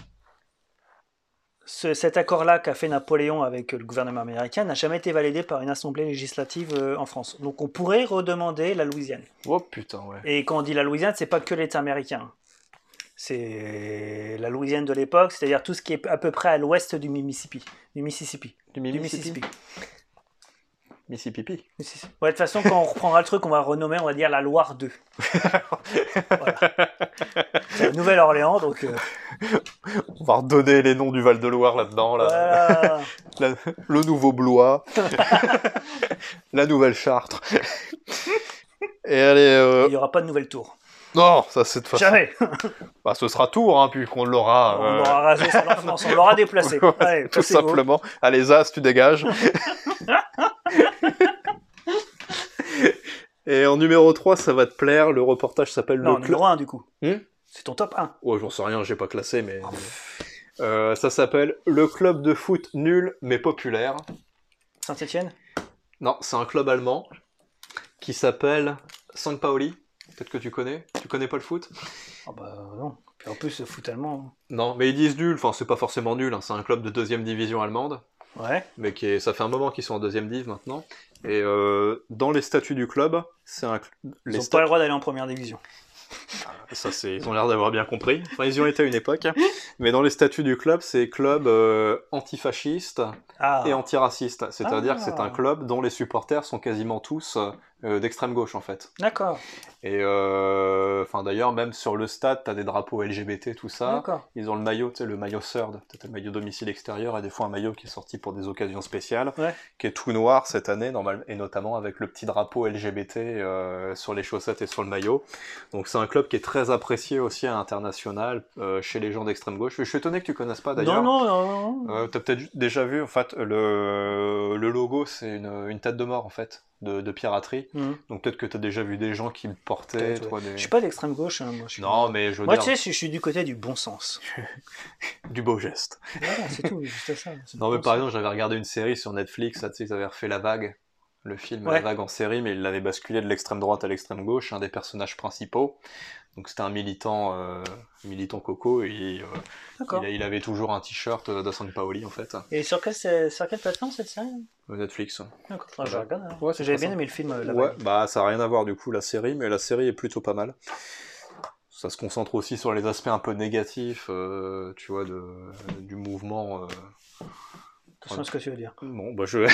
ce- cet accord-là qu'a fait Napoléon avec le gouvernement américain n'a jamais été validé par une assemblée législative euh, en France. Donc on pourrait redemander la Louisiane. Oh putain, ouais. Et quand on dit la Louisiane, c'est pas que l'État américain. C'est la Louisiane de l'époque, c'est-à-dire tout ce qui est à peu près à l'ouest du Mississippi. Du Mississippi. Du Du Mississippi. Mississippi. Mississippi. Mississippi. Ouais, de toute façon, quand on reprendra le truc, on va renommer, on va dire la Loire deux. Voilà. C'est la Nouvelle-Orléans, donc... euh, On va redonner les noms du Val-de-Loire là-dedans. Là. voilà. La- le nouveau Blois. La nouvelle Chartres. Et allez. euh, Il n'y aura pas de nouvelle tour. Non, ça c'est de toute façon. Jamais. Bah, ce sera Tours, hein, puisqu'on l'aura. On euh, l'aura rasé sans l'enfance, on l'aura déplacé. Ouais, Allez, tout placez-vous. simplement. Allez, Zaz, tu dégages. Et en numéro trois, ça va te plaire, le reportage s'appelle Non, Le Club. numéro un du coup. Hmm C'est ton top un. Ouais, j'en sais rien, j'ai pas classé, mais. Euh, ça s'appelle Le club de foot nul mais populaire. Saint-Etienne. Non, c'est un club allemand qui s'appelle Sankt Pauli. Peut-être que tu connais. Tu connais pas le foot? Ah bah non. Puis en plus, le foot allemand. Non, mais ils disent nul. Enfin, c'est pas forcément nul. Hein. C'est un club de deuxième division allemande. Ouais. Mais qui est... ça fait un moment qu'ils sont en deuxième div maintenant. Et euh, dans les statuts du club, c'est un. Ils Les n'ont sta- pas le droit d'aller en première division. Ça, c'est... Ils ont l'air d'avoir bien compris. Enfin, ils y ont été à une époque. Mais dans les statuts du club, c'est club euh, antifasciste Ah. et antiraciste. C'est-à-dire Ah. que c'est un club dont les supporters sont quasiment tous euh, d'extrême gauche, en fait. D'accord. Et euh, enfin, d'ailleurs, même sur le stade, t'as des drapeaux L G B T, tout ça. D'accord. Ils ont le maillot, tu sais, le maillot third, peut-être le maillot domicile extérieur, et des fois un maillot qui est sorti pour des occasions spéciales, Ouais. qui est tout noir cette année, normal, et notamment avec le petit drapeau L G B T euh, sur les chaussettes et sur le maillot. Donc c'est un club qui est très apprécié aussi à l'international, euh, chez les gens d'extrême gauche. Je suis étonné que tu connaisses pas d'ailleurs. Non, non, non. non. Euh, t'as peut-être déjà vu, en fait, le, le logo, c'est une, une tête de mort, en fait, de, de piraterie. Mhm. Donc peut-être que t'as déjà vu des gens qui le portaient, Peut-être, toi, des... Je suis pas d'extrême gauche. Hein, moi, je suis... Non, mais je veux Moi, dire, tu sais, je, je suis du côté du bon sens. du beau geste. Voilà, c'est tout, juste ça. c'est Non, du mais bon par sens. exemple, j'avais regardé une série sur Netflix, là, tu sais, ils avaient refait La Vague, le film Ouais. La Vague en série, mais ils l'avaient basculé de l'extrême droite à l'extrême gauche, un des personnages principaux. Donc c'était un militant, euh, militant coco, et euh, D'accord. il, a- il avait toujours un t-shirt de San Paoli, en fait, Et sur quelle, c'est- sur quelle plateforme cette série? euh, Netflix. D'accord, ah, je Voilà. regarde. alors. Ouais, Parce que c'est j'avais très bien aimé le film. euh, La Ouais, Vague. bah ça n'a rien à voir du coup la série, mais la série est plutôt pas mal. Ça se concentre aussi sur les aspects un peu négatifs, euh, tu vois, de, du mouvement. euh, Attention à ce que tu veux dire. Bon, bah je.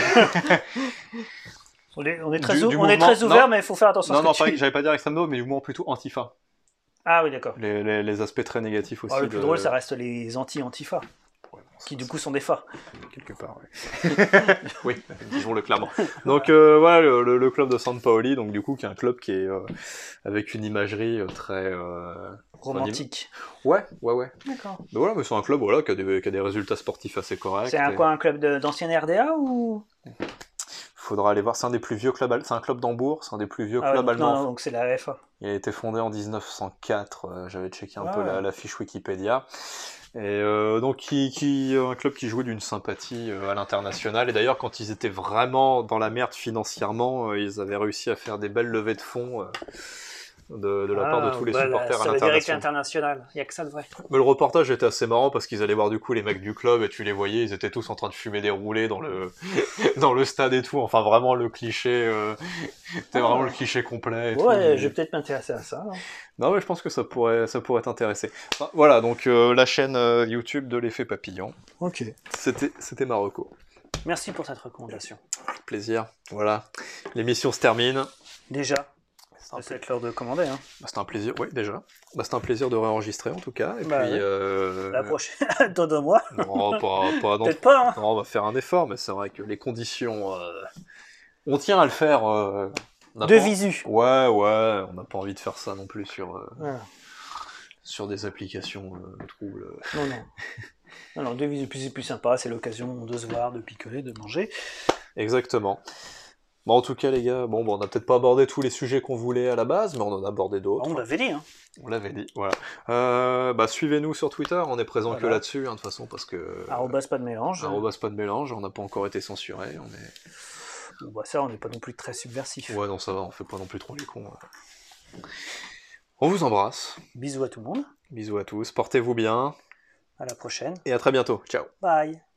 On est, on est très, Du- ou- du on est mouvement- très ouvert, non. mais il faut faire attention non, à non, ce que pas- tu j'avais pas dire extrême droite, mais du mouvement plutôt antifa. Ah oui, d'accord. Les, les, les aspects très négatifs aussi. Oh, le plus de- drôle, ça reste les anti-antifa, Ouais, bon, ça, qui du ça, coup sont des phares. quelque part, ouais. Oui, disons-le clairement. Donc euh, voilà, le, le- le club de San Paoli, donc du coup, qui est un club qui est euh, avec une imagerie euh, très. euh, Romantique. Ouais, ouais, ouais. D'accord. Mais voilà, mais c'est un club voilà, qui, a des, qui a des résultats sportifs assez corrects. C'est un, et- quoi, un club de- d'ancienne R D A ou Faudra aller voir, c'est un des plus vieux clubs, al- c'est un club d'Hambourg, c'est un des plus vieux Ah ouais, clubs donc, non, allemands. non, donc c'est la F A. Il a été fondé en dix-neuf cent quatre, euh, j'avais checké un Ah peu ouais. la, la fiche Wikipédia. Et euh, donc qui, qui, un club qui jouait d'une sympathie euh, à l'international. Et d'ailleurs, quand ils étaient vraiment dans la merde financièrement, euh, ils avaient réussi à faire des belles levées de fonds euh, de, de la part de Ah, tous les bah, la supporters à solidarité l'international. internationale, il n'y a que ça de vrai. Mais le reportage était assez marrant parce qu'ils allaient voir du coup les mecs du club et tu les voyais, ils étaient tous en train de fumer des roulés dans le dans le stade et tout. Enfin vraiment le cliché, euh, c'était Ah. vraiment le cliché complet. Et tout, Ouais, du- je vais peut-être m'intéresser à ça. hein. Non mais je pense que ça pourrait ça pourrait t'intéresser. Enfin, voilà donc euh, la chaîne euh, YouTube de l'effet papillon. Ok. C'était c'était Marocco. Merci pour cette recommandation. Plaisir. Voilà. L'émission se termine. Déjà, C'est un, c'est pla- l'heure de commander. Hein. bah, c'était un plaisir. Oui déjà. Bah, c'était un plaisir de réenregistrer en tout cas. Et Bah puis ouais. euh... La prochaine, dans deux mois. non pas pas non, Peut-être pas. Hein. non, on va faire un effort mais c'est vrai que les conditions. euh, On tient à le faire. Euh... on n'a De pas- visu. Ouais ouais. On n'a pas envie de faire ça non plus sur euh, Voilà. sur des applications euh, troubles. Non, non. Non, non, de visu, puis c'est plus sympa, c'est l'occasion de se voir, de picoler, de manger. Exactement. Bon, en tout cas, les gars, bon, bon on n'a peut-être pas abordé tous les sujets qu'on voulait à la base, mais on en a abordé d'autres. On l'avait dit, hein. On l'avait dit, voilà. Euh, bah, suivez-nous sur Twitter, on est présent que Voilà. là-dessus, hein, de toute façon, parce que... Arrobas pas de mélange. Arrobas pas de mélange, on n'a pas encore été censuré, on est... Bon, bah ça, on n'est pas non plus très subversif. Ouais, non, ça va, on fait pas non plus trop les cons. hein. On vous embrasse, Bisous à tout le monde. bisous à tous, portez-vous bien, À la prochaine. et à très bientôt, ciao. Bye.